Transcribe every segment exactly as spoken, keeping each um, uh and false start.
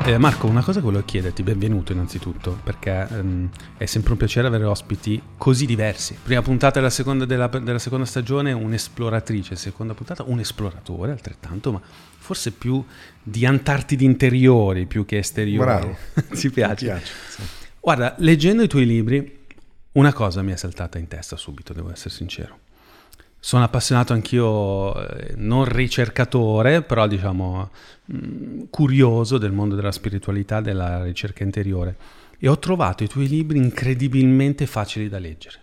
Eh, Marco, una cosa che volevo chiederti, benvenuto innanzitutto, perché ehm, è sempre un piacere avere ospiti così diversi. Prima puntata della seconda, della, della seconda stagione, un'esploratrice, seconda puntata un esploratore altrettanto, ma forse più di Antartidi interiori più che esteriori. Bravo. Ci piace. Mi piace, sì. Guarda, leggendo i tuoi libri, una cosa mi è saltata in testa subito, devo essere sincero. Sono appassionato anch'io, eh, non ricercatore, però diciamo mh, curioso del mondo della spiritualità, della ricerca interiore, e ho trovato i tuoi libri incredibilmente facili da leggere.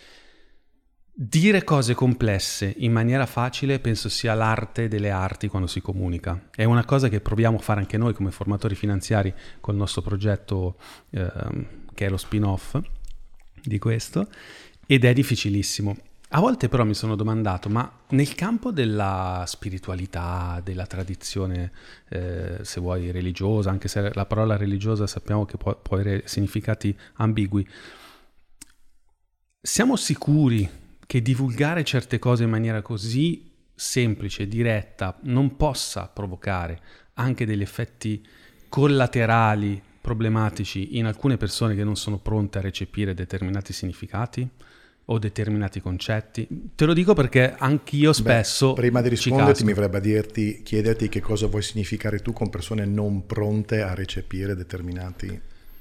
Dire cose complesse in maniera facile penso sia l'arte delle arti quando si comunica. È una cosa che proviamo a fare anche noi come formatori finanziari col nostro progetto eh, che è lo spin-off di questo, ed è difficilissimo. A volte però mi sono domandato, ma nel campo della spiritualità, della tradizione, eh, se vuoi religiosa, anche se la parola religiosa sappiamo che può, può avere significati ambigui, siamo sicuri che divulgare certe cose in maniera così semplice, diretta, non possa provocare anche degli effetti collaterali problematici in alcune persone che non sono pronte a recepire determinati significati o determinati concetti? Te lo dico perché anch'io spesso Beh, prima di risponderti mi verrebbe a dirti, chiederti che cosa vuoi significare tu con persone non pronte a recepire determinati...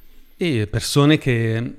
E persone che,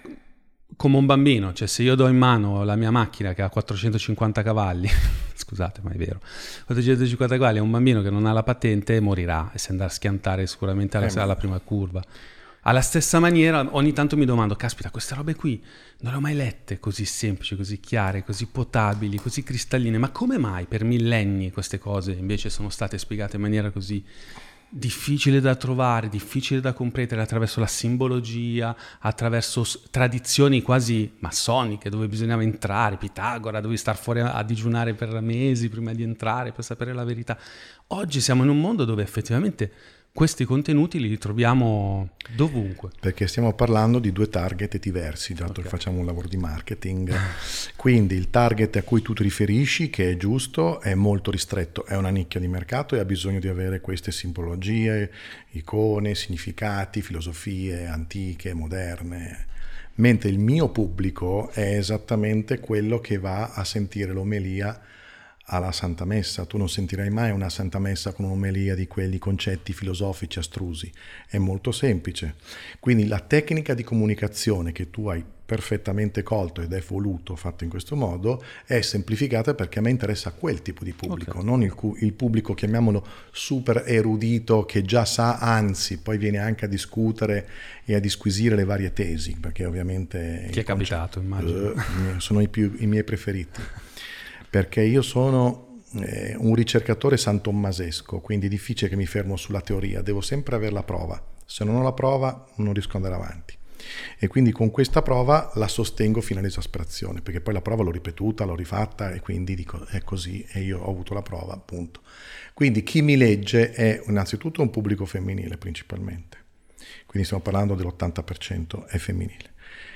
come un bambino, cioè se io do in mano la mia macchina che ha quattrocentocinquanta cavalli, scusate ma è vero, quattrocentocinquanta cavalli a un bambino che non ha la patente, morirà e si andrà a schiantare sicuramente alla, Eh, alla prima curva. Alla stessa maniera ogni tanto mi domando, caspita, queste robe qui non le ho mai lette così semplici, così chiare, così potabili, così cristalline, ma come mai per millenni queste cose invece sono state spiegate in maniera così difficile da trovare, difficile da comprendere attraverso la simbologia, attraverso s- tradizioni quasi massoniche dove bisognava entrare, Pitagora, dovevi star fuori a, a digiunare per mesi prima di entrare per sapere la verità. Oggi siamo in un mondo dove effettivamente questi contenuti li ritroviamo dovunque. Perché stiamo parlando di due target diversi, dato Okay. che facciamo un lavoro di marketing. Quindi il target a cui tu ti riferisci, che è giusto, è molto ristretto, è una nicchia di mercato e ha bisogno di avere queste simbologie, icone, significati, filosofie antiche, moderne. Mentre il mio pubblico è esattamente quello che va a sentire l'omelia alla Santa Messa. Tu non sentirai mai una Santa Messa con un'omelia di quelli concetti filosofici astrusi, è molto semplice. Quindi la tecnica di comunicazione che tu hai perfettamente colto ed è voluto, fatto in questo modo, è semplificata perché a me interessa quel tipo di pubblico, Okay. non il, cu- il pubblico, chiamiamolo super erudito, che già sa, anzi poi viene anche a discutere e a disquisire le varie tesi, perché ovviamente... Ti è capitato, immagino. Uh, sono i, più, i miei preferiti. Perché io sono eh, un ricercatore santommasesco, quindi è difficile che mi fermo sulla teoria, devo sempre avere la prova. Se non ho la prova non riesco ad andare avanti. E quindi con questa prova la sostengo fino all'esasperazione, perché poi la prova l'ho ripetuta, l'ho rifatta e quindi dico è così e io ho avuto la prova, appunto. Quindi chi mi legge è innanzitutto un pubblico femminile principalmente, quindi stiamo parlando dell'ottanta per cento è femminile.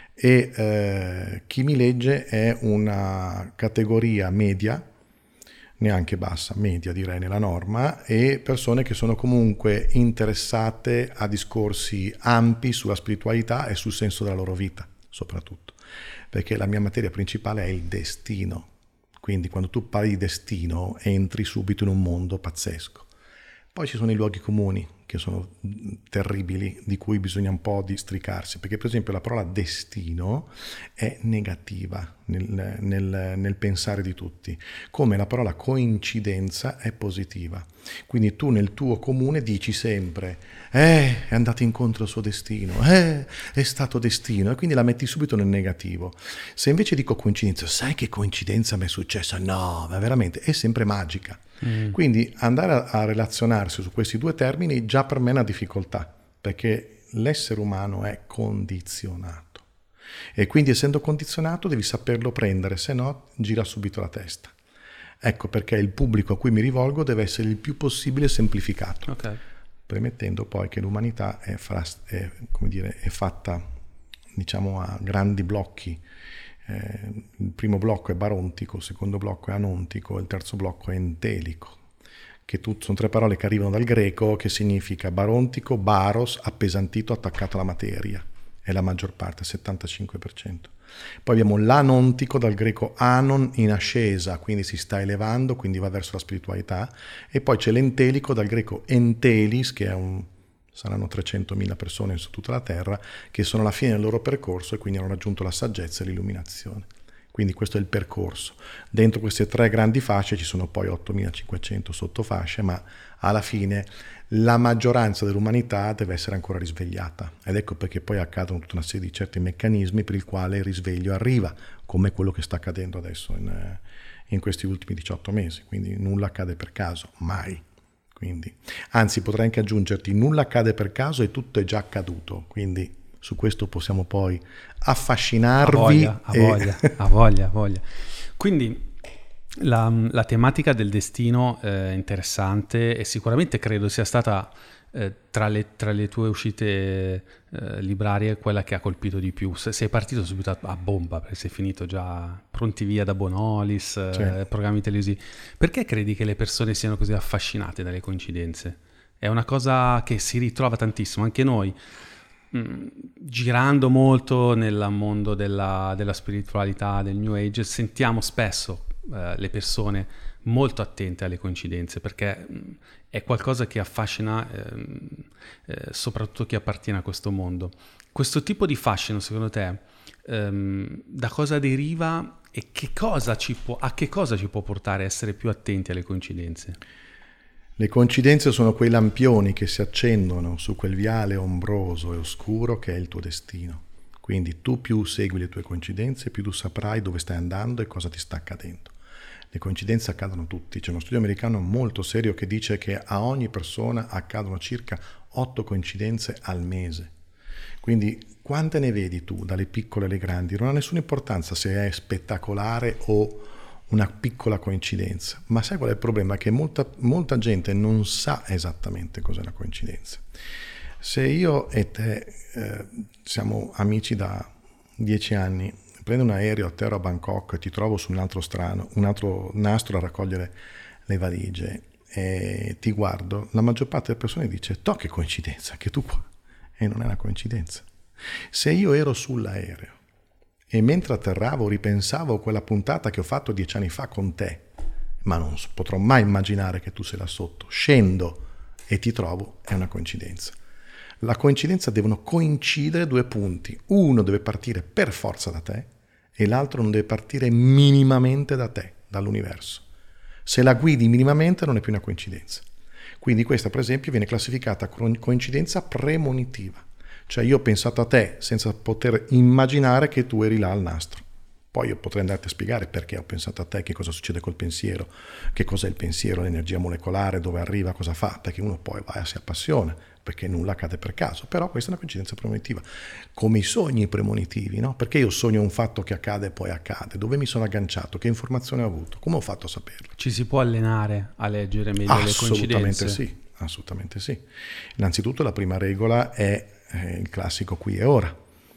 E eh, chi mi legge è una categoria media, neanche bassa, media direi nella norma, e persone che sono comunque interessate a discorsi ampi sulla spiritualità e sul senso della loro vita, soprattutto, perché la mia materia principale è il destino, quindi quando tu parli di destino entri subito in un mondo pazzesco. Poi ci sono i luoghi comuni che sono terribili, di cui bisogna un po' districarsi, perché per esempio la parola destino è negativa nel, nel, nel pensare di tutti, come la parola coincidenza è positiva. Quindi tu nel tuo comune dici sempre eh, è andato incontro al suo destino, eh, è stato destino, e quindi la metti subito nel negativo. Se invece dico coincidenza, sai che coincidenza mi è successa? No, ma veramente è sempre magica. Mm. Quindi andare a, a relazionarsi su questi due termini già per me è una difficoltà, perché l'essere umano è condizionato e quindi essendo condizionato devi saperlo prendere, se no gira subito la testa. Ecco perché il pubblico a cui mi rivolgo deve essere il più possibile semplificato, Okay. premettendo poi che l'umanità è, fras- è, come dire, è fatta, diciamo, a grandi blocchi. Eh, il primo blocco è barontico, il secondo blocco è anontico, il terzo blocco è entelico, che tu, sono tre parole che arrivano dal greco, che significa barontico, baros, appesantito, attaccato alla materia. È la maggior parte, il settantacinque per cento. Poi abbiamo l'anontico, dal greco anon, in ascesa, quindi si sta elevando, quindi va verso la spiritualità. E poi c'è l'entelico, dal greco entelis, che è un, saranno trecentomila persone su tutta la terra, che sono alla fine del loro percorso e quindi hanno raggiunto la saggezza e l'illuminazione. Quindi questo è il percorso. Dentro queste tre grandi fasce ci sono poi ottomilacinquecento sottofasce, ma alla fine la maggioranza dell'umanità deve essere ancora risvegliata. Ed ecco perché poi accadono tutta una serie di certi meccanismi per il quale il risveglio arriva, come quello che sta accadendo adesso in, in questi ultimi diciotto mesi. Quindi nulla accade per caso, mai. Quindi, anzi, potrei anche aggiungerti, nulla accade per caso e tutto è già accaduto. Quindi su questo possiamo poi affascinarvi. A voglia, a e... voglia, a voglia, a voglia. Quindi la, la tematica del destino è interessante e sicuramente credo sia stata eh, tra, le, tra le tue uscite eh, librarie quella che ha colpito di più. Se, sei partito subito a, a bomba, perché sei finito già pronti via da Bonolis, eh, programmi televisivi. Perché credi che le persone siano così affascinate dalle coincidenze? È una cosa che si ritrova tantissimo, anche noi. Girando molto nel mondo della, della spiritualità, del New Age, sentiamo spesso eh, le persone molto attente alle coincidenze, perché mh, è qualcosa che affascina eh, eh, soprattutto chi appartiene a questo mondo. Questo tipo di fascino, secondo te, ehm, da cosa deriva e che cosa ci può, a che cosa ci può portare a essere più attenti alle coincidenze? Le coincidenze sono quei lampioni che si accendono su quel viale ombroso e oscuro che è il tuo destino. Quindi tu più segui le tue coincidenze, più tu saprai dove stai andando e cosa ti sta accadendo. Le coincidenze accadono a tutti. C'è uno studio americano molto serio che dice che a ogni persona accadono circa otto coincidenze al mese. Quindi quante ne vedi tu, dalle piccole alle grandi? Non ha nessuna importanza se è spettacolare o una piccola coincidenza, ma sai qual è il problema? Che molta, molta gente non sa esattamente cos'è una coincidenza. Se io e te eh, siamo amici da dieci anni, prendo un aereo, atterro a Bangkok, ti trovo su un altro strano, un altro nastro a raccogliere le valigie e ti guardo, la maggior parte delle persone dice: "To, che coincidenza, che tu qua", e non è una coincidenza. Se io ero sull'aereo e mentre atterravo ripensavo a quella puntata che ho fatto dieci anni fa con te, ma non potrò mai immaginare che tu sei là sotto, scendo e ti trovo, è una coincidenza. La coincidenza devono coincidere due punti. Uno deve partire per forza da te e l'altro non deve partire minimamente da te, dall'universo. Se la guidi minimamente non è più una coincidenza. Quindi questa, per esempio, viene classificata come coincidenza premonitiva. Cioè io ho pensato a te senza poter immaginare che tu eri là al nastro. Poi io potrei andarti a spiegare perché ho pensato a te, che cosa succede col pensiero, che cos'è il pensiero, l'energia molecolare, dove arriva, cosa fa, perché uno poi va e si appassiona, perché nulla accade per caso. Però questa è una coincidenza premonitiva, come i sogni premonitivi, no? Perché io sogno un fatto che accade e poi accade, dove mi sono agganciato, che informazione ho avuto, come ho fatto a saperlo? Ci si può allenare a leggere meglio le coincidenze? Assolutamente sì, assolutamente sì. Innanzitutto la prima regola è il classico qui e ora,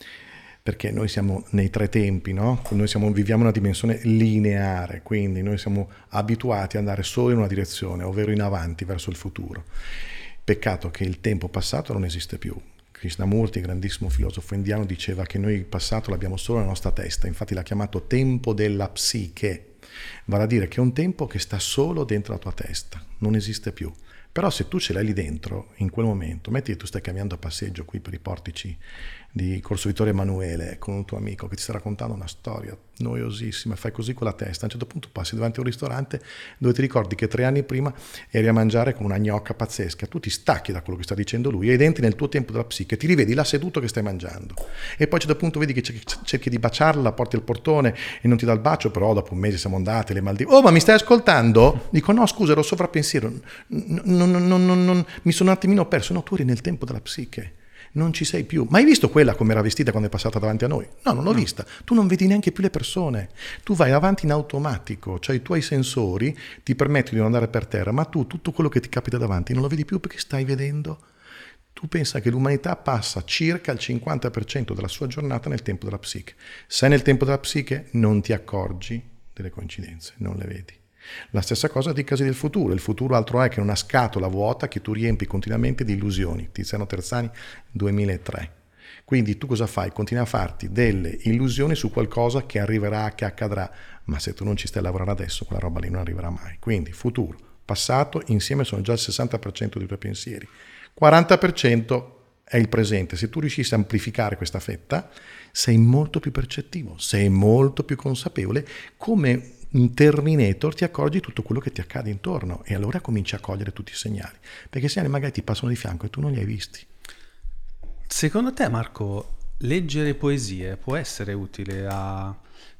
perché noi siamo nei tre tempi, no? Noi siamo, viviamo una dimensione lineare, quindi noi siamo abituati ad andare solo in una direzione, ovvero in avanti verso il futuro. Peccato che il tempo passato non esiste più. Krishnamurti, grandissimo filosofo indiano, diceva che noi il passato l'abbiamo solo nella nostra testa, infatti l'ha chiamato tempo della psiche, vale a dire che è un tempo che sta solo dentro la tua testa, non esiste più. Però se tu ce l'hai lì dentro, in quel momento, metti che tu stai camminando a passeggio qui per i portici di Corso Vittorio Emanuele con un tuo amico che ti sta raccontando una storia noiosissima, fai così con la testa, a un certo punto passi davanti a un ristorante dove ti ricordi che tre anni prima eri a mangiare con una gnocca pazzesca, tu ti stacchi da quello che sta dicendo lui ed entri nel tuo tempo della psiche, ti rivedi là seduto che stai mangiando e poi a un certo punto vedi che cerchi di baciarla, porti al portone e non ti dà il bacio, però dopo un mese siamo andati, le Maldive, oh ma mi stai ascoltando? Dico no scusa, ero sovrappensiero, non, non, non, non, non, mi sono un attimino perso, no tu eri nel tempo della psiche. Non ci sei più. Ma hai visto quella come era vestita quando è passata davanti a noi? No, non l'ho no. vista. Tu non vedi neanche più le persone. Tu vai avanti in automatico, cioè i tuoi sensori ti permettono di non andare per terra, ma tu tutto quello che ti capita davanti non lo vedi più perché stai vedendo. Tu pensa che l'umanità passa circa il cinquanta per cento della sua giornata nel tempo della psiche. Sei nel tempo della psiche, non ti accorgi delle coincidenze, non le vedi. La stessa cosa dicasi del futuro. Il futuro altro è che una scatola vuota che tu riempi continuamente di illusioni. Tiziano Terzani, duemilatré. Quindi tu cosa fai? Continui a farti delle illusioni su qualcosa che arriverà, che accadrà, ma se tu non ci stai a lavorare adesso, quella roba lì non arriverà mai. Quindi futuro, passato, insieme sono già il sessanta per cento dei tuoi pensieri. quaranta per cento è il presente. Se tu riuscissi a amplificare questa fetta, sei molto più percettivo, sei molto più consapevole, come un Terminator ti accorgi di tutto quello che ti accade intorno e allora cominci a cogliere tutti i segnali, perché i segnali magari ti passano di fianco e tu non li hai visti. Secondo te, Marco, leggere poesie può essere utile a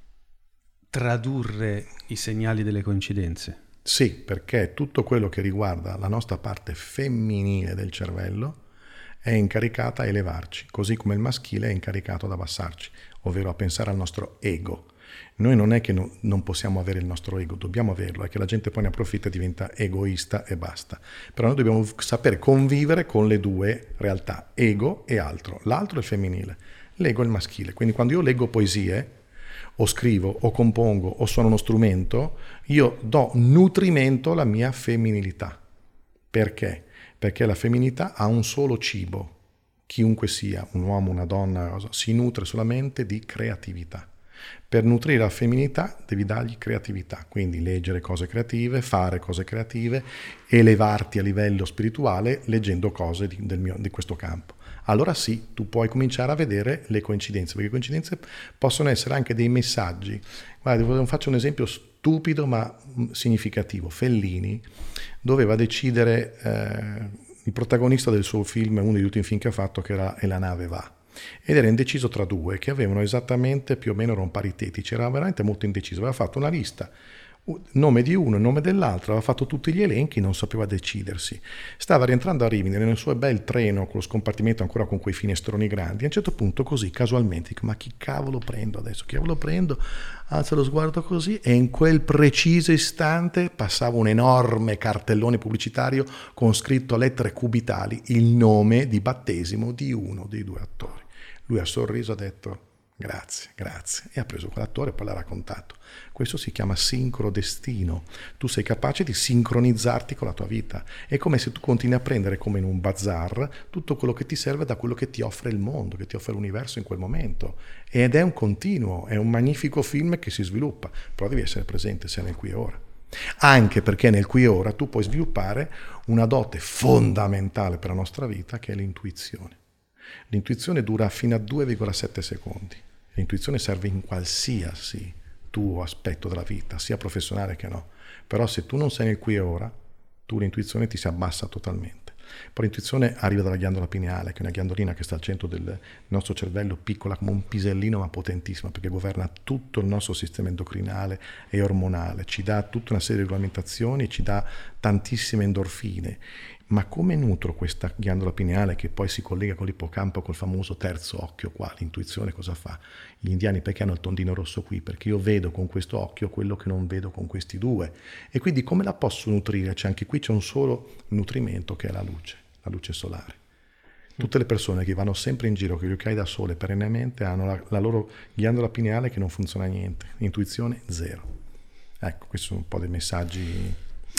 tradurre i segnali delle coincidenze? Sì, perché tutto quello che riguarda la nostra parte femminile del cervello è incaricata a elevarci, così come il maschile è incaricato ad abbassarci, ovvero a pensare al nostro ego. Noi non è che no, non possiamo avere il nostro ego, dobbiamo averlo, è che la gente poi ne approfitta e diventa egoista e basta. Però noi dobbiamo sapere convivere con le due realtà, ego e altro. L'altro è il femminile, l'ego è il maschile. Quindi quando io leggo poesie, o scrivo, o compongo, o suono uno strumento, io do nutrimento alla mia femminilità. Perché? Perché la femminilità ha un solo cibo, chiunque sia, un uomo, una donna, si nutre solamente di creatività. Per nutrire la femminilità devi dargli creatività, quindi leggere cose creative, fare cose creative, elevarti a livello spirituale leggendo cose di, del mio, di questo campo. Allora sì, tu puoi cominciare a vedere le coincidenze, perché le coincidenze possono essere anche dei messaggi. Guarda, faccio un esempio stupido ma significativo. Fellini doveva decidere, eh, il protagonista del suo film, uno degli ultimi film che ha fatto, che era E la nave va. Ed era indeciso tra due che avevano esattamente più o meno erano paritetici, era veramente molto indeciso, aveva fatto una lista, nome di uno, nome dell'altro, aveva fatto tutti gli elenchi, non sapeva decidersi. Stava rientrando a Rimini nel suo bel treno con lo scompartimento ancora con quei finestroni grandi. A un certo punto così casualmente dico, ma chi cavolo prendo adesso, chi cavolo prendo? Alza lo sguardo così e in quel preciso istante passava un enorme cartellone pubblicitario con scritto a lettere cubitali il nome di battesimo di uno dei due attori. Lui ha sorriso, ha detto grazie, grazie, e ha preso quell'attore e poi l'ha raccontato. Questo si chiama sincrodestino. Tu sei capace di sincronizzarti con la tua vita. È come se tu continui a prendere, come in un bazar, tutto quello che ti serve da quello che ti offre il mondo, che ti offre l'universo in quel momento. Ed è un continuo, è un magnifico film che si sviluppa, però devi essere presente, sei nel qui e ora. Anche perché nel qui e ora tu puoi sviluppare una dote fondamentale per la nostra vita, che è l'intuizione. L'intuizione dura fino a due virgola sette secondi. L'intuizione serve in qualsiasi tuo aspetto della vita, sia professionale che no. Però se tu non sei nel qui e ora, tu l'intuizione ti si abbassa totalmente. Poi l'intuizione arriva dalla ghiandola pineale, che è una ghiandolina che sta al centro del nostro cervello, piccola come un pisellino ma potentissima, perché governa tutto il nostro sistema endocrinale e ormonale, ci dà tutta una serie di regolamentazioni, ci dà tantissime endorfine. Ma come nutro questa ghiandola pineale che poi si collega con l'ippocampo, col famoso terzo occhio qua? L'intuizione cosa fa? Gli indiani perché hanno il tondino rosso qui? Perché io vedo con questo occhio quello che non vedo con questi due. E quindi come la posso nutrire? C'è anche qui c'è un solo nutrimento che è la luce, la luce solare. Tutte le persone che vanno sempre in giro con gli occhiali da sole perennemente hanno la, la loro ghiandola pineale che non funziona niente. Intuizione zero. Ecco, questi sono un po' dei messaggi.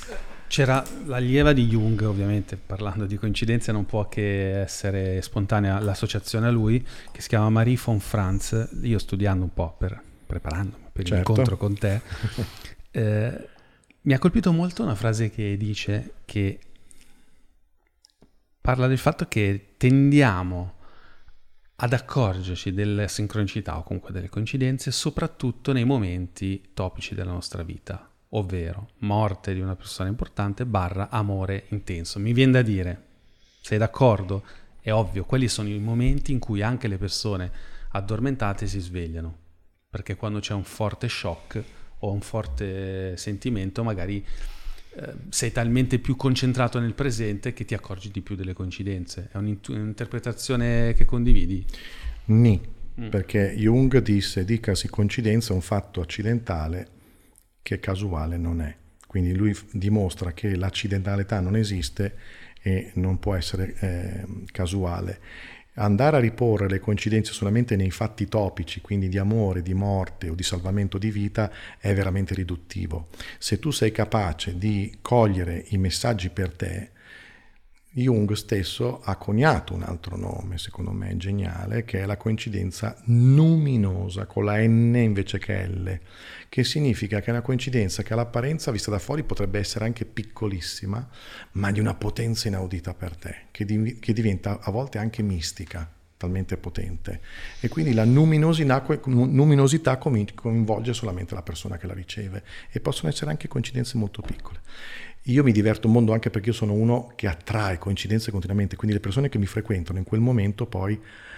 C'era l'allieva di Jung, ovviamente, parlando di coincidenze non può che essere spontanea l'associazione a lui, che si chiama Marie von Franz. Io studiando un po', per, preparandomi per certo. l'incontro con te, eh, mi ha colpito molto una frase che dice che parla del fatto che tendiamo ad accorgerci delle sincronicità o comunque delle coincidenze soprattutto nei momenti topici della nostra vita, ovvero morte di una persona importante barra amore intenso. Mi viene da dire, sei d'accordo? È ovvio, quelli sono i momenti in cui anche le persone addormentate si svegliano, perché quando c'è un forte shock o un forte sentimento magari eh, sei talmente più concentrato nel presente che ti accorgi di più delle coincidenze. È un'interpretazione che condividi? Ni, mm. perché Jung disse, dicasi coincidenza, un fatto accidentale che casuale non è. Quindi lui dimostra che l'accidentalità non esiste e non può essere eh, casuale. Andare a riporre le coincidenze solamente nei fatti topici, quindi di amore, di morte o di salvamento di vita, è veramente riduttivo. Se tu sei capace di cogliere i messaggi per te, Jung stesso ha coniato un altro nome, secondo me geniale, che è la coincidenza numinosa, con la N invece che L, che significa che è una coincidenza che all'apparenza, vista da fuori, potrebbe essere anche piccolissima, ma di una potenza inaudita per te, che, div- che diventa a volte anche mistica, talmente potente. E quindi la numinosità, numinosità coinvolge solamente la persona che la riceve, e possono essere anche coincidenze molto piccole. Io mi diverto un mondo anche perché io sono uno che attrae coincidenze continuamente, quindi le persone che mi frequentano in quel momento poi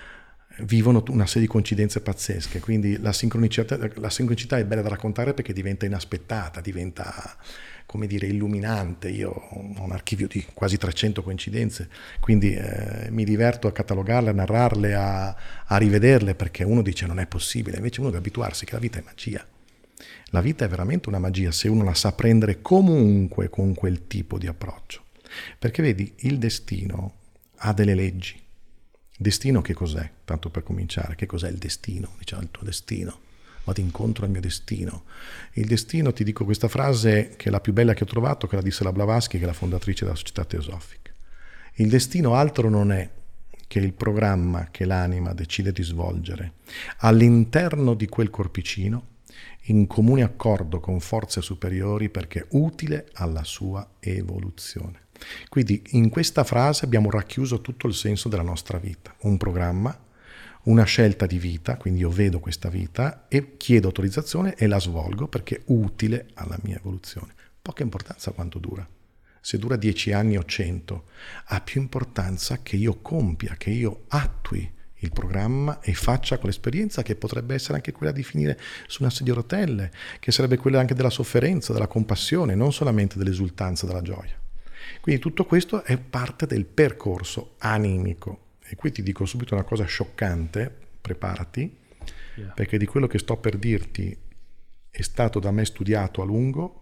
vivono una serie di coincidenze pazzesche, quindi la sincronicità, la sincronicità è bella da raccontare perché diventa inaspettata, diventa, come dire, illuminante. Io ho un archivio di quasi trecento coincidenze, quindi eh, mi diverto a catalogarle, a narrarle, a, a rivederle, perché uno dice non è possibile, invece uno deve abituarsi che la vita è magia. La vita è veramente una magia se uno la sa prendere comunque con quel tipo di approccio. Perché vedi, il destino ha delle leggi. Destino che cos'è? Tanto per cominciare, che cos'è il destino? Diciamo il tuo destino. Vado incontro al mio destino. Il destino, ti dico questa frase che è la più bella che ho trovato, che la disse la Blavatsky, che è la fondatrice della Società Teosofica. Il destino altro non è che il programma che l'anima decide di svolgere all'interno di quel corpicino, in comune accordo con forze superiori, perché è utile alla sua evoluzione. Quindi in questa frase abbiamo racchiuso tutto il senso della nostra vita, un programma, una scelta di vita, quindi io vedo questa vita e chiedo autorizzazione e la svolgo perché è utile alla mia evoluzione. Poca importanza quanto dura. Se dura dieci anni o cento, ha più importanza che io compia, che io attui il programma e faccia quell'esperienza che potrebbe essere anche quella di finire su una sedia a rotelle, che sarebbe quella anche della sofferenza, della compassione, non solamente dell'esultanza, della gioia. Quindi tutto questo è parte del percorso animico. E qui ti dico subito una cosa scioccante, preparati, yeah. Perché di quello che sto per dirti è stato da me studiato a lungo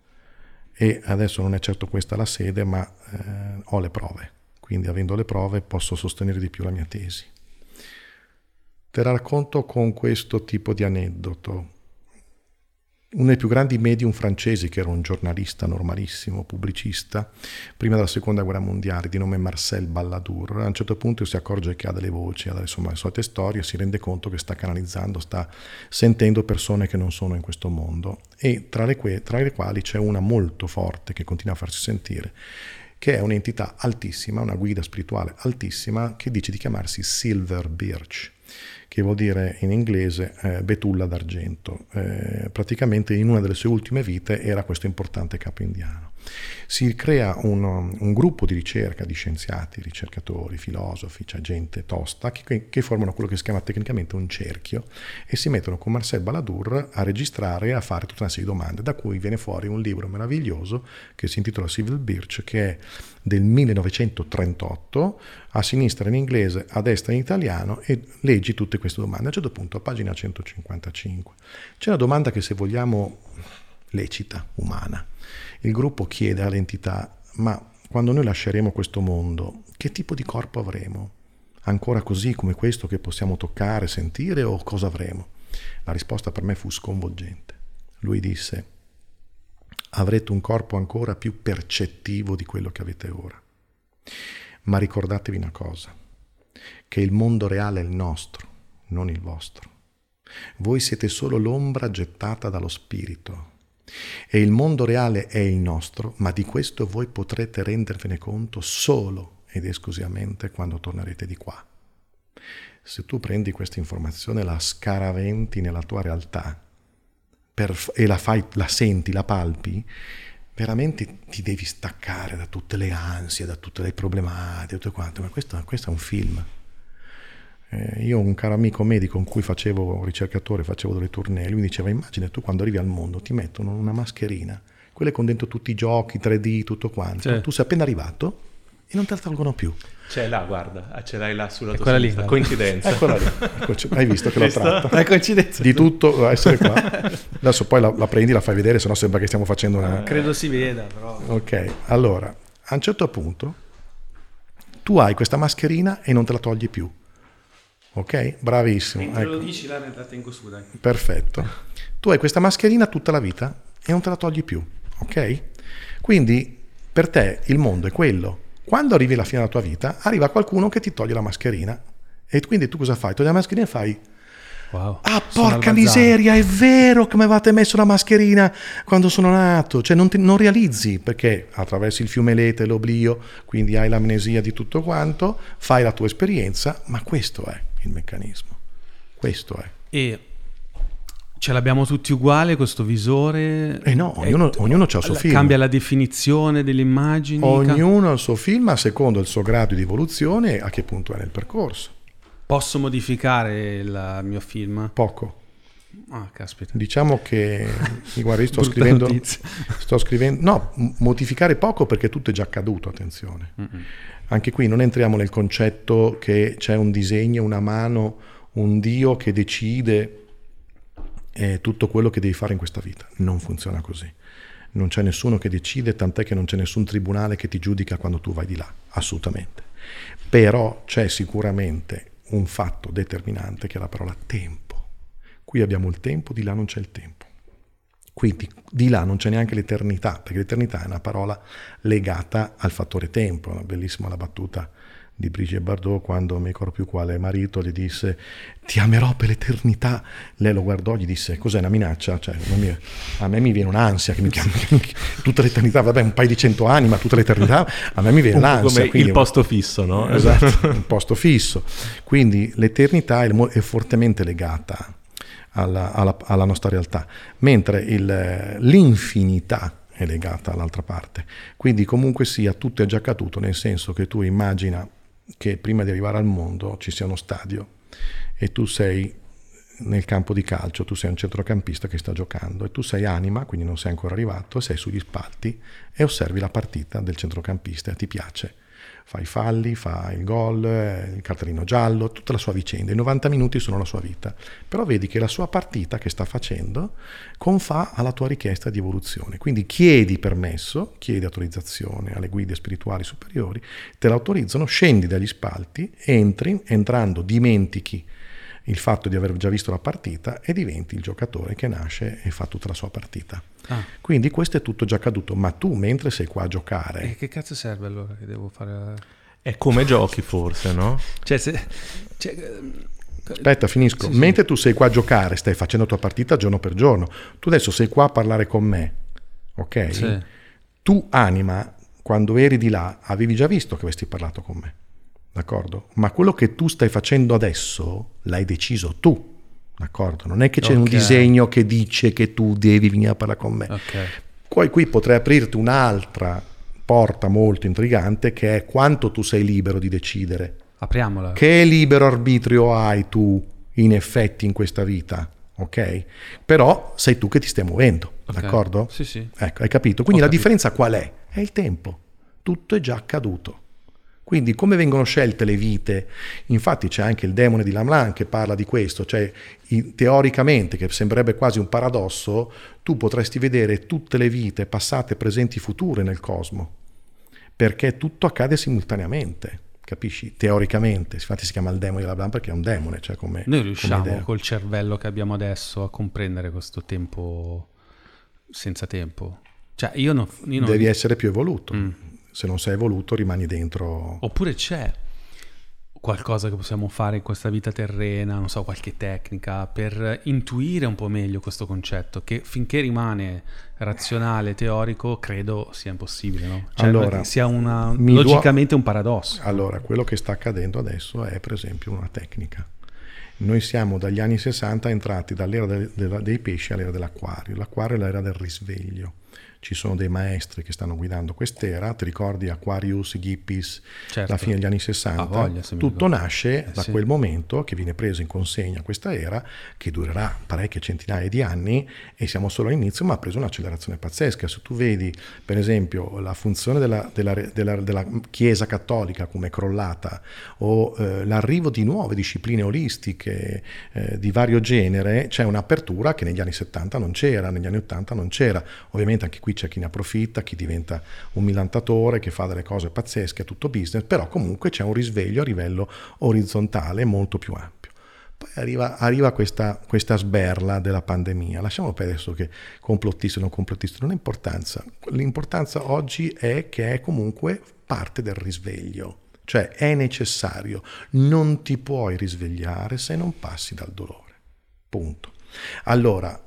e adesso non è certo questa la sede, ma eh, ho le prove. Quindi avendo le prove posso sostenere di più la mia tesi. Te la racconto con questo tipo di aneddoto. Uno dei più grandi medium francesi, che era un giornalista normalissimo, pubblicista, prima della seconda guerra mondiale, di nome Marcel Balladur, a un certo punto si accorge che ha delle voci, ha delle, insomma, le solite storie, si rende conto che sta canalizzando, sta sentendo persone che non sono in questo mondo, e tra le, que- tra le quali c'è una molto forte che continua a farsi sentire, che è un'entità altissima, una guida spirituale altissima, che dice di chiamarsi Silver Birch, che vuol dire in inglese eh, betulla d'argento. Eh, praticamente in una delle sue ultime vite era questo importante capo indiano. Si crea un, un gruppo di ricerca di scienziati, ricercatori, filosofi, cioè gente tosta, che, che formano quello che si chiama tecnicamente un cerchio e si mettono con Marcel Balladur a registrare e a fare tutta una serie di domande, da cui viene fuori un libro meraviglioso che si intitola Silver Birch, che è del millenovecentotrentotto, a sinistra in inglese, a destra in italiano, e leggi tutte queste domande. A un certo punto, a pagina centocinquantacinque, c'è una domanda che, se vogliamo, lecita, umana. Il gruppo chiede all'entità: ma quando noi lasceremo questo mondo, che tipo di corpo avremo? Ancora così come questo che possiamo toccare, sentire, o cosa avremo? La risposta per me fu sconvolgente. Lui disse: avrete un corpo ancora più percettivo di quello che avete ora. Ma ricordatevi una cosa, che il mondo reale è il nostro, non il vostro. Voi siete solo l'ombra gettata dallo spirito. E il mondo reale è il nostro, ma di questo voi potrete rendervene conto solo ed esclusivamente quando tornerete di qua. Se tu prendi questa informazione, la scaraventi nella tua realtà per, e la, fai, la senti, la palpi, veramente ti devi staccare da tutte le ansie, da tutte le problematiche, tutto quanto. Ma questo, questo è un film. Eh, io ho un caro amico medico con cui facevo, un ricercatore, facevo delle tournée, lui mi diceva: immagina, tu quando arrivi al mondo ti mettono una mascherina, quelle con dentro tutti i giochi, tre D, tutto quanto, sì. Tu sei appena arrivato e non te la tolgono più. C'è là, guarda, ce l'hai là sulla è tua sinistra. Coincidenza. Eccola lì. Hai visto che l'ho tratta? È coincidenza. Di tutto deve essere qua. Adesso poi la, la prendi, la fai vedere, sennò sembra che stiamo facendo una... Credo si veda, però. Ok, allora, a un certo punto tu hai questa mascherina e non te la togli più. Ok? Bravissimo. Mentre Ecco. lo dici, la la tengo su, dai. Perfetto. Tu hai questa mascherina tutta la vita e non te la togli più, ok? Quindi per te il mondo è quello. Quando arrivi alla fine della tua vita, arriva qualcuno che ti toglie la mascherina. E quindi tu cosa fai? Togli la mascherina e fai... Wow. Ah, Sono al porca bazar. miseria, è vero che mi avevate messo la mascherina quando sono nato. Cioè non, ti- non realizzi, perché attraverso il fiume Lete, l'oblio, quindi hai l'amnesia di tutto quanto, fai la tua esperienza, ma questo è il meccanismo. Questo è. E ce l'abbiamo tutti uguale questo visore? Eh no, ognuno, E- ognuno c'ha il suo la- film. Cambia la definizione delle immagini? ca- Ognuno ha il suo film a secondo il suo grado di evoluzione e a che punto è nel percorso. Posso modificare il mio film? Poco. Ah, caspita. Diciamo che, guarda, io sto Brutta scrivendo, notizia. sto scrivendo, no, m- modificare poco perché tutto è già accaduto, attenzione. Mm-mm. Anche qui non entriamo nel concetto che c'è un disegno, una mano, un Dio che decide eh, tutto quello che devi fare in questa vita. Non funziona così. Non c'è nessuno che decide, tant'è che non c'è nessun tribunale che ti giudica quando tu vai di là, assolutamente. Però c'è sicuramente un fatto determinante che è la parola tempo. Qui abbiamo il tempo, di là non c'è il tempo. Quindi di là non c'è neanche l'eternità, perché l'eternità è una parola legata al fattore tempo. È bellissima la battuta di Brigitte Bardot quando, non mi ricordo più quale marito, gli disse ti amerò per l'eternità. Lei lo guardò e gli disse cos'è, una minaccia? Cioè, non mi- a me mi viene un'ansia che mi chiami tutta l'eternità, vabbè un paio di cento anni, ma tutta l'eternità a me mi viene Un po' l'ansia. come quindi- il posto fisso, no? Esatto, un posto fisso. Quindi l'eternità è, mo- è fortemente legata alla, alla- alla nostra realtà, mentre il- l'infinità è legata all'altra parte. Quindi comunque sia, tutto è già accaduto, nel senso che tu immagina che prima di arrivare al mondo ci sia uno stadio e tu sei nel campo di calcio, tu sei un centrocampista che sta giocando e tu sei anima, quindi non sei ancora arrivato, sei sugli spalti e osservi la partita del centrocampista e ti piace. Fa i falli, fa il gol, eh, il cartellino giallo, tutta la sua vicenda. I novanta minuti sono la sua vita. Però vedi che la sua partita che sta facendo confà alla tua richiesta di evoluzione. Quindi chiedi permesso, chiedi autorizzazione alle guide spirituali superiori, te l'autorizzano, scendi dagli spalti, entri, entrando dimentichi il fatto di aver già visto la partita e diventi il giocatore che nasce e fa tutta la sua partita. Ah. Quindi questo è tutto già accaduto, ma tu mentre sei qua a giocare... E che cazzo serve allora che devo fare? È come giochi forse, no? Cioè, se... cioè, ehm, Aspetta, finisco. Sì, sì. Mentre tu sei qua a giocare, stai facendo la tua partita giorno per giorno, tu adesso sei qua a parlare con me, ok? Sì. Tu, anima, quando eri di là, avevi già visto che avresti parlato con me, d'accordo? Ma quello che tu stai facendo adesso l'hai deciso tu, d'accordo? Non è che c'è un Ok. disegno che dice che tu devi venire a parlare con me. Ok. Poi qui potrei aprirti un'altra porta molto intrigante, che è quanto tu sei libero di decidere. Apriamola. Che libero arbitrio hai tu in effetti in questa vita, ok? Però sei tu che ti stai muovendo, Ok. d'accordo? Sì, sì. Ecco, hai capito? Quindi Ho la capito. differenza qual è? È il tempo. Tutto è già accaduto. Quindi come vengono scelte le vite? Infatti c'è anche il demone di Lamlan che parla di questo, cioè i- teoricamente, che sembrerebbe quasi un paradosso, tu potresti vedere tutte le vite passate, presenti, future nel cosmo, perché tutto accade simultaneamente, capisci? Teoricamente, infatti si chiama il demone di Lamlan perché è un demone, cioè come Noi come riusciamo idea. col cervello che abbiamo adesso a comprendere questo tempo senza tempo. Cioè, io non... Io non... Devi essere più evoluto. Mm. Se non sei evoluto rimani dentro. Oppure c'è qualcosa che possiamo fare in questa vita terrena, non so, qualche tecnica per intuire un po' meglio questo concetto, che finché rimane razionale, teorico, credo sia impossibile, no? Cioè, Allora, sia una, mi do- logicamente un paradosso. Allora, quello che sta accadendo adesso è per esempio una tecnica. Noi siamo dagli anni sessanta entrati dall'era de- de- dei pesci all'era dell'acquario. L'acquario è l'era del risveglio. Ci sono dei maestri che stanno guidando quest'era, ti ricordi Aquarius, Ghippis, Certo. la fine degli anni sessanta? Ha voglia, se mi Tutto ricordo. nasce Eh, da sì. quel momento che viene preso in consegna questa era, che durerà parecchie centinaia di anni e siamo solo all'inizio, ma ha preso un'accelerazione pazzesca. Se tu vedi per esempio la funzione della, della, della, della Chiesa cattolica come è crollata o eh, l'arrivo di nuove discipline olistiche eh, di vario genere, c'è un'apertura che negli anni settanta non c'era, negli anni ottanta non c'era. Ovviamente Ovviamente anche qui c'è chi ne approfitta, chi diventa un millantatore, che fa delle cose pazzesche, è tutto business, però comunque c'è un risveglio a livello orizzontale molto più ampio. Poi arriva, arriva questa, questa sberla della pandemia. Lasciamo perdere adesso che complottisti o non complottisti, non ha importanza. L'importanza oggi è che è comunque parte del risveglio, cioè è necessario. Non ti puoi risvegliare se non passi dal dolore. Punto. Allora,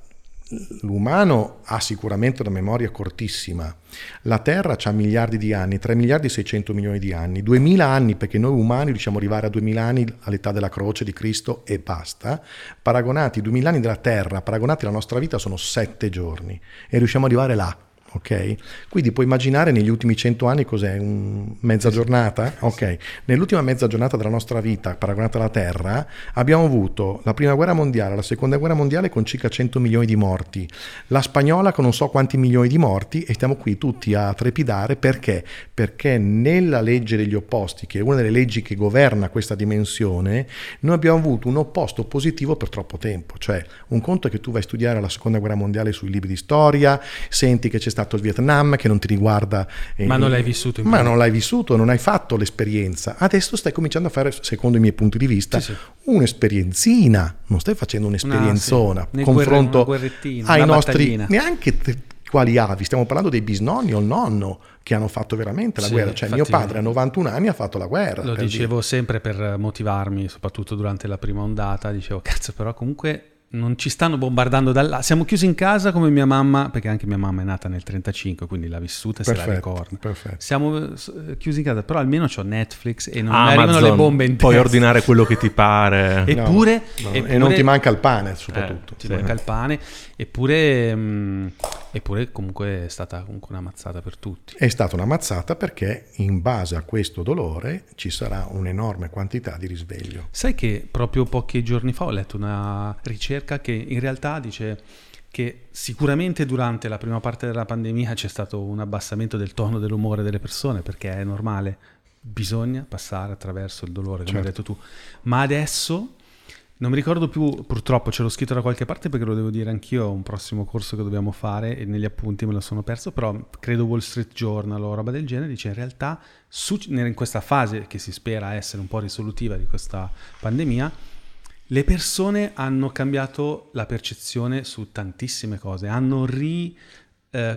l'umano ha sicuramente una memoria cortissima. La Terra ha miliardi di anni, tre miliardi e seicento milioni di anni, duemila anni, perché noi umani riusciamo ad arrivare a duemila anni all'età della croce di Cristo e basta. Paragonati, duemila anni della Terra, paragonati alla nostra vita, sono sette giorni e riusciamo ad arrivare là. Ok? Quindi puoi immaginare negli ultimi cento anni cos'è? Un mezza giornata? Ok. Nell'ultima mezza giornata della nostra vita, paragonata alla Terra, abbiamo avuto la prima guerra mondiale, la seconda guerra mondiale con circa cento milioni di morti, la spagnola con non so quanti milioni di morti, e stiamo qui tutti a trepidare. Perché? Perché nella legge degli opposti, che è una delle leggi che governa questa dimensione, noi abbiamo avuto un opposto positivo per troppo tempo. Cioè, un conto è che tu vai a studiare la seconda guerra mondiale sui libri di storia, senti che c'è stato il Vietnam, che non ti riguarda, eh, ma non l'hai vissuto in ma non l'hai vissuto, non hai fatto l'esperienza. Adesso stai cominciando a fare, secondo i miei punti di vista, sì, sì, un'esperienzina, non stai facendo un'esperienzona, no, sì, confronto guerre, ai nostri, neanche te, quali avi, stiamo parlando dei bisnonni o il nonno che hanno fatto veramente la sì, guerra. Cioè, mio padre a novantuno anni ha fatto la guerra. Lo dicevo dire. sempre per motivarmi, soprattutto durante la prima ondata, dicevo cazzo, però comunque non ci stanno bombardando da là, siamo chiusi in casa come mia mamma, perché anche mia mamma è nata nel trentacinque, quindi l'ha vissuta e perfetto, se la ricorda. Perfetto. Siamo chiusi in casa, però almeno c'ho Netflix e non Amazon, arrivano le bombe in testa. Puoi ordinare quello che ti pare. Eppure, no, no, eppure e non ti manca il pane, soprattutto. Eh, ti sì. manca il pane, eppure, mh, eppure comunque è stata comunque una mazzata per tutti. È stata una mazzata perché in base a questo dolore ci sarà un'enorme quantità di risveglio. Sai che proprio pochi giorni fa ho letto una ricerca che in realtà dice che sicuramente durante la prima parte della pandemia c'è stato un abbassamento del tono dell'umore delle persone, perché è normale, bisogna passare attraverso il dolore, come certo. hai detto tu, ma adesso non mi ricordo più, purtroppo ce l'ho scritto da qualche parte perché lo devo dire anch'io, un prossimo corso che dobbiamo fare e negli appunti me lo sono perso, però credo Wall Street Journal o roba del genere dice in realtà su, in questa fase che si spera essere un po' risolutiva di questa pandemia, le persone hanno cambiato la percezione su tantissime cose, hanno ri, eh,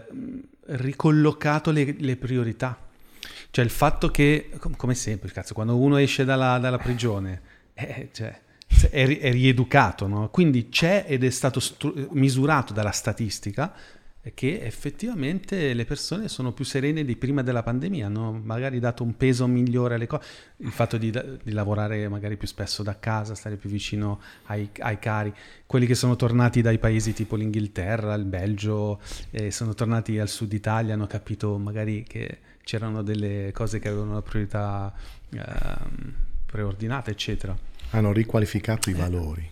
ricollocato le, le priorità. Cioè il fatto che, come sempre, cazzo, quando uno esce dalla, dalla prigione, eh, cioè, è, è rieducato, no? Quindi c'è ed è stato stru- misurato dalla statistica che effettivamente le persone sono più serene di prima della pandemia, hanno magari dato un peso migliore alle cose, il fatto di, di lavorare magari più spesso da casa, stare più vicino ai, ai cari, quelli che sono tornati dai paesi tipo l'Inghilterra, il Belgio, eh, sono tornati al sud Italia, hanno capito magari che c'erano delle cose che avevano una priorità eh, preordinata, eccetera. Hanno riqualificato i valori.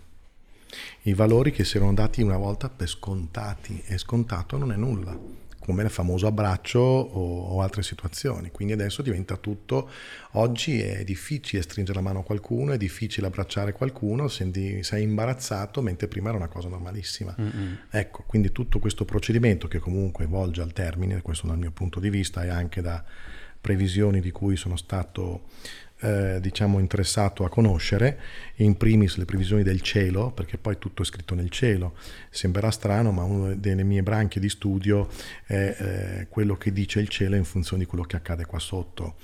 I valori che si erano dati una volta per scontati, e scontato non è nulla, come il famoso abbraccio o, o altre situazioni. Quindi adesso diventa tutto, oggi è difficile stringere la mano a qualcuno, è difficile abbracciare qualcuno, senti, sei imbarazzato, mentre prima era una cosa normalissima. Mm-hmm. Ecco, quindi tutto questo procedimento che comunque volge al termine, questo dal mio punto di vista e anche da previsioni di cui sono stato Eh, diciamo interessato a conoscere, in primis le previsioni del cielo, perché poi tutto è scritto nel cielo. Sembrerà strano, ma una delle mie branche di studio è eh, quello che dice il cielo in funzione di quello che accade qua sotto.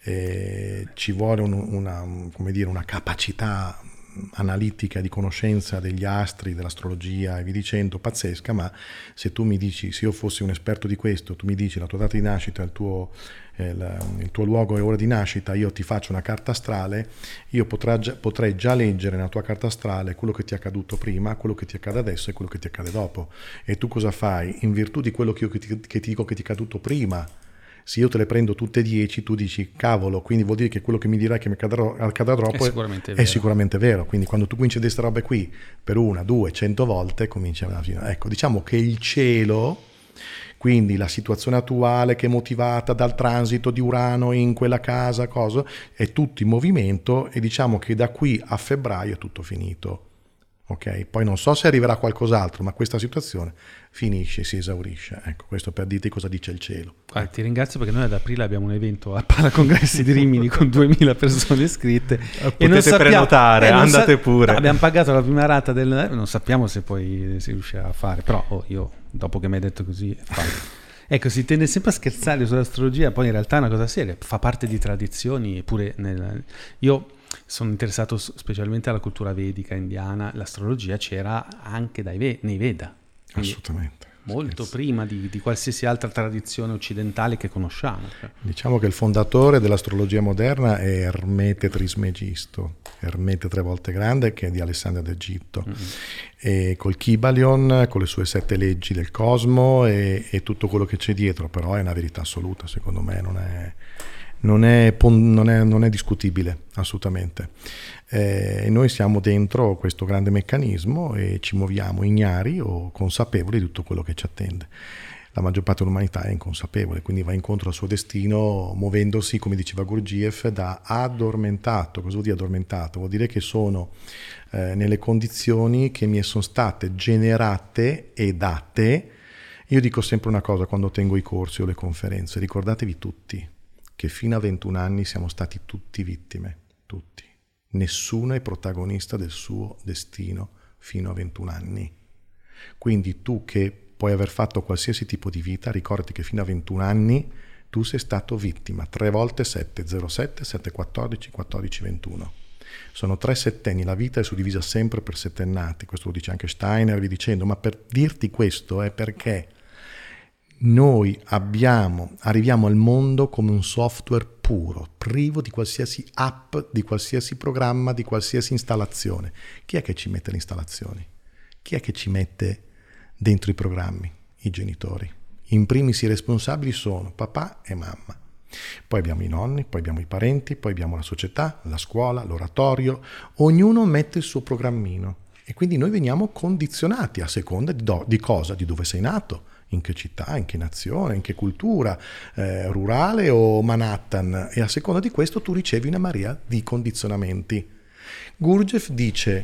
Eh, ci vuole un, una, come dire, una capacità analitica di conoscenza degli astri, dell'astrologia e vi dicendo pazzesca, ma se tu mi dici, se io fossi un esperto di questo, tu mi dici la tua data di nascita, il tuo eh, la, il tuo luogo e ora di nascita, io ti faccio una carta astrale, io potrà, potrei già leggere nella tua carta astrale quello che ti è accaduto prima, quello che ti accade adesso e quello che ti accade dopo. E tu cosa fai? In virtù di quello che io che ti, che ti dico che ti è accaduto prima, se io te le prendo tutte e dieci, tu dici cavolo, quindi vuol dire che quello che mi dirai che mi accadrà, accadrà dopo è sicuramente, è, è sicuramente vero. Quindi quando tu cominci a dire queste robe qui per una, due, cento volte, cominci a... Ecco, diciamo che il cielo, quindi la situazione attuale che è motivata dal transito di Urano in quella casa, cosa, è tutto in movimento, e diciamo che da qui a febbraio è tutto finito. ok? Poi non so se arriverà qualcos'altro, ma questa situazione finisce, si esaurisce. Ecco, questo per dirti cosa dice il cielo. Ah, ti ringrazio perché noi ad aprile abbiamo un evento a Paracongressi di Rimini con duemila persone iscritte. Potete e non sappiamo, prenotare, eh, non andate sa- pure. Abbiamo pagato la prima rata del... non sappiamo se poi si riuscirà a fare, però oh, io dopo che mi hai detto così fai. Ecco, si tende sempre a scherzare sull'astrologia, poi in realtà è una cosa seria, fa parte di tradizioni, pure nel... io sono interessato specialmente alla cultura vedica indiana, l'astrologia c'era anche dai ve- nei Veda. Assolutamente. Molto prima di, di qualsiasi altra tradizione occidentale che conosciamo. Diciamo che il fondatore dell'astrologia moderna è Ermete Trismegisto, Ermete tre volte grande, che è di Alessandria d'Egitto, mm-hmm. e col Kybalion, con le sue sette leggi del cosmo e, e tutto quello che c'è dietro, però è una verità assoluta, secondo me non è, non è, non è, non è discutibile, assolutamente. Eh, noi siamo dentro questo grande meccanismo e ci muoviamo ignari o consapevoli di tutto quello che ci attende. La maggior parte dell'umanità è inconsapevole, quindi va incontro al suo destino muovendosi, come diceva Gurdjieff, da addormentato. Cosa vuol dire addormentato? Vuol dire che sono eh, nelle condizioni che mi sono state generate e date. Io dico sempre una cosa quando tengo i corsi o le conferenze: ricordatevi tutti che fino a ventuno anni siamo stati tutti vittime, tutti. Nessuno è protagonista del suo destino fino a ventuno anni. Quindi tu che puoi aver fatto qualsiasi tipo di vita, ricordati che fino a ventuno anni tu sei stato vittima. tre volte sette, zero sette, sette quattordici, quattordici ventuno. Sono tre settenni, la vita è suddivisa sempre per settennati, questo lo dice anche Steiner, vi dicendo, ma per dirti questo è perché noi abbiamo, arriviamo al mondo come un software puro, privo di qualsiasi app, di qualsiasi programma, di qualsiasi installazione. Chi è che ci mette le installazioni? Chi è che ci mette dentro i programmi? I genitori. In primis i responsabili sono papà e mamma. Poi abbiamo i nonni, poi abbiamo i parenti, poi abbiamo la società, la scuola, l'oratorio. Ognuno mette il suo programmino e quindi noi veniamo condizionati a seconda di, do, di cosa, di dove sei nato, in che città, in che nazione, in che cultura, eh, rurale o Manhattan, e a seconda di questo tu ricevi una marea di condizionamenti. Gurdjieff dice: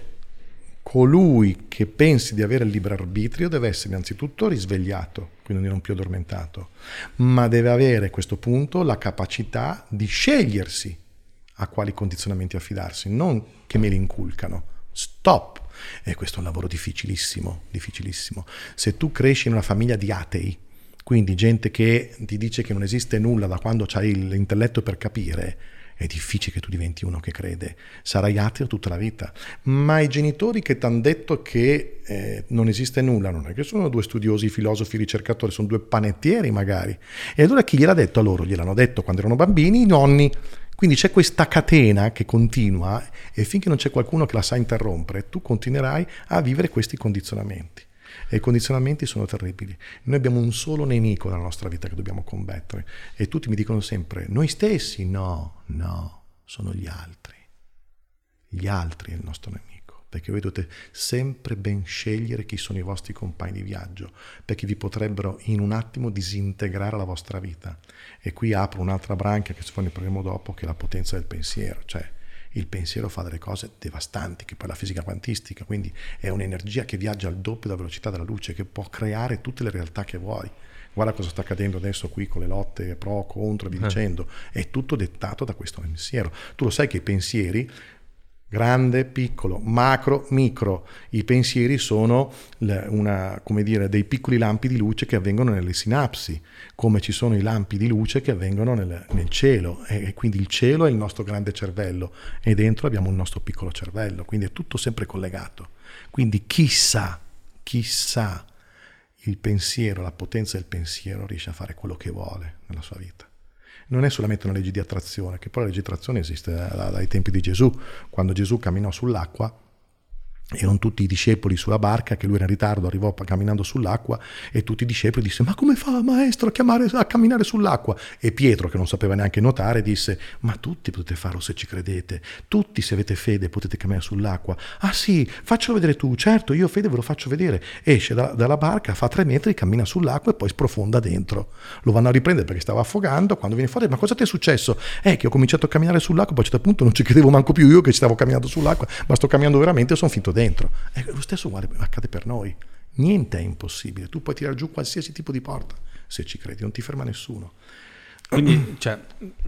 colui che pensi di avere il libero arbitrio deve essere innanzitutto risvegliato, quindi non più addormentato, ma deve avere a questo punto la capacità di scegliersi a quali condizionamenti affidarsi, non che me li inculcano. Stop! E questo è un lavoro difficilissimo, difficilissimo. Se tu cresci in una famiglia di atei, quindi gente che ti dice che non esiste nulla da quando c'hai l'intelletto per capire, è difficile che tu diventi uno che crede. Sarai ateo tutta la vita. Ma i genitori che ti hanno detto che eh, non esiste nulla, non è che sono due studiosi, filosofi, ricercatori, sono due panettieri magari. E allora chi gliel'ha detto a loro? Gliel'hanno detto quando erano bambini i nonni. Quindi c'è questa catena che continua e finché non c'è qualcuno che la sa interrompere, tu continuerai a vivere questi condizionamenti. E i condizionamenti sono terribili. Noi abbiamo un solo nemico nella nostra vita che dobbiamo combattere. E tutti mi dicono sempre, noi stessi? No, no, sono gli altri. Gli altri è il nostro nemico. Perché voi dovete sempre ben scegliere chi sono i vostri compagni di viaggio, perché vi potrebbero in un attimo disintegrare la vostra vita. E qui apro un'altra branca che poi ne parleremo dopo, che è la potenza del pensiero. Cioè il pensiero fa delle cose devastanti, che poi è la fisica quantistica, quindi è un'energia che viaggia al doppio della velocità della luce, che può creare tutte le realtà che vuoi. Guarda cosa sta accadendo adesso qui con le lotte pro, contro, vi dicendo. È tutto dettato da questo pensiero. Tu lo sai che i pensieri, grande, piccolo, macro, micro, i pensieri sono una, come dire, dei piccoli lampi di luce che avvengono nelle sinapsi, come ci sono i lampi di luce che avvengono nel, nel cielo, e quindi il cielo è il nostro grande cervello e dentro abbiamo il nostro piccolo cervello, quindi è tutto sempre collegato. Quindi chissà, chissà, il pensiero, la potenza del pensiero riesce a fare quello che vuole nella sua vita. Non è solamente una legge di attrazione, che poi la legge di attrazione esiste dai tempi di Gesù. Quando Gesù camminò sull'acqua, erano tutti i discepoli sulla barca, che lui era in ritardo, arrivò camminando sull'acqua, e tutti i discepoli dissero: ma come fa maestro a, chiamare, a camminare sull'acqua? E Pietro, che non sapeva neanche nuotare, disse: ma tutti potete farlo se ci credete, tutti se avete fede potete camminare sull'acqua. Ah sì, faccelo vedere tu. Certo, io fede ve lo faccio vedere. Esce da, dalla barca, fa tre metri, cammina sull'acqua e poi sprofonda dentro. Lo vanno a riprendere perché stava affogando. Quando viene fuori: ma cosa ti è successo? È che ho cominciato a camminare sull'acqua, poi a un certo punto non ci credevo manco più io che ci stavo camminando sull'acqua, ma sto camminando veramente e sono finito dentro. E lo stesso accade per noi. Niente è impossibile. Tu puoi tirare giù qualsiasi tipo di porta, se ci credi, non ti ferma nessuno. Quindi, cioè,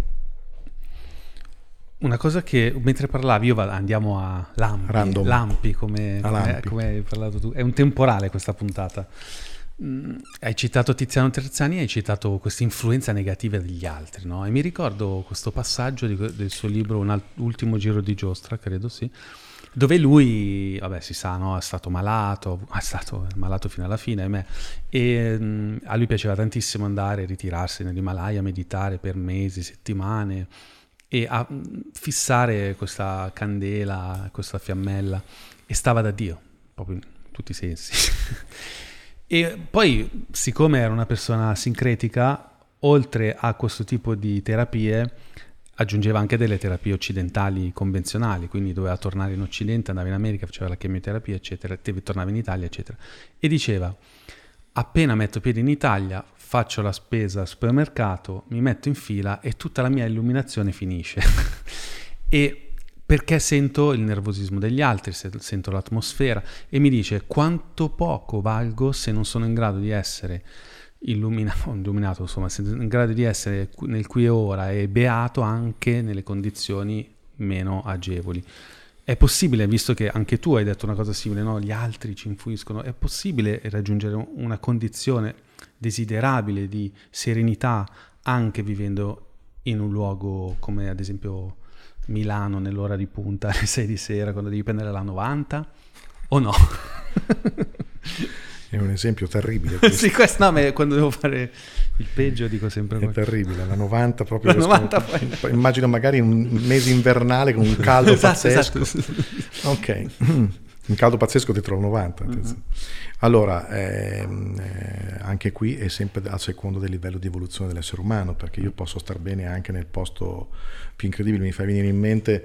una cosa che mentre parlavi io vado, andiamo a lampi, Random. lampi come, A come, lampi. come hai parlato tu. È un temporale questa puntata. Mm, hai citato Tiziano Terzani, hai citato questa influenza negativa degli altri, no? E mi ricordo questo passaggio di, del suo libro, un alt- ultimo giro di giostra, credo sì, dove lui, vabbè si sa, no? È stato malato, è stato malato fino alla fine, ahimè, e mh, a lui piaceva tantissimo andare, ritirarsi nell'Himalaya, meditare per mesi, settimane e a mh, fissare questa candela, questa fiammella, e stava da Dio, proprio in tutti i sensi. E poi, siccome era una persona sincretica, oltre a questo tipo di terapie, aggiungeva anche delle terapie occidentali convenzionali, quindi doveva tornare in Occidente, andava in America, faceva la chemioterapia, eccetera, tornava in Italia, eccetera. E diceva, appena metto piede in Italia, faccio la spesa al supermercato, mi metto in fila e tutta la mia illuminazione finisce. E perché sento il nervosismo degli altri, sento l'atmosfera, e mi dice quanto poco valgo se non sono in grado di essere illuminato, illuminato insomma, se in grado di essere nel qui e ora e beato anche nelle condizioni meno agevoli. È possibile, visto che anche tu hai detto una cosa simile, no? Gli altri ci influiscono, è possibile raggiungere una condizione desiderabile di serenità anche vivendo in un luogo come ad esempio Milano nell'ora di punta alle sei di sera quando devi prendere la novanta o no? È un esempio terribile questo. Sì, questo no, ma quando devo fare il peggio dico sempre è questo. terribile, la novanta proprio la novanta poi... immagino magari un mese invernale con un caldo esatto, pazzesco esatto. Ok, un caldo pazzesco dentro la novanta. Mm-hmm. Allora ehm, eh, anche qui è sempre a secondo del livello di evoluzione dell'essere umano, perché io posso star bene anche nel posto più incredibile. Mi fa venire in mente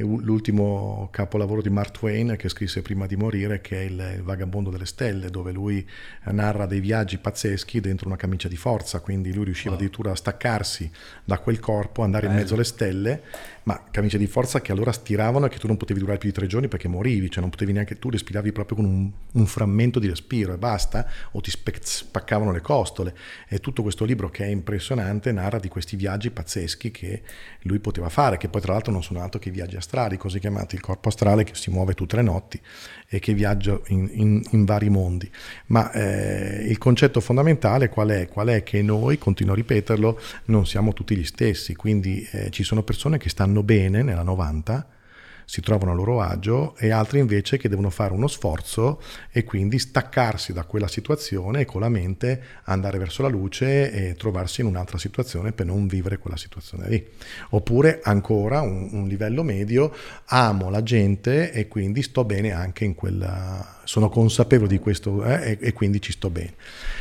l'ultimo capolavoro di Mark Twain che scrisse prima di morire, che è il, il Vagabondo delle stelle, dove lui narra dei viaggi pazzeschi dentro una camicia di forza, quindi lui riusciva wow. addirittura a staccarsi da quel corpo, andare Bello. in mezzo alle stelle, ma camicia di forza che allora stiravano e che tu non potevi durare più di tre giorni perché morivi, cioè non potevi neanche, tu respiravi proprio con un, un frammento di respiro e basta, o ti spe- spaccavano le costole. E tutto questo libro, che è impressionante, narra di questi viaggi pazzeschi che lui poteva fare, che poi tra l'altro non sono altro che viaggi astrali, così chiamati, il corpo astrale che si muove tutte le notti e che viaggia in, in, in vari mondi. Ma eh, il concetto fondamentale qual è? Qual è? Che noi, continuo a ripeterlo, non siamo tutti gli stessi, quindi eh, ci sono persone che stanno bene nella novanta, si trovano a loro agio, e altri invece che devono fare uno sforzo e quindi staccarsi da quella situazione e con la mente andare verso la luce e trovarsi in un'altra situazione per non vivere quella situazione lì. Oppure ancora un, un livello medio, amo la gente e quindi sto bene anche in quella, sono consapevole di questo eh, e, e quindi ci sto bene.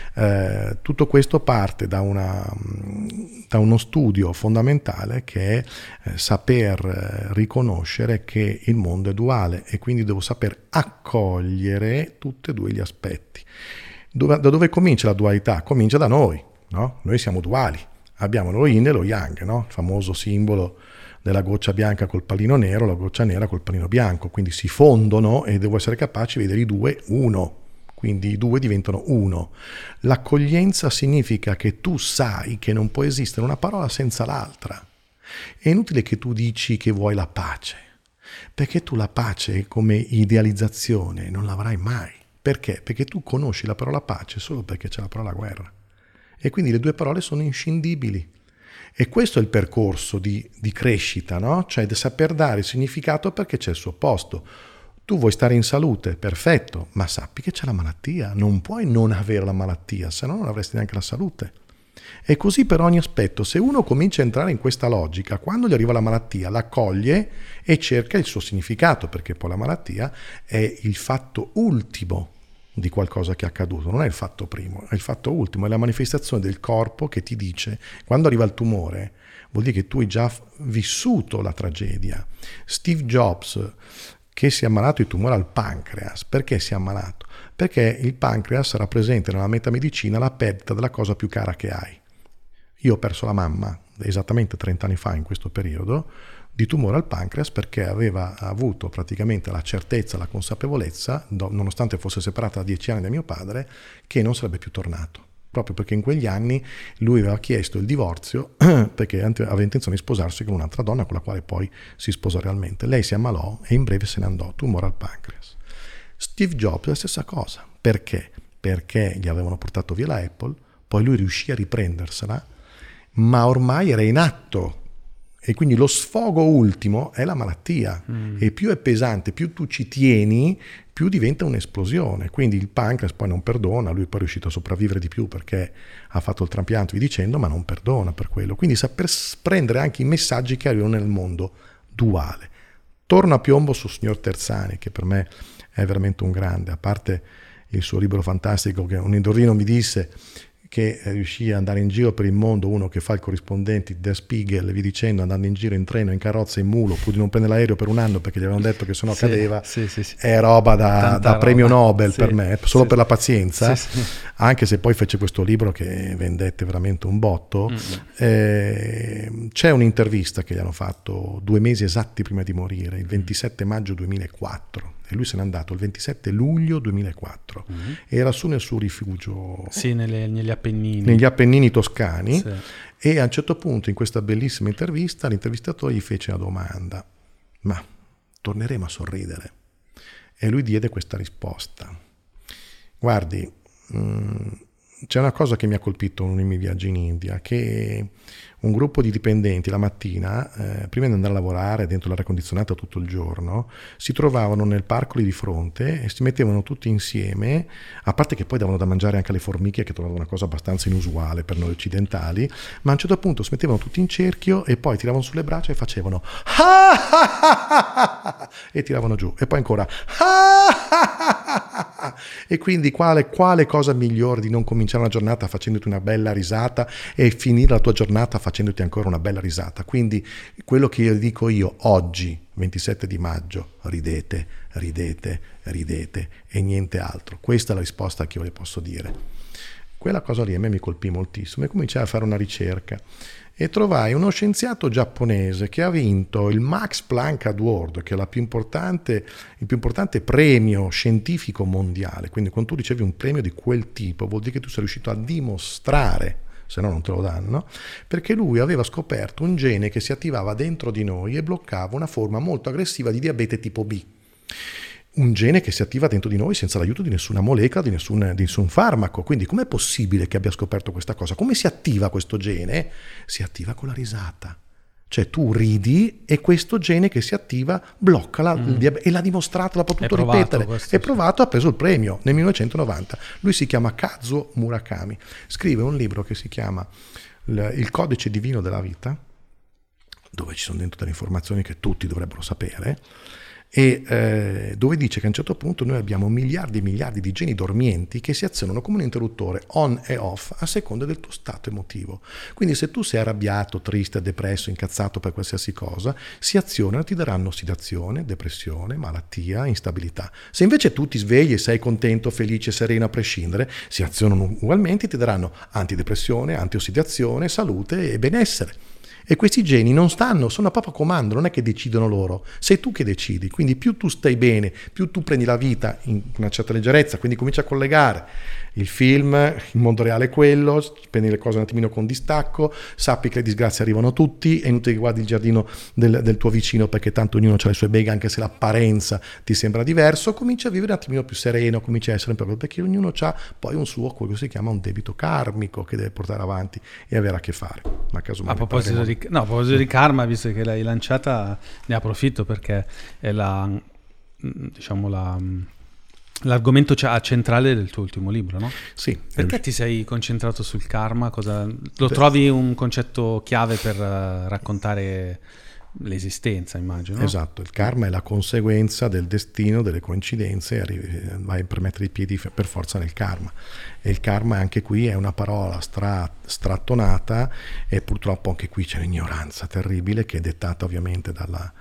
Eh, tutto questo parte da, una, da uno studio fondamentale che è eh, saper eh, riconoscere che il mondo è duale e quindi devo saper accogliere tutti e due gli aspetti. Dove, da dove comincia la dualità? Comincia da noi, no? Noi siamo duali, abbiamo lo yin e lo yang, no? Il famoso simbolo della goccia bianca col pallino nero, la goccia nera col pallino bianco, quindi si fondono e devo essere capace di vedere i due uno. Quindi i due diventano uno. L'accoglienza significa che tu sai che non può esistere una parola senza l'altra. È inutile che tu dici che vuoi la pace, perché tu la pace come idealizzazione non l'avrai mai. Perché? Perché tu conosci la parola pace solo perché c'è la parola guerra. E quindi le due parole sono inscindibili. E questo è il percorso di, di crescita, no? Cioè di saper dare il significato perché c'è il suo posto. Tu vuoi stare in salute, perfetto, ma sappi che c'è la malattia, non puoi non avere la malattia, se no non avresti neanche la salute. E così per ogni aspetto, se uno comincia a entrare in questa logica, quando gli arriva la malattia l'accoglie e cerca il suo significato, perché poi la malattia è il fatto ultimo di qualcosa che è accaduto, non è il fatto primo, è il fatto ultimo, è la manifestazione del corpo che ti dice, quando arriva il tumore, vuol dire che tu hai già vissuto la tragedia. Steve Jobs, che si è ammalato di tumore al pancreas. Perché si è ammalato? Perché il pancreas rappresenta nella metamedicina la perdita della cosa più cara che hai. Io ho perso la mamma esattamente trenta anni fa in questo periodo, di tumore al pancreas, perché aveva avuto praticamente la certezza, la consapevolezza, nonostante fosse separata da dieci anni da mio padre, che non sarebbe più tornato. Proprio perché in quegli anni lui aveva chiesto il divorzio perché aveva intenzione di sposarsi con un'altra donna con la quale poi si sposò realmente. Lei si ammalò e in breve se ne andò, tumore al pancreas. Steve Jobs la stessa cosa. Perché? Perché gli avevano portato via la Apple, poi lui riuscì a riprendersela, ma ormai era in atto. E quindi lo sfogo ultimo è la malattia. Mm. E più è pesante, più tu ci tieni, più diventa un'esplosione. Quindi il pancreas poi non perdona, lui poi è riuscito a sopravvivere di più perché ha fatto il trapianto, vi dicendo, ma non perdona per quello. Quindi saper prendere anche i messaggi che arrivano nel mondo duale. Torno a piombo su signor Terzani, che per me è veramente un grande, a parte il suo libro fantastico che un indorino mi disse che riuscì ad andare in giro per il mondo, uno che fa il corrispondente di Der Spiegel, vi dicendo, andando in giro in treno, in carrozza, in mulo, pur di non prendere l'aereo per un anno perché gli avevano detto che sennò sì, cadeva, sì, sì, sì. È roba da, da roba. Premio Nobel sì, per me, solo sì, per la pazienza, sì, sì. Anche se poi fece questo libro che vendette veramente un botto. Mm-hmm. Eh, c'è un'intervista che gli hanno fatto due mesi esatti prima di morire, il ventisette maggio duemilaquattro. E lui se n'è andato il ventisette luglio duemilaquattro. Mm-hmm. Era su nel suo rifugio, sì, nelle, negli Appennini negli Appennini toscani, sì. E a un certo punto in questa bellissima intervista l'intervistatore gli fece una domanda: ma torneremo a sorridere? E lui diede questa risposta: guardi, mh, c'è una cosa che mi ha colpito nei miei viaggi in India, che un gruppo di dipendenti la mattina, eh, prima di andare a lavorare dentro l'aria condizionata tutto il giorno, si trovavano nel parco lì di fronte e si mettevano tutti insieme, a parte che poi davano da mangiare anche alle formiche, che trovavano una cosa abbastanza inusuale per noi occidentali, ma a un certo punto si mettevano tutti in cerchio e poi tiravano sulle braccia e facevano e tiravano giù, e poi ancora e quindi quale, quale cosa migliore di non cominciare una giornata facendoti una bella risata e finire la tua giornata facendoti ancora una bella risata. Quindi quello che io dico io oggi, ventisette di maggio, ridete, ridete, ridete e niente altro. Questa è la risposta che io le posso dire. Quella cosa lì a me mi colpì moltissimo e cominciai a fare una ricerca e trovai uno scienziato giapponese che ha vinto il Max Planck Award, che è la più importante, il più importante premio scientifico mondiale. Quindi quando tu ricevi un premio di quel tipo vuol dire che tu sei riuscito a dimostrare, se no non te lo danno, perché lui aveva scoperto un gene che si attivava dentro di noi e bloccava una forma molto aggressiva di diabete tipo B. Un gene che si attiva dentro di noi senza l'aiuto di nessuna molecola, di nessun, di nessun farmaco. Quindi com'è possibile che abbia scoperto questa cosa? Come si attiva questo gene? Si attiva con la risata. Cioè tu ridi e questo gene che si attiva blocca la, mm. il diabete, e l'ha dimostrato, l'ha potuto provato, ripetere. Questo, è provato, ha preso il premio nel millenovecentonovanta. Lui si chiama Kazuo Murakami. Scrive un libro che si chiama Il codice divino della vita, dove ci sono dentro delle informazioni che tutti dovrebbero sapere, e eh, dove dice che a un certo punto noi abbiamo miliardi e miliardi di geni dormienti che si azionano come un interruttore on e off a seconda del tuo stato emotivo. Quindi se tu sei arrabbiato, triste, depresso, incazzato per qualsiasi cosa, si azionano e ti daranno ossidazione, depressione, malattia, instabilità. Se invece tu ti svegli e sei contento, felice, sereno a prescindere, si azionano ugualmente e ti daranno antidepressione, antiossidazione, salute e benessere. E questi geni non stanno, sono proprio a comando, non è che decidono loro, sei tu che decidi. Quindi più tu stai bene, più tu prendi la vita in una certa leggerezza, quindi cominci a collegare il film, il mondo reale è quello, prendi le cose un attimino con distacco, sappi che le disgrazie arrivano tutti, è inutile che guardi il giardino del, del tuo vicino perché tanto ognuno ha le sue beghe, anche se l'apparenza ti sembra diverso, cominci a vivere un attimino più sereno, cominci a essere proprio, perché ognuno ha poi un suo, quello che si chiama un debito karmico che deve portare avanti e avere a che fare. Ma caso a proposito di, no, a proposito di karma, visto che l'hai lanciata, ne approfitto perché è la, diciamo la... l'argomento centrale del tuo ultimo libro, no? Sì. Perché ti sei concentrato sul karma? Cosa... Lo trovi un concetto chiave per uh, raccontare l'esistenza, immagino? No? Esatto, il karma è la conseguenza del destino, delle coincidenze, arrivi, vai per mettere i piedi per forza nel karma. E il karma anche qui è una parola stra, strattonata e purtroppo anche qui c'è un'ignoranza terribile che è dettata ovviamente dalla,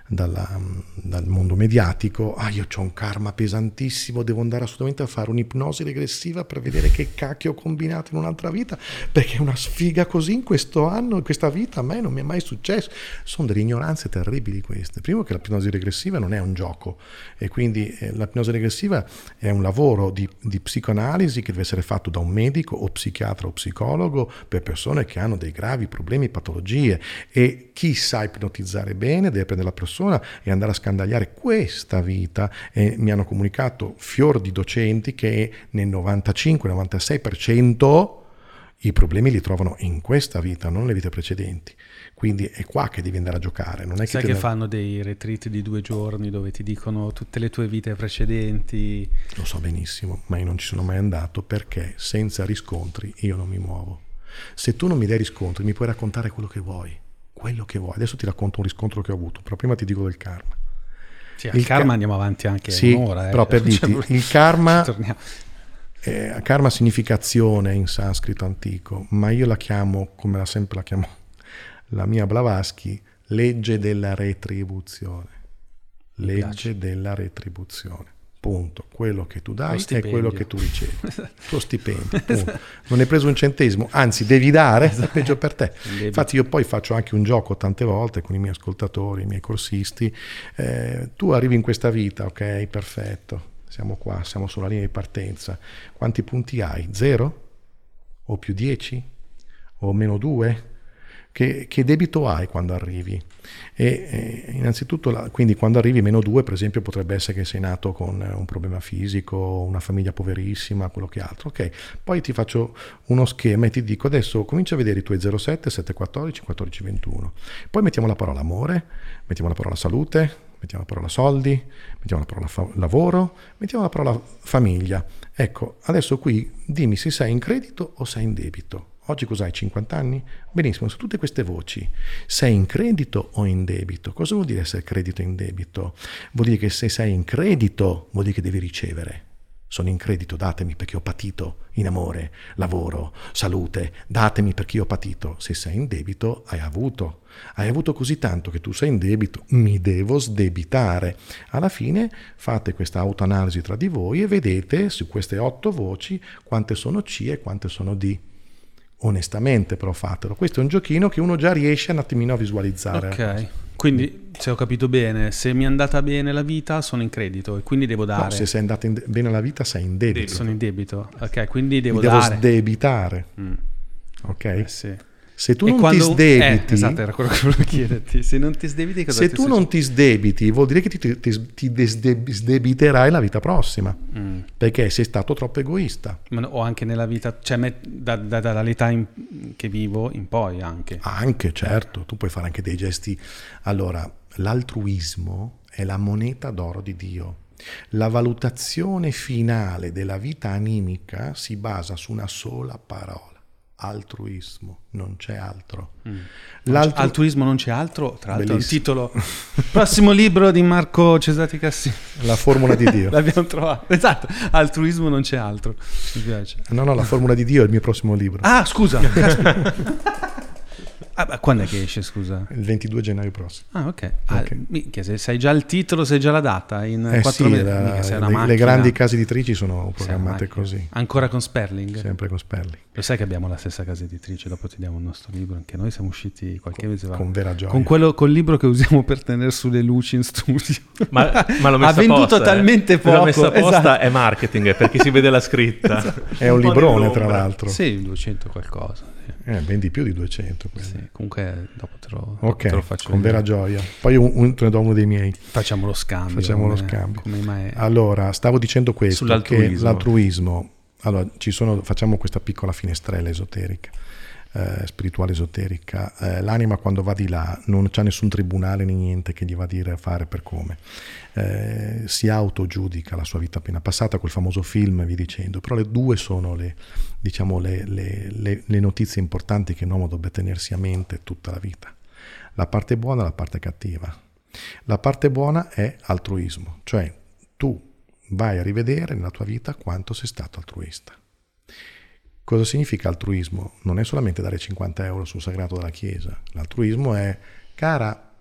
dalla, dal mondo mediatico, ah io ho un karma pesantissimo, devo andare assolutamente a fare un'ipnosi regressiva per vedere che cacchio ho combinato in un'altra vita, perché una sfiga così in questo anno, in questa vita a me non mi è mai successo. Sono delle ignoranze terribili queste. Primo che l'ipnosi regressiva non è un gioco, e quindi eh, l'ipnosi regressiva è un lavoro di, di psicoanalisi che deve essere fatto da un medico o psichiatra o psicologo per persone che hanno dei gravi problemi, patologie, e chi sa ipnotizzare bene deve prendere la persona e andare a scandagliare questa vita, e mi hanno comunicato fior di docenti che nel novantacinque novantasei per cento i problemi li trovano in questa vita, non nelle vite precedenti. Quindi è qua che devi andare a giocare. Non è Sai che, che ne... fanno dei retreat di due giorni dove ti dicono tutte le tue vite precedenti? Lo so benissimo, ma io non ci sono mai andato, perché senza riscontri io non mi muovo. Se tu non mi dai riscontri mi puoi raccontare quello che vuoi, quello che vuoi. Adesso ti racconto un riscontro che ho avuto, però prima ti dico del karma. Sì, il karma ca- andiamo avanti anche sì, un'ora. Eh. Però per dirti, il karma... Eh, karma significa azione in sanscrito antico, ma io la chiamo, come la sempre la chiamo la mia Blavatsky, legge della retribuzione. Legge della retribuzione. Punto. Quello che tu dai è quello che tu ricevi. Tuo stipendio. Punto. Non hai preso un centesimo, anzi devi dare, è peggio per te. Infatti io poi faccio anche un gioco tante volte con i miei ascoltatori, i miei corsisti. Eh, tu arrivi in questa vita, ok, perfetto. Siamo qua, siamo sulla linea di partenza. Quanti punti hai? Zero? O più dieci? O meno due? Che, che debito hai quando arrivi? E, e innanzitutto, la, quindi quando arrivi meno due, per esempio, potrebbe essere che sei nato con un problema fisico, una famiglia poverissima, quello che altro. Ok, poi ti faccio uno schema e ti dico adesso comincia a vedere i tuoi zero sette, sette quattordici, quattordici ventuno. Poi mettiamo la parola amore, mettiamo la parola salute, mettiamo la parola soldi, mettiamo la parola fa- lavoro, mettiamo la parola famiglia. Ecco, adesso qui dimmi se sei in credito o sei in debito. Oggi cos'hai, cinquanta anni? Benissimo, su tutte queste voci, sei in credito o in debito? Cosa vuol dire essere credito o in debito? Vuol dire che se sei in credito vuol dire che devi ricevere. Sono in credito, datemi perché ho patito in amore, lavoro, salute, datemi perché io ho patito. Se sei in debito, hai avuto. Hai avuto così tanto che tu sei in debito, mi devo sdebitare. Alla fine fate questa autoanalisi tra di voi e vedete su queste otto voci quante sono C e quante sono D. Onestamente però fatelo. Questo è un giochino che uno già riesce un attimino a visualizzare. Ok, quindi se ho capito bene, se mi è andata bene la vita sono in credito e quindi devo dare. No, se sei andata de- bene la vita sei in debito. Sono in debito, ok, quindi devo Mi devo dare. sdebitare. Mm. Ok? Eh sì. Se tu e non quando, ti sdebiti, eh, esatto, era quello che volevo chiederti. Se non ti sdebiti, cosa se ti tu succede? non ti sdebiti, vuol dire che ti, ti, ti desde- sdebiterai la vita prossima, mm. perché sei stato troppo egoista. Ma, o anche nella vita, cioè me, da, da, dall'età in, che vivo in poi anche. Anche, certo, tu puoi fare anche dei gesti. Allora, l'altruismo è la moneta d'oro di Dio. La valutazione finale della vita animica si basa su una sola parola. Altruismo, non c'è altro. Mm. L'altru... Altruismo non c'è altro, tra l'altro Bellissimo. il titolo prossimo libro di Marco Cesati Cassini. La formula di Dio. L'abbiamo trovato. Esatto, altruismo non c'è altro. Mi piace. No, no, la formula di Dio è il mio prossimo libro. Ah, scusa. Ah, quando è che esce, scusa? Il ventidue gennaio prossimo. Ah, ok. Ah, okay. Minchia, se sai già il titolo, sai già la data in eh quattro sì, mesi. la, Minchia, sei una le, macchina. le grandi case editrici sono programmate così. Ancora con Sperling? Sempre con Sperling. Lo sai che abbiamo la stessa casa editrice, dopo ti diamo il nostro libro, anche noi siamo usciti qualche con, mese fa. Con vera gioia. Con quello, col libro che usiamo per tenere sulle luci in studio. Ma, ma l'ho messa ha venduto apposta, talmente eh. poco. L'ho messa apposta, esatto. È marketing, perché si vede la scritta. Esatto. È un, un librone tra l'altro. Sì, duecento qualcosa. Eh, vendi più di duecento. Sì, comunque dopo te lo, ok, te lo faccio con vedere. vera gioia. Poi un, un, te ne do uno dei miei. Facciamo lo scambio. Facciamo come, lo scambio. Come mai... Allora, stavo dicendo questo, sull'altruismo. che l'altruismo, allora ci sono, facciamo questa piccola finestrella esoterica, eh, spirituale esoterica. Eh, l'anima quando va di là non c'è nessun tribunale né niente che gli va a dire a fare per come. Eh, si autogiudica la sua vita appena passata, quel famoso film, vi dicendo, però le due sono le, diciamo, le, le, le, le notizie importanti che un uomo dovrebbe tenersi a mente tutta la vita. La parte buona e la parte cattiva. La parte buona è altruismo, cioè tu vai a rivedere nella tua vita quanto sei stato altruista. Cosa significa altruismo? Non è solamente dare cinquanta euro sul sagrato della chiesa. L'altruismo è, cara,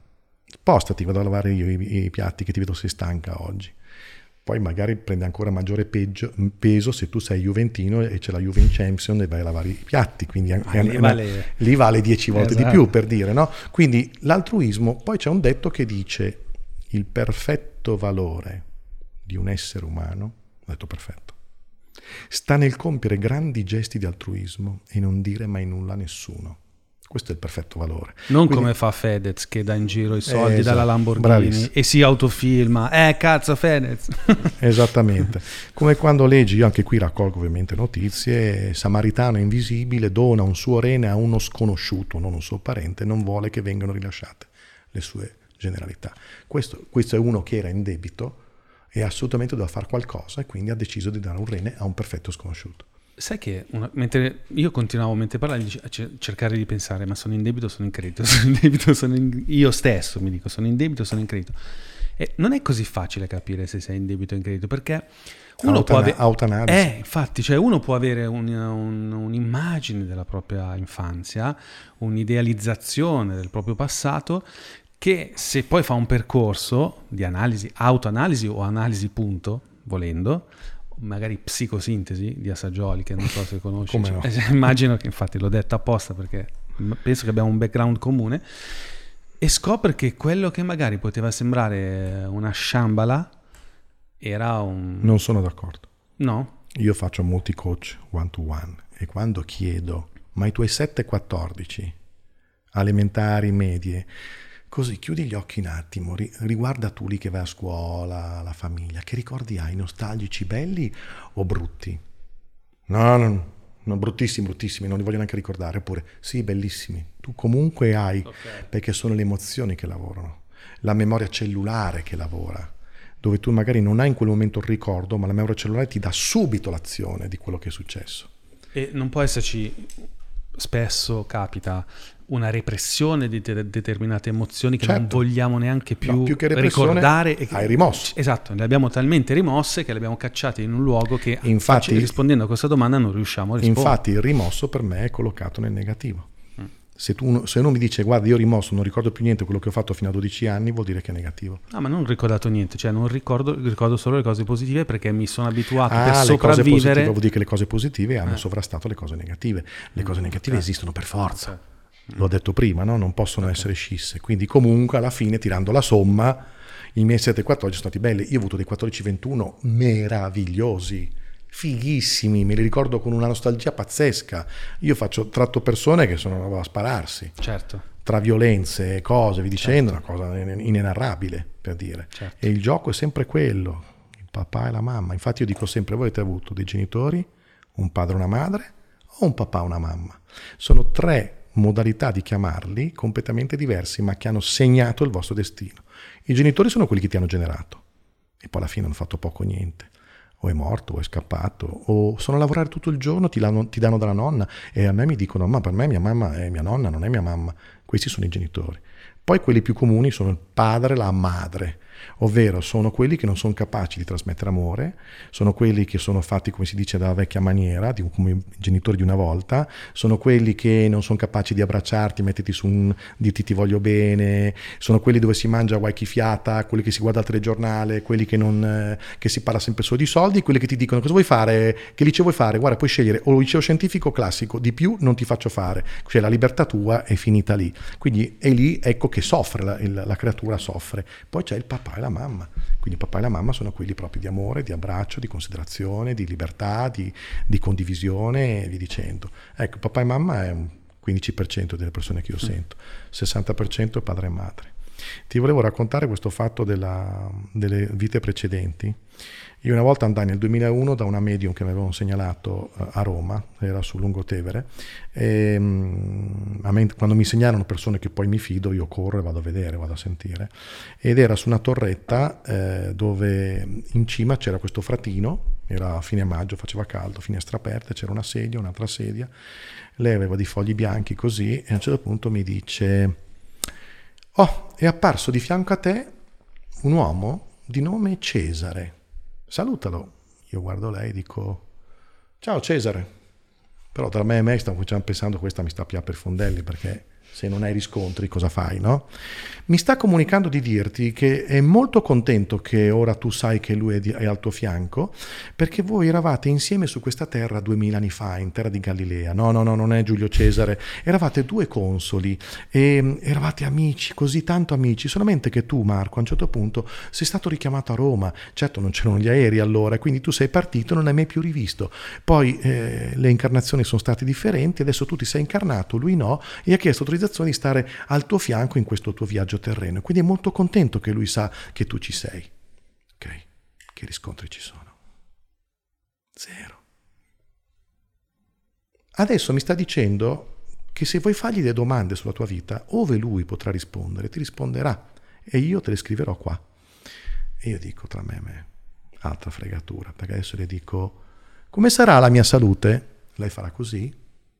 spostati, vado a lavare io i, i piatti che ti vedo sei stanca oggi. Poi magari prende ancora maggiore peggio, peso se tu sei juventino e c'è la Juve in Champions e vai a lavare i piatti, quindi ah, è, lì, vale... lì vale dieci volte esatto. di più, per dire, no? Quindi l'altruismo, poi c'è un detto che dice il perfetto valore di un essere umano, ho detto perfetto, sta nel compiere grandi gesti di altruismo e non dire mai nulla a nessuno. Questo è il perfetto valore. Non Quindi, come fa Fedez che dà in giro i soldi eh, esatto, dalla Lamborghini bravissimo. E si autofilma. Eh cazzo Fedez! Esattamente. Come quando leggi, io anche qui raccolgo ovviamente notizie, Samaritano invisibile dona un suo rene a uno sconosciuto, non un suo parente, non vuole che vengano rilasciate le sue generalità. Questo, questo è uno che era in debito e assolutamente doveva fare qualcosa e quindi ha deciso di dare un rene a un perfetto sconosciuto. Sai che una, mentre io continuavo mentre parlavi a cercare di pensare, ma sono in debito o sono in credito? Sono in debito, sono in, io stesso mi dico sono in debito o sono in credito. E non è così facile capire se sei in debito o in credito, perché uno Autona- può avere autoanalisi. Eh, infatti, cioè uno può avere un, un, un'immagine della propria infanzia, un'idealizzazione del proprio passato, che se poi fa un percorso di analisi, autoanalisi o analisi punto, volendo, magari psicosintesi di Assagioli, che non so se conosci. Come no? Immagino che infatti l'ho detta apposta perché penso che abbiamo un background comune, e scopre che quello che magari poteva sembrare una sciambala era un... Non sono d'accordo. No? Io faccio molti coach one to one e quando chiedo ma i tuoi sette quattordici elementari, medie, così chiudi gli occhi un attimo, ri- riguarda tu lì che vai a scuola, la famiglia, che ricordi hai, nostalgici, belli o brutti? No, no, no, bruttissimi, bruttissimi, non li voglio neanche ricordare, oppure sì, bellissimi. Tu comunque hai, okay. Perché sono le emozioni che lavorano, la memoria cellulare che lavora, dove tu magari non hai in quel momento il ricordo, ma la memoria cellulare ti dà subito l'azione di quello che è successo. E non può esserci, spesso capita, una repressione di de- determinate emozioni che certo. non vogliamo neanche più, no, più che ricordare. E hai rimosso. Esatto, le abbiamo talmente rimosse che le abbiamo cacciate in un luogo che infatti, facci, rispondendo a questa domanda non riusciamo a rispondere. Infatti il rimosso per me è collocato nel negativo. Mm. Se, tu, se uno mi dice guarda io ho rimosso, non ricordo più niente quello che ho fatto fino a dodici anni, vuol dire che è negativo. No, ma non ho ricordato niente, cioè non ricordo, ricordo solo le cose positive perché mi sono abituato ah, per le sopravvivere. Cose positive, vuol dire che le cose positive hanno eh. sovrastato le cose negative. Le cose negative okay. esistono per forza. Okay. L'ho detto prima, no? Non possono okay. essere scisse. Quindi comunque alla fine, tirando la somma, i miei sette quattordici sono stati belli. Io ho avuto dei quattordici ventuno meravigliosi, fighissimi, me li ricordo con una nostalgia pazzesca. Io faccio tratto persone che sono a spararsi. Certo. Tra violenze, cose, vi dicendo, certo. una cosa inenarrabile, per dire. Certo. E il gioco è sempre quello, il papà e la mamma. Infatti io dico sempre, voi avete avuto dei genitori, un padre e una madre, o un papà e una mamma. Sono tre modalità di chiamarli completamente diversi, ma che hanno segnato il vostro destino. I genitori sono quelli che ti hanno generato e poi alla fine hanno fatto poco o niente, o è morto o è scappato, o sono a lavorare tutto il giorno, ti danno, ti danno dalla nonna, e a me mi dicono ma per me mia mamma è mia nonna, non è mia mamma. Questi sono i genitori. Poi quelli più comuni sono il padre e la madre, ovvero sono quelli che non sono capaci di trasmettere amore, sono quelli che sono fatti, come si dice, dalla vecchia maniera, di, come i genitori di una volta, sono quelli che non sono capaci di abbracciarti, metterti su un, dirti ti voglio bene, sono quelli dove si mangia guai chi fiata, quelli che si guarda il telegiornale, quelli che, non, eh, che si parla sempre solo di soldi, quelli che ti dicono cosa vuoi fare, che liceo vuoi fare, guarda puoi scegliere o il liceo scientifico o classico, di più non ti faccio fare, cioè la libertà tua è finita lì, quindi è lì ecco che soffre, la, il, la creatura soffre. Poi c'è il papà e la mamma, quindi il papà e la mamma sono quelli proprio di amore, di abbraccio, di considerazione, di libertà, di, di condivisione e via dicendo. Ecco, papà e mamma è un quindici per cento delle persone che io sento, sessanta per cento è padre e madre. Ti volevo raccontare questo fatto della, delle vite precedenti. Io una volta andai nel duemilauno da una medium che mi avevano segnalato a Roma, era su Lungotevere, e a me, quando mi segnalano persone che poi mi fido, io corro e vado a vedere, vado a sentire, ed era su una torretta eh, dove in cima c'era questo fratino, era a fine maggio, faceva caldo, finestre aperte, c'era una sedia, un'altra sedia, lei aveva dei fogli bianchi così, e a un certo punto mi dice: oh, è apparso di fianco a te un uomo di nome Cesare, salutalo. Io guardo lei e dico: ciao Cesare. Però tra me e me stavo pensando, questa mi sta più per fondelli, perché se non hai riscontri cosa fai, no? Mi sta comunicando di dirti che è molto contento che ora tu sai che lui è, di, è al tuo fianco, perché voi eravate insieme su questa terra duemila anni fa, in terra di Galilea. No, no, no, non è Giulio Cesare. Eravate due consoli e eravate amici, così tanto amici, solamente che tu, Marco, a un certo punto sei stato richiamato a Roma. Certo, non c'erano gli aerei allora, quindi tu sei partito e non l'hai mai più rivisto. Poi eh, le incarnazioni sono state differenti, adesso tu ti sei incarnato, lui no, e ha chiesto autorizzazione di stare al tuo fianco in questo tuo viaggio terreno, quindi è molto contento che lui sa che tu ci sei. Ok, che riscontri ci sono? Zero. Adesso mi sta dicendo che se vuoi fargli delle domande sulla tua vita, ove lui potrà rispondere, ti risponderà e io te le scriverò qua. E io dico tra me e me, altra fregatura, perché adesso le dico, come sarà la mia salute? Lei farà così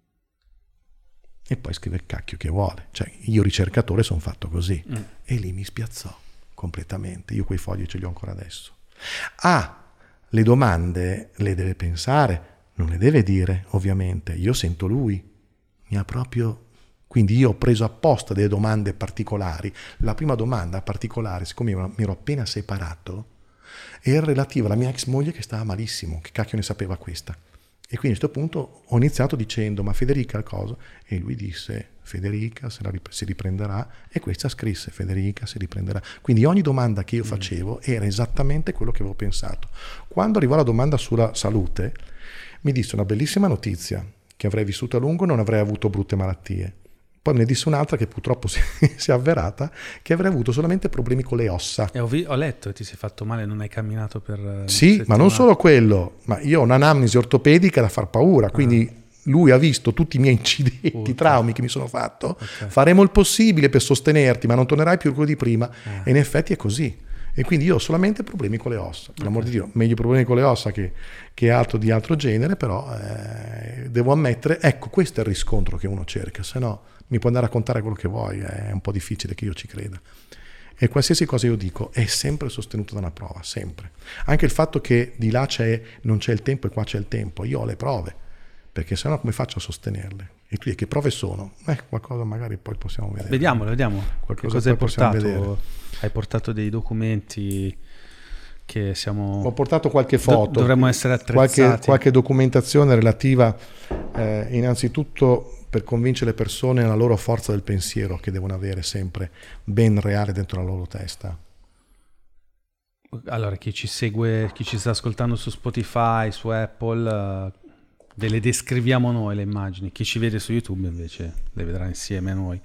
e poi scrive il cacchio che vuole. Cioè, io ricercatore sono fatto così. Mm. E lì mi spiazzò completamente. Io quei fogli ce li ho ancora adesso. Ah, le domande le deve pensare, non le deve dire, ovviamente. Io sento lui. Mi ha proprio... Quindi io ho preso apposta delle domande particolari. La prima domanda particolare, siccome io mi ero appena separato, era relativa alla mia ex moglie che stava malissimo. Che cacchio ne sapeva questa? E quindi a questo punto ho iniziato dicendo, ma Federica cosa? E lui disse, Federica se la rip- si riprenderà, e questa scrisse, Federica si riprenderà. Quindi ogni domanda che io facevo era esattamente quello che avevo pensato. Quando arrivò la domanda sulla salute, mi disse una bellissima notizia, che avrei vissuto a lungo e non avrei avuto brutte malattie. Poi me ne disse un'altra che purtroppo si, si è avverata, che avrei avuto solamente problemi con le ossa. E ho, vi- ho letto che ti sei fatto male, non hai camminato per... Sì, ma non solo quello, ma io ho un'anamnesi ortopedica da far paura, quindi ah. lui ha visto tutti i miei incidenti, Puta. traumi che mi sono fatto, okay. Faremo il possibile per sostenerti, ma non tornerai più quello di prima, ah. e in effetti è così. E quindi io ho solamente problemi con le ossa, per l'amor okay. di Dio, meglio problemi con le ossa che, che altro di altro genere, però eh, devo ammettere, ecco, questo è il riscontro che uno cerca, se no mi puoi andare a raccontare quello che vuoi, è un po' difficile che io ci creda. E qualsiasi cosa io dico è sempre sostenuto da una prova, sempre. Anche il fatto che di là c'è, non c'è il tempo e qua c'è il tempo, io ho le prove, perché sennò come faccio a sostenerle? E tu che prove sono? Eh, qualcosa magari poi possiamo vedere. Vediamolo, vediamo. Qualcosa che cosa hai portato? Vedere. Hai portato dei documenti che siamo... Ho portato qualche foto. Do- dovremmo essere attrezzati. Qualche, qualche documentazione relativa eh, innanzitutto per convincere le persone alla loro forza del pensiero che devono avere sempre ben reale dentro la loro testa. Allora, chi ci segue, chi ci sta ascoltando su Spotify, su Apple, uh, ve le descriviamo noi le immagini. Chi ci vede su YouTube invece le vedrà insieme a noi.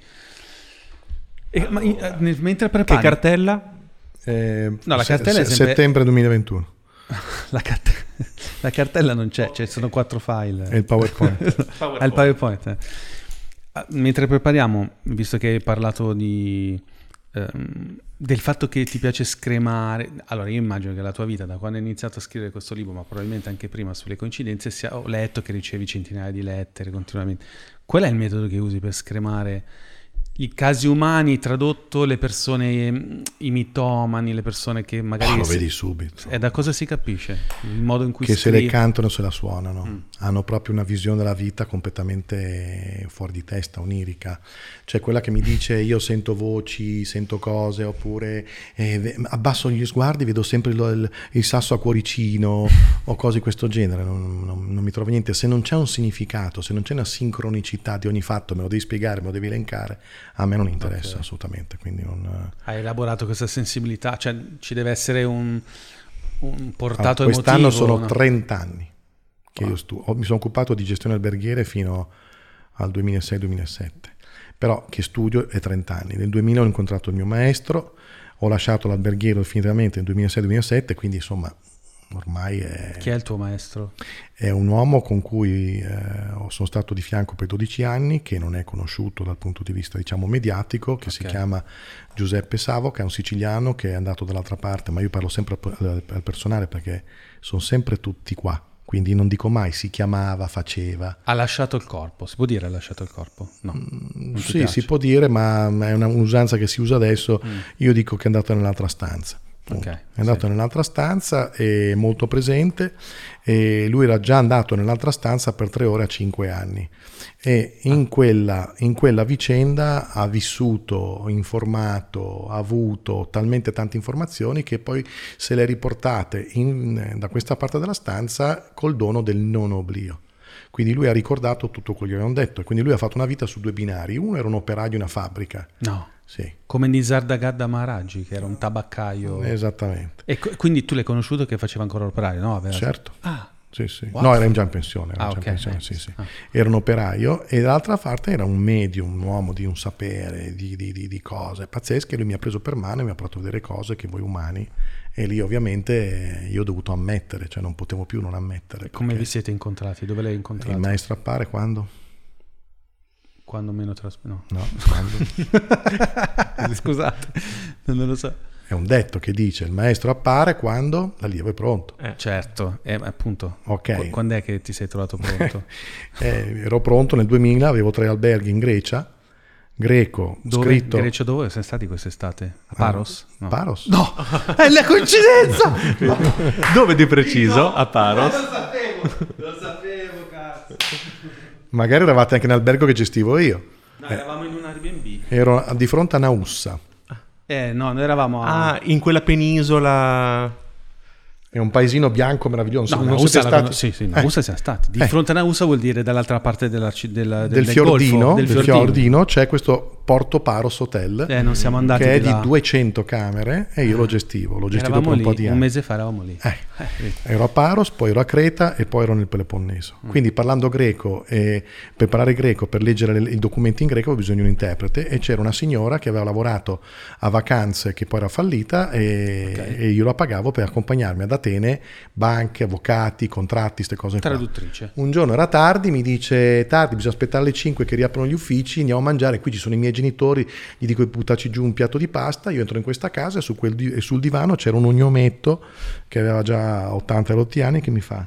E, ma, uh, mentre prepari... Che cartella? Eh, no, la cartella se, è sempre... settembre duemilaventuno. La, carte... la cartella non c'è, cioè sono quattro file. È il PowerPoint. PowerPoint. È il PowerPoint. Eh. Mentre prepariamo, visto che hai parlato di ehm, del fatto che ti piace scremare, allora io immagino che la tua vita da quando hai iniziato a scrivere questo libro, ma probabilmente anche prima sulle coincidenze, sia, ho letto che ricevi centinaia di lettere continuamente. Qual è il metodo che usi per scremare i casi umani, tradotto le persone, i mitomani, le persone che magari... Oh, lo vedi subito. E da cosa si capisce? Il modo in cui che scrivi... se le cantano se la suonano. Mm. Hanno proprio una visione della vita completamente fuori di testa, onirica. Cioè quella che mi dice io sento voci, sento cose, oppure eh, abbasso gli sguardi, vedo sempre il, il, il sasso a cuoricino o cose di questo genere. Non, non, non mi trovo niente. Se non c'è un significato, se non c'è una sincronicità di ogni fatto, me lo devi spiegare, me lo devi elencare, a me non interessa, okay. assolutamente. Quindi non... Hai elaborato questa sensibilità, cioè ci deve essere un, un portato allora, quest'anno emotivo. Sono no? trenta anni che wow. io stu- mi sono occupato di gestione alberghiere fino al duemilasei duemilasette, però che studio è trenta anni. Nel duemila ho incontrato il mio maestro, ho lasciato l'alberghiero definitivamente nel duemilasei duemilasette, quindi insomma ormai è... Chi è il tuo maestro? È un uomo con cui eh, sono stato di fianco per dodici anni, che non è conosciuto dal punto di vista diciamo mediatico, che okay. si chiama Giuseppe Savo, che è un siciliano che è andato dall'altra parte, ma io parlo sempre al, al personale perché sono sempre tutti qua, quindi non dico mai si chiamava, faceva. Ha lasciato il corpo, si può dire ha lasciato il corpo? No. Mm, sì, si può dire, ma è una usanza che si usa adesso, mm. io dico che è andato nell'altra stanza. Punto. Okay, è andato sì. nell'altra stanza, è molto presente, e lui era già andato nell'altra stanza per tre ore a cinque anni, e in, ah. quella, in quella vicenda ha vissuto, informato, ha avuto talmente tante informazioni che poi se le riportate in, da questa parte della stanza col dono del non oblio. Quindi lui ha ricordato tutto quello che avevamo detto, e quindi lui ha fatto una vita su due binari. Uno era un operaio di una fabbrica. No. Sì. Come Nisargadatta Maharaj, che era un tabaccaio. Esattamente. E co- quindi tu l'hai conosciuto che faceva ancora l'operaio, no? Aveva... Certo. Ah. Sì, sì. Wow. No, era in già in pensione. Era, ah, già okay. in pensione sì, sì. Ah. Era un operaio, e dall'altra parte era un medium, un uomo di un sapere, di, di, di, di cose pazzesche. Lui mi ha preso per mano e mi ha fatto vedere cose che voi umani, e lì ovviamente io ho dovuto ammettere, cioè non potevo più non ammettere. Come vi siete incontrati? Dove l'hai incontrato? Il maestro appare quando? Quando meno trasmetto. No, quando? Scusate, non lo so. È un detto che dice: il maestro appare quando l'allievo è pronto. Eh, certo, eh, appunto. Ok. Quando è che ti sei trovato pronto? eh, ero pronto nel duemila, avevo tre alberghi in Grecia, greco, dove? scritto... In Grecia dove siamo stati quest'estate? A Paros? No. Paros? No, è la coincidenza! Dove di preciso? No, a Paros? Lo sapevo, lo sapevo, cazzo. Magari eravate anche in albergo che gestivo io. No, eravamo in un Airbnb. Ero di fronte a Naussa. Eh, no, noi eravamo a... Ah, in quella penisola... È un paesino bianco meraviglioso. No, non Naussa siete la... stati? Sì, sì, Naussa eh. siamo stati. Di eh. fronte a Naussa vuol dire dall'altra parte della, della, del, del, del fiordino, golfo, del, del fiordino. fiordino c'è questo Porto Paros Hotel, eh, non siamo andati che è di, di duecento camere, e io lo gestivo, l'ho gestito eravamo per un lì, po' di anni. Un mese fa eravamo lì. Eh. Eh, ero a Paros, poi ero a Creta e poi ero nel Peloponneso. Mm. Quindi parlando greco, e per parlare greco, per leggere le, i documenti in greco avevo bisogno di un interprete, e c'era una signora che aveva lavorato a vacanze che poi era fallita, e, okay. e io la pagavo per accompagnarmi ad Atene, banche, avvocati, contratti, queste cose qua. Traduttrice. Un giorno era tardi, mi dice: tardi, bisogna aspettare le cinque che riaprono gli uffici, andiamo a mangiare, qui ci sono i miei genitori, gli dico di buttarci giù un piatto di pasta. Io entro in questa casa e, su quel, e sul divano c'era un ognometto che aveva già ottanta anni, che mi fa: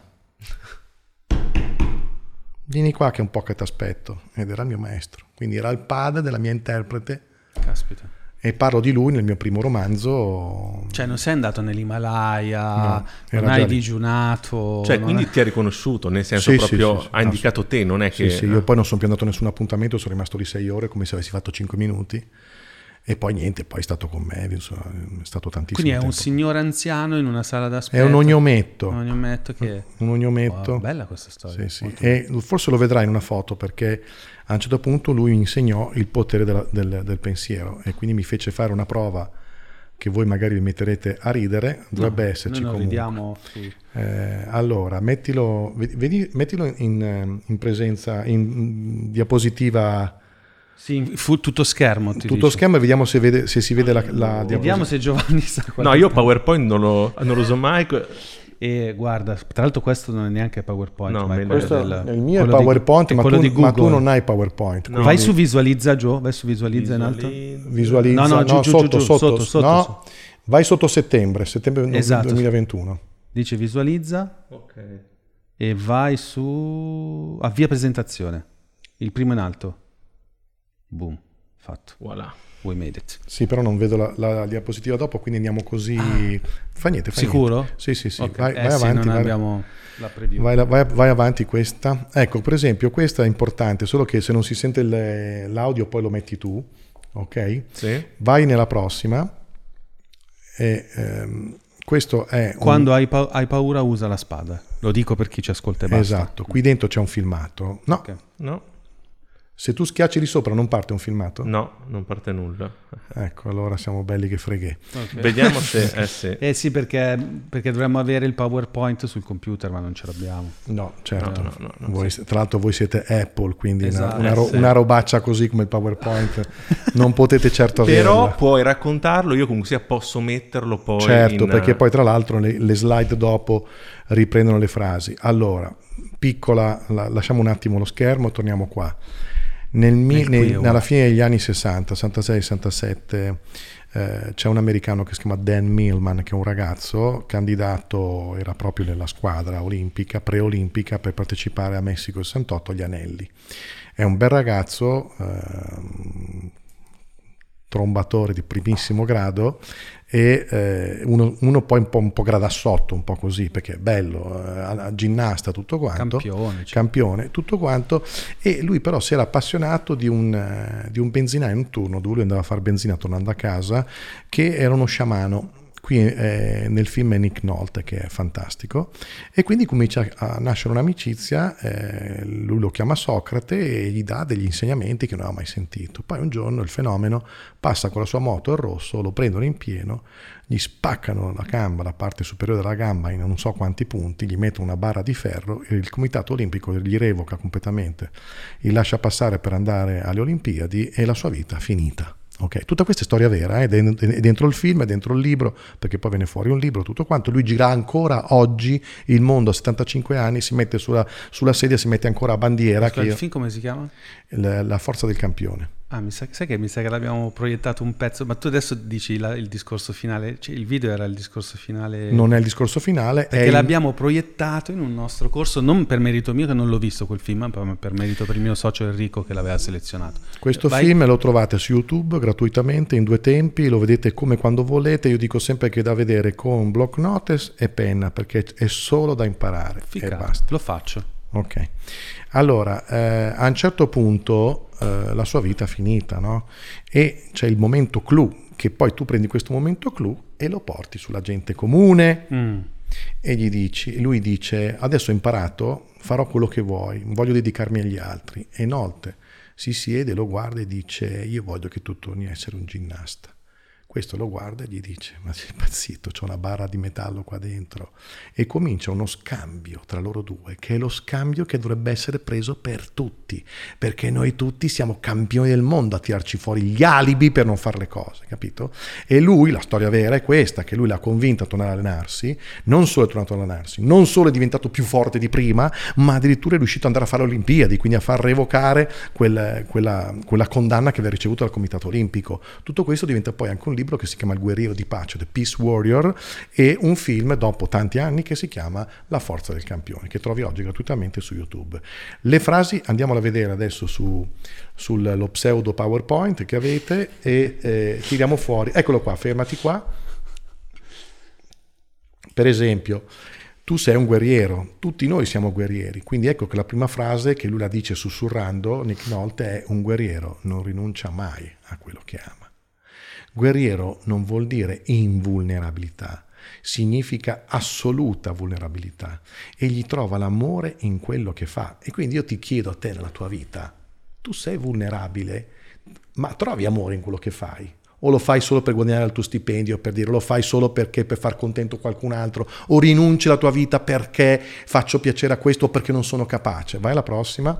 vieni qua che è un po' che ti aspetto. Ed era il mio maestro, quindi era il padre della mia interprete. Caspita. E parlo di lui nel mio primo romanzo. Cioè non sei andato nell'Himalaya, no, non hai digiunato. Cioè non quindi è... ti ha riconosciuto, nel senso sì, proprio sì, sì, ha sì, indicato no, te, non è che... Sì, sì, io poi non sono più andato a nessun appuntamento, sono rimasto lì sei ore come se avessi fatto cinque minuti. E poi niente, poi è stato con me, insomma, è stato tantissimo. Quindi è tempo. un signore anziano in una sala d'aspetto. È un ognometto. Un ognometto che... Un ognometto. Wow, bella questa storia. Sì, sì. E forse lo vedrai in una foto, perché a un certo punto lui mi insegnò il potere della, del, del pensiero, e quindi mi fece fare una prova che voi magari vi metterete a ridere, dovrebbe no, esserci noi comunque. Ridiamo, sì. eh, allora, mettilo, vedi, mettilo in, in presenza, in diapositiva... Sì, fu tutto schermo. Ti tutto dice. schermo, e vediamo se, vede, se si vede la, la diapositiva. Vediamo se Giovanni sa. No, io PowerPoint non lo, non lo uso mai. E guarda, tra l'altro questo non è neanche PowerPoint, no, ma è questo, del, il mio è PowerPoint, di, ma, è tu, ma tu non hai PowerPoint. No, vai su visualizza, Gio, vai su visualizza, visualizza. in alto. Visualizza, no, no, no, giù, giù, sotto, giù, sotto, sotto, sotto, no, sotto. Vai sotto settembre, settembre esatto. duemilaventuno. Dice visualizza, okay. E vai su avvia presentazione, il primo in alto, boom, fatto. Voilà. We made it. Sì, però non vedo la, la, la diapositiva dopo, quindi andiamo così. Ah. Fa niente, fa sicuro? Niente. Sì, sì, sì. Okay. Vai, eh, vai sì, avanti. Non vai, abbiamo la preview. Vai, vai, vai avanti questa. Ecco, per esempio, questa è importante, solo che se non si sente il, l'audio poi lo metti tu, ok? Sì. Vai nella prossima. E, ehm, questo è quando un... hai, pa- hai paura usa la spada, lo dico per chi ci ascolta e basta. Esatto, qui dentro c'è un filmato. No, okay. No. Se tu schiacci di sopra non parte un filmato? No, non parte nulla. Ecco, allora siamo belli che freghe. Okay. Vediamo se... Eh sì, eh sì perché, perché dovremmo avere il PowerPoint sul computer, ma non ce l'abbiamo. No, certo. No, no, no, voi, sì. Tra l'altro voi siete Apple, quindi esatto. una, una, ro- eh sì. una robaccia così come il PowerPoint non potete certo averla. Però puoi raccontarlo, io comunque sia posso metterlo poi Certo, in... perché poi tra l'altro le, le slide dopo riprendono le frasi. Allora, piccola, la, lasciamo un attimo lo schermo, torniamo qua. Nel mi, nei, nella fine degli anni sessanta, sessantasei sessantasette, eh, c'è un americano che si chiama Dan Millman, che è un ragazzo candidato, era proprio nella squadra olimpica, preolimpica, per partecipare a Messico sessantotto agli anelli. È un bel ragazzo, eh, trombatore di primissimo grado e eh, uno, uno poi un po', un po' gradassotto, un po' così, perché è bello, eh, ginnasta, tutto quanto, campione, cioè. campione, tutto quanto, e lui però si era appassionato di un, uh, di un benzinaio notturno dove lui andava a fare benzina tornando a casa, che era uno sciamano. Qui eh, nel film è Nick Nolte, che è fantastico, e quindi comincia a nascere un'amicizia, eh, lui lo chiama Socrate e gli dà degli insegnamenti che non aveva mai sentito. Poi un giorno il fenomeno passa con la sua moto al rosso, lo prendono in pieno, gli spaccano la gamba, la parte superiore della gamba in non so quanti punti, gli mettono una barra di ferro e il Comitato Olimpico gli revoca completamente, gli lascia passare per andare alle Olimpiadi e la sua vita è finita. Ok, tutta questa è storia vera, eh? È dentro il film, è dentro il libro, perché poi viene fuori un libro, tutto quanto. Lui gira ancora oggi il mondo a settantacinque anni, si mette sulla, sulla sedia, si mette ancora a bandiera. Che il io... film come si chiama? La, la forza del campione. Ah, mi sa, sai che mi sa che l'abbiamo proiettato un pezzo, ma tu adesso dici la, il discorso finale, cioè il video era il discorso finale. Non è il discorso finale, perché è l'abbiamo il... proiettato in un nostro corso, non per merito mio che non l'ho visto quel film, ma per merito per il mio socio Enrico che l'aveva selezionato. Questo Vai. film lo trovate su YouTube gratuitamente in due tempi, lo vedete come quando volete. Io dico sempre che è da vedere con block notes e penna, perché è solo da imparare. Ficato, e basta. Lo faccio. Ok, allora eh, a un certo punto eh, la sua vita è finita, no? E c'è il momento clou, che poi tu prendi questo momento clou e lo porti sulla gente comune Mm. e gli dici, lui dice: adesso ho imparato, farò quello che vuoi, voglio dedicarmi agli altri. E Nolte si siede, lo guarda e dice: io voglio che tu torni a essere un ginnasta. Questo lo guarda e gli dice: ma sei impazzito, c'è una barra di metallo qua dentro. E comincia uno scambio tra loro due, che è lo scambio che dovrebbe essere preso per tutti, perché noi tutti siamo campioni del mondo a tirarci fuori gli alibi per non fare le cose, capito? E lui, la storia vera è questa, che lui l'ha convinto a tornare a allenarsi, non solo è tornato ad allenarsi, non solo è diventato più forte di prima, ma addirittura è riuscito ad andare a fare le Olimpiadi, quindi a far revocare quel, quella, quella condanna che aveva ricevuto dal Comitato Olimpico. Tutto questo diventa poi anche un libro che si chiama Il guerriero di pace, The Peace Warrior, e un film dopo tanti anni che si chiama La forza del campione, che trovi oggi gratuitamente su YouTube. Le frasi andiamole a vedere adesso su sullo pseudo PowerPoint che avete e eh, tiriamo fuori. Eccolo qua, fermati qua. Per esempio, tu sei un guerriero, tutti noi siamo guerrieri, quindi ecco che la prima frase che lui la dice sussurrando, Nick Nolte, è: un guerriero non rinuncia mai a quello che ama. Guerriero non vuol dire invulnerabilità, significa assoluta vulnerabilità. Egli trova l'amore in quello che fa. E quindi io ti chiedo a te nella tua vita: tu sei vulnerabile, ma trovi amore in quello che fai? O lo fai solo per guadagnare il tuo stipendio, per dire, lo fai solo perché per far contento qualcun altro, o rinunci alla tua vita perché faccio piacere a questo o perché non sono capace? Vai alla prossima.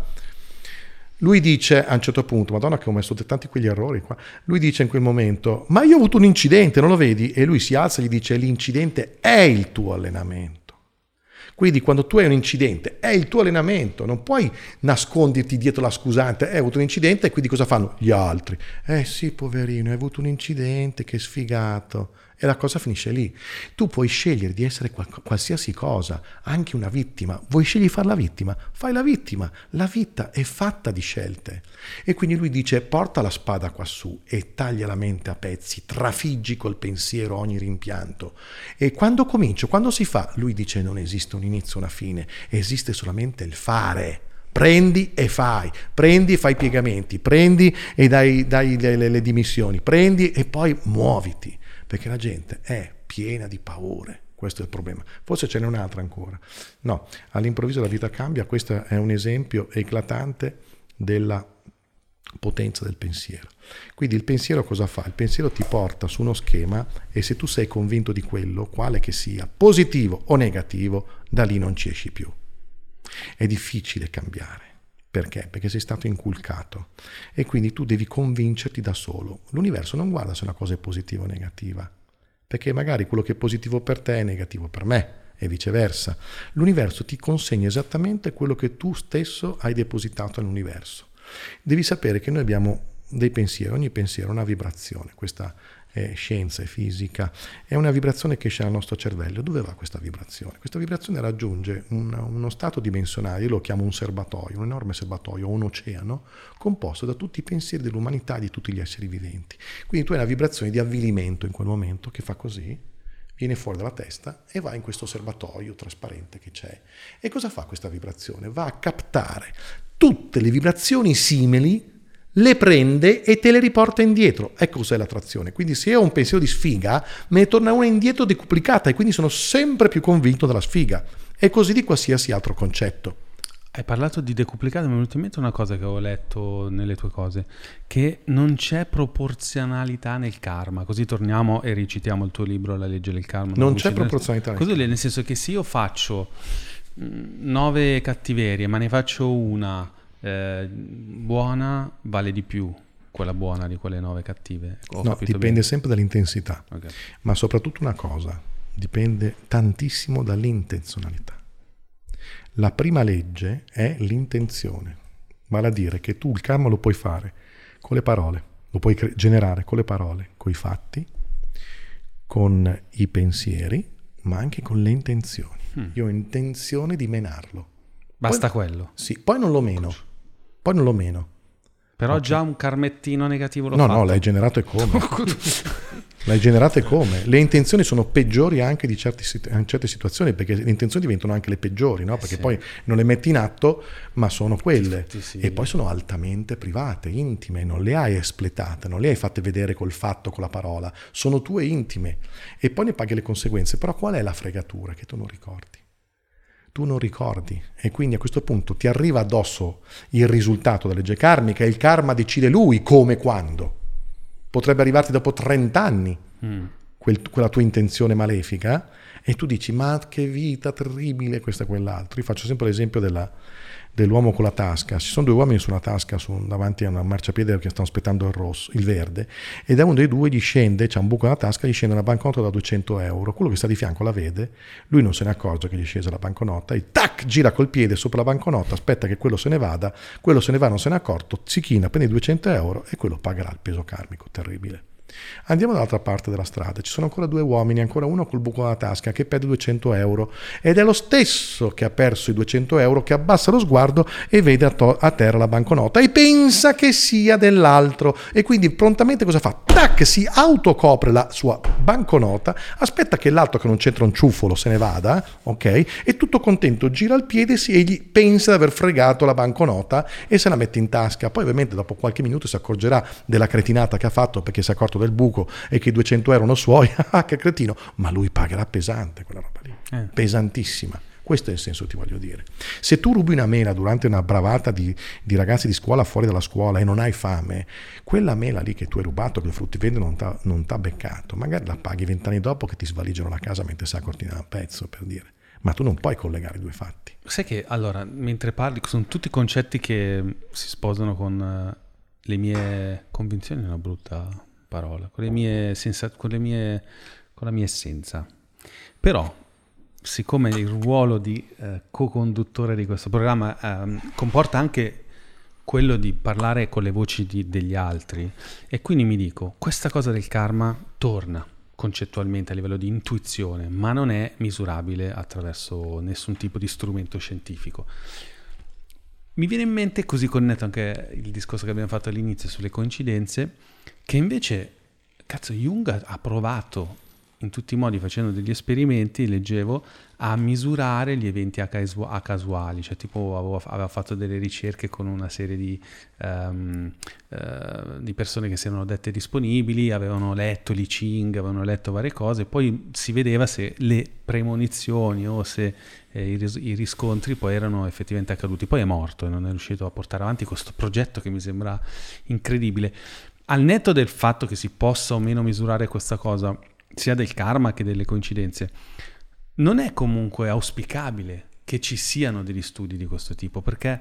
Lui dice a un certo punto: Madonna che ho messo tanti quegli errori qua. Lui dice in quel momento: ma io ho avuto un incidente, non lo vedi? E lui si alza e gli dice: l'incidente è il tuo allenamento. Quindi quando tu hai un incidente è il tuo allenamento, non puoi nasconderti dietro la scusante: hai avuto un incidente, e quindi cosa fanno gli altri? Eh sì, poverino, hai avuto un incidente, che sfigato. E la cosa finisce lì. Tu puoi scegliere di essere qual- qualsiasi cosa, anche una vittima. Vuoi scegli di fare la vittima? Fai la vittima. La vita è fatta di scelte. E quindi lui dice: porta la spada quassù e taglia la mente a pezzi, trafiggi col pensiero ogni rimpianto. E quando comincio, quando si fa, lui dice: non esiste un inizio, una fine, esiste solamente il fare. Prendi e fai, prendi e fai i piegamenti, prendi e dai, dai le, le, le dimissioni, prendi e poi muoviti. Perché la gente è piena di paure, questo è il problema. Forse ce n'è un'altra ancora. No, all'improvviso la vita cambia. Questo è un esempio eclatante della potenza del pensiero. Quindi il pensiero cosa fa? Il pensiero ti porta su uno schema, e se tu sei convinto di quello, quale che sia, positivo o negativo, da lì non ci esci più. È difficile cambiare. Perché? Perché sei stato inculcato, e quindi tu devi convincerti da solo. L'universo non guarda se una cosa è positiva o negativa, perché magari quello che è positivo per te è negativo per me e viceversa. L'universo ti consegna esattamente quello che tu stesso hai depositato nell'universo. Devi sapere che noi abbiamo dei pensieri, ogni pensiero è una vibrazione. Questa eh, scienza e fisica, è una vibrazione che esce dal nostro cervello. Dove va questa vibrazione? Questa vibrazione raggiunge un, uno stato dimensionale, io lo chiamo un serbatoio, un enorme serbatoio, un oceano, composto da tutti i pensieri dell'umanità e di tutti gli esseri viventi. Quindi tu hai una vibrazione di avvilimento in quel momento che fa così, viene fuori dalla testa e va in questo serbatoio trasparente che c'è. E cosa fa questa vibrazione? Va a captare tutte le vibrazioni simili, le prende e te le riporta indietro. Ecco cos'è l'attrazione. Quindi se ho un pensiero di sfiga, me ne torna una indietro decuplicata e quindi sono sempre più convinto della sfiga. E così di qualsiasi altro concetto. Hai parlato di decuplicato, mi è venuta in mente una cosa che avevo letto nelle tue cose, che non c'è proporzionalità nel karma. Così torniamo e ricitiamo il tuo libro, La legge del karma. Non c'è proporzionalità nel karma. Così nel senso che se io faccio nove cattiverie, ma ne faccio una eh, buona, vale di più quella buona di quelle nove cattive. Ho no, dipende bene? sempre dall'intensità. Okay. Ma soprattutto una cosa, dipende tantissimo dall'intenzionalità. La prima legge è l'intenzione, vale a dire che tu il karma lo puoi fare con le parole, lo puoi cre- generare con le parole, con i fatti, con i pensieri, ma anche con le intenzioni. Mm. Io ho intenzione di menarlo. Basta poi, quello? Sì, poi non lo meno, poi non lo meno. Però okay. Già un karmettino negativo l'ho no, fatto. No, no, l'hai generato e come? L'hai generato e come? Le intenzioni sono peggiori anche di certi, in certe situazioni, perché le intenzioni diventano anche le peggiori, no? Perché sì. Poi non le metti in atto, ma sono quelle. Sì, sì. E poi sono altamente private, intime, non le hai espletate, non le hai fatte vedere col fatto, con la parola, sono tue intime. E poi ne paghi le conseguenze. Però qual è la fregatura? Che tu non ricordi. Tu non ricordi e quindi a questo punto ti arriva addosso il risultato della legge karmica e il karma decide lui come e quando. Potrebbe arrivarti dopo trenta anni mm. quel, quella tua intenzione malefica e tu dici ma che vita terribile questa e quell'altro. Io faccio sempre l'esempio della, dell'uomo con la tasca. Ci sono due uomini su una tasca su, davanti a una marciapiede che stanno aspettando il rosso, il verde, e da uno dei due gli scende, c'è un buco nella tasca, gli scende una banconota da duecento euro. Quello che sta di fianco la vede, lui non se ne accorge che gli scese la banconota e tac, gira col piede sopra la banconota, aspetta che quello se ne vada, quello se ne va, non se ne è accorto, si china, prende i duecento euro e quello pagherà il peso karmico terribile. Andiamo dall'altra parte della strada, ci sono ancora due uomini, ancora uno col buco nella tasca che perde duecento euro ed è lo stesso che ha perso i duecento euro che abbassa lo sguardo e vede a, to- a terra la banconota e pensa che sia dell'altro e quindi prontamente cosa fa? Tac, si autocopre la sua banconota, aspetta che l'altro che non c'entra un ciuffolo se ne vada, ok? E tutto contento gira il piede e gli pensa di aver fregato la banconota e se la mette in tasca. Poi ovviamente dopo qualche minuto si accorgerà della cretinata che ha fatto perché si è accorto del buco e che i duecento euro erano suoi, ah che cretino, ma lui pagherà pesante quella roba lì, eh. pesantissima. Questo è il senso, ti voglio dire. Se tu rubi una mela durante una bravata di, di ragazzi di scuola fuori dalla scuola e non hai fame, quella mela lì che tu hai rubato, che il fruttivendolo non t'ha, non t'ha beccato, magari la paghi vent'anni dopo che ti svaligiano la casa mentre sei a cortina a pezzo, per dire. Ma tu non puoi collegare i due fatti. Sai che, allora, mentre parli, sono tutti concetti che si sposano con uh, le mie convinzioni, è una brutta parola, con le mie senza, con le mie, con la mia essenza. Però, siccome il ruolo di eh, co-conduttore di questo programma eh, comporta anche quello di parlare con le voci di, degli altri, e quindi mi dico, questa cosa del karma torna concettualmente a livello di intuizione, ma non è misurabile attraverso nessun tipo di strumento scientifico. Mi viene in mente, così connetto anche il discorso che abbiamo fatto all'inizio sulle coincidenze, che invece, cazzo, Jung ha provato in tutti i modi, facendo degli esperimenti, leggevo, a misurare gli eventi acasuali, cioè tipo avevo, aveva fatto delle ricerche con una serie di, um, uh, di persone che si erano dette disponibili, avevano letto l'I Ching, avevano letto varie cose, poi si vedeva se le premonizioni o se eh, i, ris- i riscontri poi erano effettivamente accaduti. Poi è morto e non è riuscito a portare avanti questo progetto che mi sembra incredibile. Al netto del fatto che si possa o meno misurare questa cosa, sia del karma che delle coincidenze, non è comunque auspicabile che ci siano degli studi di questo tipo, perché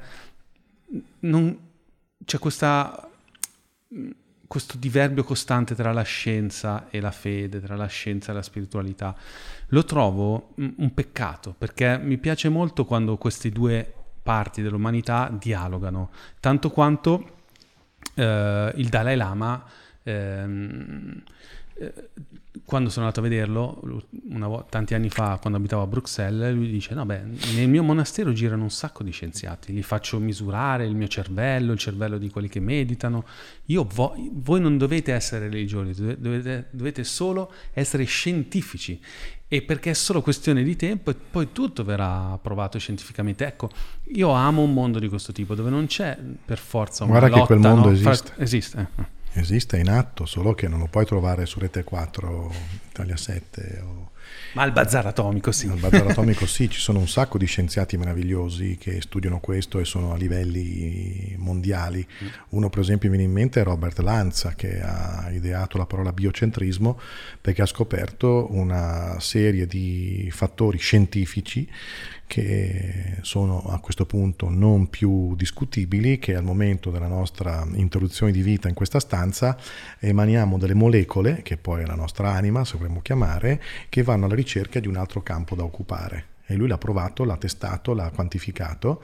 non c'è questa, questo diverbio costante tra la scienza e la fede, tra la scienza e la spiritualità. Lo trovo un peccato, perché mi piace molto quando queste due parti dell'umanità dialogano, tanto quanto eh, il Dalai Lama ehm, eh, quando sono andato a vederlo una volta, tanti anni fa, quando abitavo a Bruxelles, lui dice no beh, nel mio monastero girano un sacco di scienziati, li faccio misurare il mio cervello, il cervello di quelli che meditano. Io vo- voi non dovete essere religiosi, dovete, dovete solo essere scientifici, e perché è solo questione di tempo e poi tutto verrà provato scientificamente. Ecco, io amo un mondo di questo tipo dove non c'è per forza una Guarda lotta, che quel mondo no? esiste. Fra- esiste eh. Esiste, è in atto, solo che non lo puoi trovare su Rete quattro, Italia sette o... Ma al bazar atomico sì. Al bazar atomico sì, ci sono un sacco di scienziati meravigliosi che studiano questo e sono a livelli mondiali. Uno per esempio mi viene in mente è Robert Lanza, che ha ideato la parola biocentrismo perché ha scoperto una serie di fattori scientifici che sono a questo punto non più discutibili, che al momento della nostra interruzione di vita in questa stanza emaniamo delle molecole, che poi è la nostra anima, se vorremmo chiamare, che vanno alla ricerca di un altro campo da occupare. E lui l'ha provato, l'ha testato, l'ha quantificato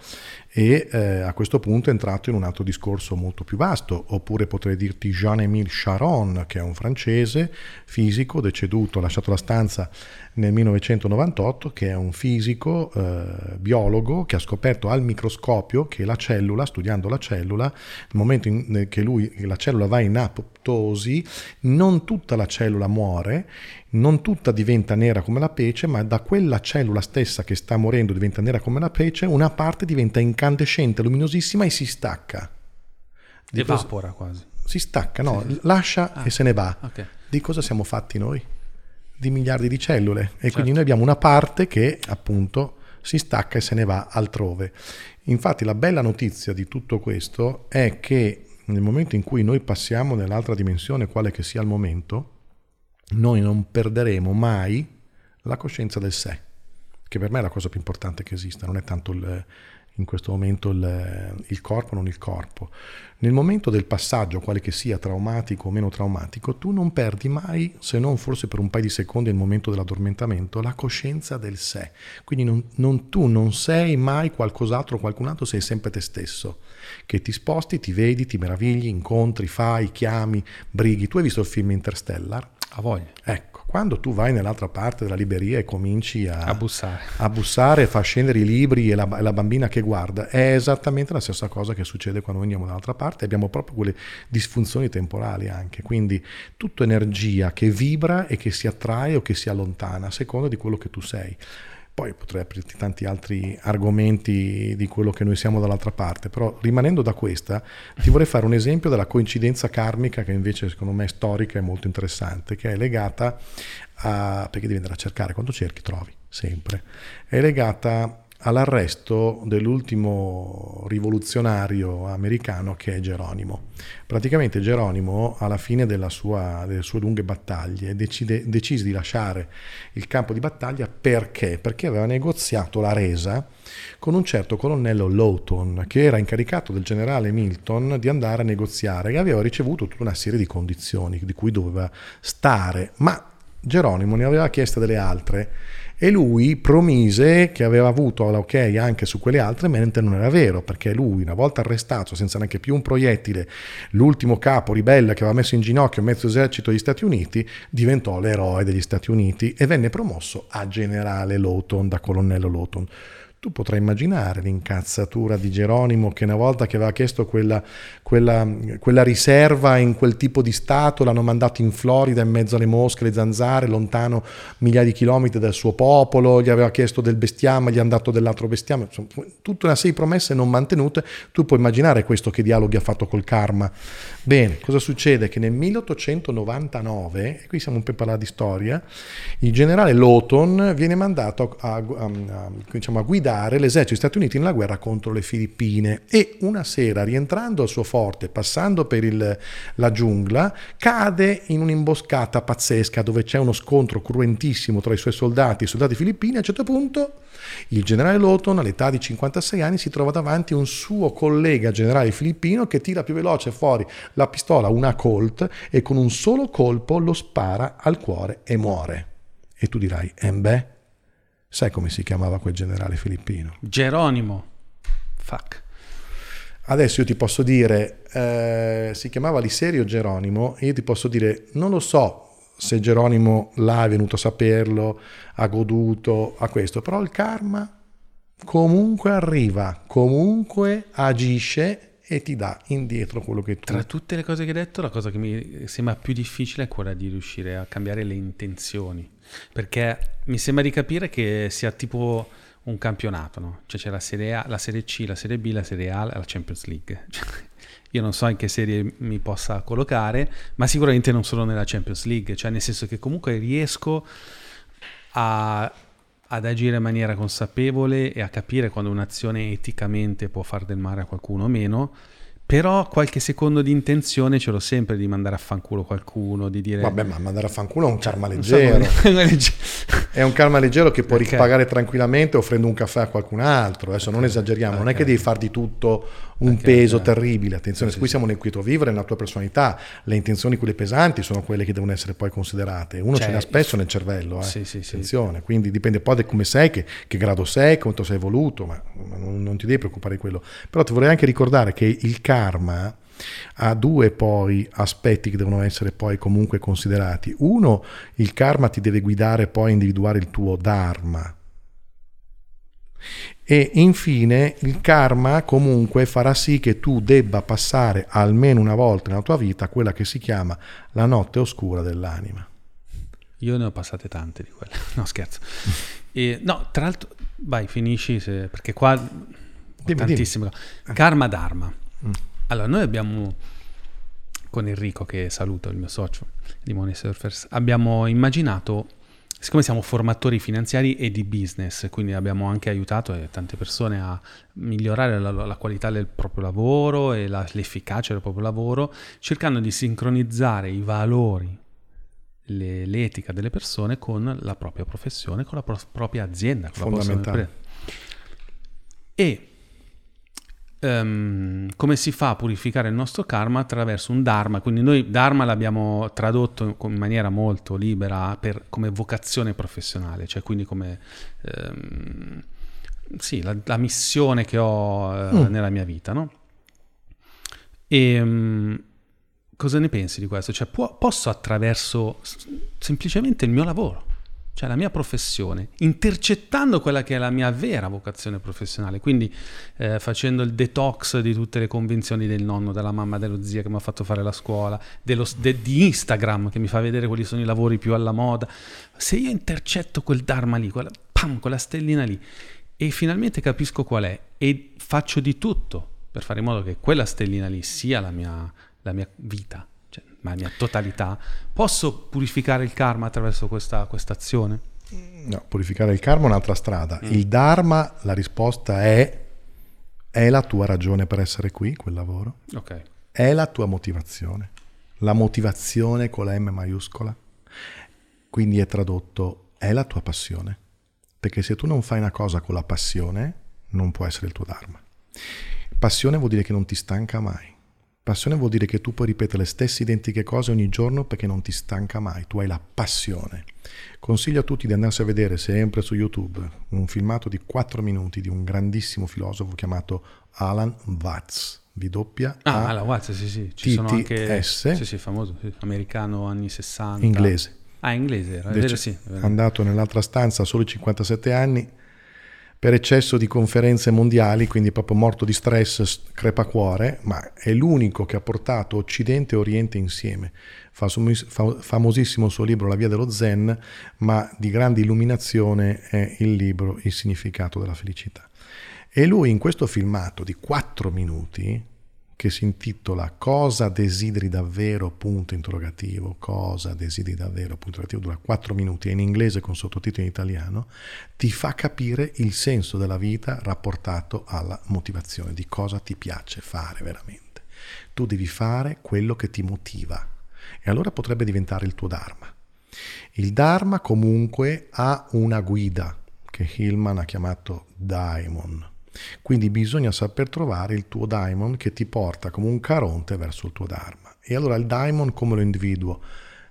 e eh, a questo punto è entrato in un altro discorso molto più vasto. Oppure potrei dirti Jean-Émile Charon, che è un francese fisico deceduto, ha lasciato la stanza nel millenovecentonovantotto, che è un fisico eh, biologo che ha scoperto al microscopio che la cellula, studiando la cellula, nel momento in che lui, la cellula va in apoptosi, non tutta la cellula muore, non tutta diventa nera come la pece, ma da quella cellula stessa che sta morendo diventa nera come la pece, una parte diventa incandescente, luminosissima e si stacca. Di Evapora cosa... quasi. Si stacca, no, sì, sì. lascia ah, e se ne va. Okay. Di cosa siamo fatti noi? Di miliardi di cellule. E certo. Quindi noi abbiamo una parte che appunto si stacca e se ne va altrove. Infatti la bella notizia di tutto questo è che nel momento in cui noi passiamo nell'altra dimensione, quale che sia il momento, noi non perderemo mai la coscienza del sé, che per me è la cosa più importante che esista, non è tanto il, in questo momento il, il corpo, non il corpo. Nel momento del passaggio, quale che sia, traumatico o meno traumatico, tu non perdi mai, se non forse per un paio di secondi nel momento dell'addormentamento, la coscienza del sé. Quindi non, non, tu non sei mai qualcos'altro o qualcun altro, sei sempre te stesso, che ti sposti, ti vedi, ti meravigli, incontri, fai, chiami, brighi. Tu hai visto il film Interstellar? A voglia. Ecco, quando tu vai nell'altra parte della libreria e cominci a, a bussare, a bussare, fa scendere i libri e la, e la bambina che guarda, è esattamente la stessa cosa che succede quando andiamo dall'altra parte, abbiamo proprio quelle disfunzioni temporali anche, quindi tutta energia che vibra e che si attrae o che si allontana a seconda di quello che tu sei. Poi potrei aprirti tanti altri argomenti di quello che noi siamo dall'altra parte, però rimanendo da questa ti vorrei fare un esempio della coincidenza karmica che invece secondo me è storica e molto interessante, che è legata a, perché devi andare a cercare, quando cerchi trovi sempre, è legata all'arresto dell'ultimo rivoluzionario americano che è Geronimo. Praticamente Geronimo alla fine della sua, delle sue lunghe battaglie decide, decise di lasciare il campo di battaglia perché? Perché aveva negoziato la resa con un certo colonnello Lawton che era incaricato del generale Milton di andare a negoziare e aveva ricevuto tutta una serie di condizioni di cui doveva stare, ma Geronimo ne aveva chieste delle altre e lui promise che aveva avuto l'ok anche su quelle altre, mentre non era vero, perché lui, una volta arrestato senza neanche più un proiettile, l'ultimo capo ribelle che aveva messo in ginocchio mezzo esercito degli Stati Uniti, diventò l'eroe degli Stati Uniti e venne promosso a generale Lawton, da colonnello Lawton. Tu potrai immaginare l'incazzatura di Geronimo che una volta che aveva chiesto quella, quella, quella riserva in quel tipo di stato, l'hanno mandato in Florida in mezzo alle mosche, le zanzare, lontano migliaia di chilometri dal suo popolo, gli aveva chiesto del bestiame, gli hanno dato dell'altro bestiame, insomma, tutta una serie di promesse non mantenute. Tu puoi immaginare questo che dialoghi ha fatto col karma. Bene, cosa succede? Che nel milleottocentonovantanove, e qui siamo un po' a parlare di storia, il generale Lawton viene mandato a, a, a, diciamo, a guidare l'esercito degli Stati Uniti nella guerra contro le Filippine e una sera, rientrando al suo forte, passando per il, la giungla, cade in un'imboscata pazzesca dove c'è uno scontro cruentissimo tra i suoi soldati e i soldati filippini. A un certo punto il generale Lawton all'età di cinquantasei anni si trova davanti a un suo collega generale filippino che tira più veloce fuori la pistola, una Colt, e con un solo colpo lo spara al cuore e muore. E tu dirai, eh beh, sai come si chiamava quel generale filippino? Geronimo. Fuck. Adesso io ti posso dire, eh, si chiamava Liserio Geronimo, e io ti posso dire, non lo so se Geronimo là è venuto a saperlo, ha goduto, a questo, però il karma comunque arriva, comunque agisce e ti dà indietro quello che tu... Tra tutte le cose che hai detto, la cosa che mi sembra più difficile è quella di riuscire a cambiare le intenzioni, perché mi sembra di capire che sia tipo un campionato, no? Cioè c'è la Serie A, la Serie C, la Serie B, la Serie A e la Champions League. Io non so in che serie mi possa collocare, ma sicuramente non sono nella Champions League, cioè nel senso che comunque riesco a, ad agire in maniera consapevole e a capire quando un'azione eticamente può far del male a qualcuno o meno, però qualche secondo di intenzione ce l'ho sempre di mandare a fanculo qualcuno, di dire... Vabbè, ma mandare a fanculo è un karma Non leggero. so come- È un karma leggero che puoi Perché? ripagare tranquillamente offrendo un caffè a qualcun altro. Adesso non esageriamo, non è che Ok. devi far di tutto un Ok, peso ok. terribile. Attenzione, Sì, qui sì. siamo nel quieto vivere, nella tua personalità. Le intenzioni, quelle pesanti, sono quelle che devono essere poi considerate. Uno Cioè, ce l'ha spesso nel cervello, eh. Sì, sì, sì. Attenzione, quindi dipende poi da come sei, che, che grado sei, quanto sei evoluto, ma non, non ti devi preoccupare di quello. Però ti vorrei anche ricordare che il karma ha due poi aspetti che devono essere poi comunque considerati. Uno, il karma ti deve guidare poi a individuare il tuo dharma. E infine il karma comunque farà sì che tu debba passare almeno una volta nella tua vita quella che si chiama la notte oscura dell'anima. Io ne ho passate tante di quelle. No, scherzo. E, no, tra l'altro, vai, finisci, se- perché qua ho Dimmi, tantissime cose. Karma Dharma. Allora, noi abbiamo, con Enrico, che saluto, il mio socio di Money Surfers, abbiamo immaginato, siccome siamo formatori finanziari e di business, quindi abbiamo anche aiutato eh, tante persone a migliorare la, la qualità del proprio lavoro e la- l'efficacia del proprio lavoro, cercando di sincronizzare i valori, le- l'etica delle persone con la propria professione, con la pro- propria azienda, con la propria Fondamentale. impresa. E ehm, come si fa a purificare il nostro karma? Attraverso un dharma. Quindi noi dharma l'abbiamo tradotto in maniera molto libera per, come vocazione professionale, cioè quindi come ehm, sì, la, la missione che ho eh, Mm. nella mia vita, no? E mm, cosa ne pensi di questo? Cioè può- posso attraverso s- semplicemente il mio lavoro, cioè la mia professione, intercettando quella che è la mia vera vocazione professionale, quindi eh, facendo il detox di tutte le convinzioni del nonno, della mamma, dello zia che mi ha fatto fare la scuola, dello, de- di Instagram che mi fa vedere quali sono i lavori più alla moda. Se io intercetto quel dharma lì, quella, pam, quella stellina lì, e finalmente capisco qual è e faccio di tutto per fare in modo che quella stellina lì sia la mia, la mia vita, cioè la mia totalità, posso purificare il karma attraverso questa questa azione? No, purificare il karma è un'altra strada. Mm. Il dharma, la risposta è: è la tua ragione per essere qui, quel lavoro? Ok. È la tua motivazione. La motivazione con la M maiuscola. Quindi è tradotto: è la tua passione. Perché se tu non fai una cosa con la passione, non può essere il tuo dharma. Passione vuol dire che non ti stanca mai. Passione vuol dire che tu puoi ripetere le stesse identiche cose ogni giorno perché non ti stanca mai. Tu hai la passione. Consiglio a tutti di andarsi a vedere sempre su YouTube un filmato di quattro minuti di un grandissimo filosofo chiamato Alan Watts. W Ah, A la Watts, sì, sì, ci sono anche... T T S. Sì, sì, famoso, sì, americano, anni sessanta. Inglese. Ah, inglese era, è Dec- vero, sì. È vero. Andato nell'altra stanza a solo cinquantasette anni per eccesso di conferenze mondiali, quindi proprio morto di stress, s- crepacuore, ma è l'unico che ha portato Occidente e Oriente insieme. Fa somis- fa- famosissimo il suo libro La via dello Zen, ma di grande illuminazione è il libro Il significato della felicità. E lui in questo filmato di quattro minuti, che si intitola Cosa desideri davvero? Punto interrogativo, cosa desideri davvero? Punto interrogativo, dura quattro minuti, è in inglese con sottotitoli in italiano, ti fa capire il senso della vita rapportato alla motivazione, di cosa ti piace fare veramente. Tu devi fare quello che ti motiva e allora potrebbe diventare il tuo dharma. Il dharma comunque ha una guida che Hillman ha chiamato daimon. Quindi bisogna saper trovare il tuo daimon che ti porta come un caronte verso il tuo dharma. E allora il daimon come lo individuo?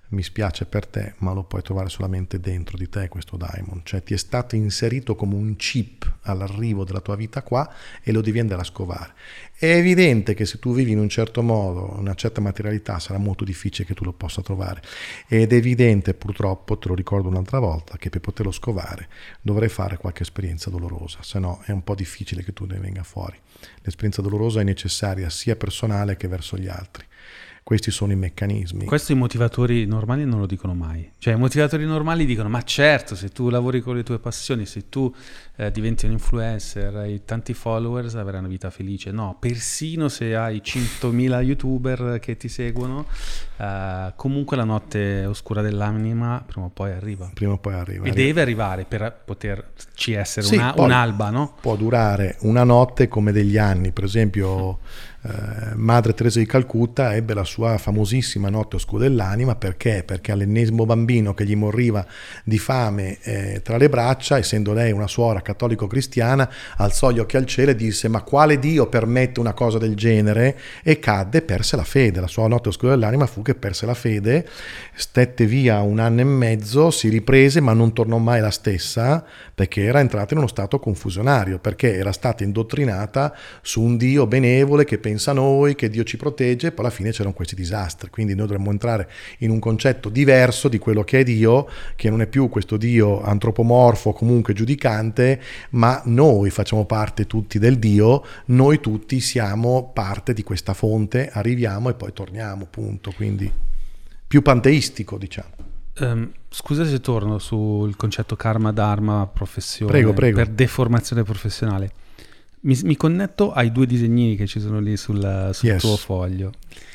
mi spiace per te, ma lo puoi trovare solamente dentro di te questo daimon, cioè ti è stato inserito come un chip all'arrivo della tua vita qua e lo devi andare a scovare. È evidente che se tu vivi in un certo modo, una certa materialità, sarà molto difficile che tu lo possa trovare, ed è evidente, purtroppo, te lo ricordo un'altra volta, che per poterlo scovare dovrai fare qualche esperienza dolorosa, se no è un po' difficile che tu ne venga fuori. L'esperienza dolorosa è necessaria sia personale che verso gli altri. Questi sono i meccanismi. Questo i motivatori normali non lo dicono mai. Cioè i motivatori normali dicono ma certo, se tu lavori con le tue passioni, se tu eh, diventi un influencer, hai tanti followers, avrai una vita felice. No, persino se hai centomila youtuber che ti seguono, eh, comunque la notte oscura dell'anima prima o poi arriva. Prima o poi arriva. E arriva. deve arrivare per poterci essere sì, una, un'alba, no? Può durare una notte come degli anni. Per esempio eh, Madre Teresa di Calcutta ebbe la sua famosissima notte oscura dell'anima. Perché? Perché all'ennesimo bambino che gli moriva di fame eh, tra le braccia, essendo lei una suora cattolico-cristiana, alzò gli occhi al cielo e disse: ma quale Dio permette una cosa del genere? E cadde, perse la fede. La sua notte oscura dell'anima fu che perse la fede, stette via un anno e mezzo, si riprese ma non tornò mai la stessa, perché era entrata in uno stato confusionario, perché era stata indottrinata su un Dio benevole che pensa a noi, che Dio ci protegge, e poi alla fine c'erano questi disastri. Quindi noi dovremmo entrare in un concetto diverso di quello che è Dio, che non è più questo Dio antropomorfo, comunque giudicante, ma noi facciamo parte tutti del Dio, noi tutti siamo parte di questa fonte, arriviamo e poi torniamo, punto. Quindi più panteistico, diciamo. Um, scusa se torno sul concetto karma, dharma, professione, prego, prego. per deformazione professionale. Mi, mi connetto ai due disegnini che ci sono lì sul, sul yes. tuo foglio.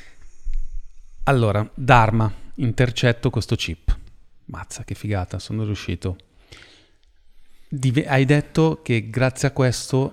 Allora, dharma, intercetto questo chip. Mazza, che figata, sono riuscito. Dive- hai detto che grazie a questo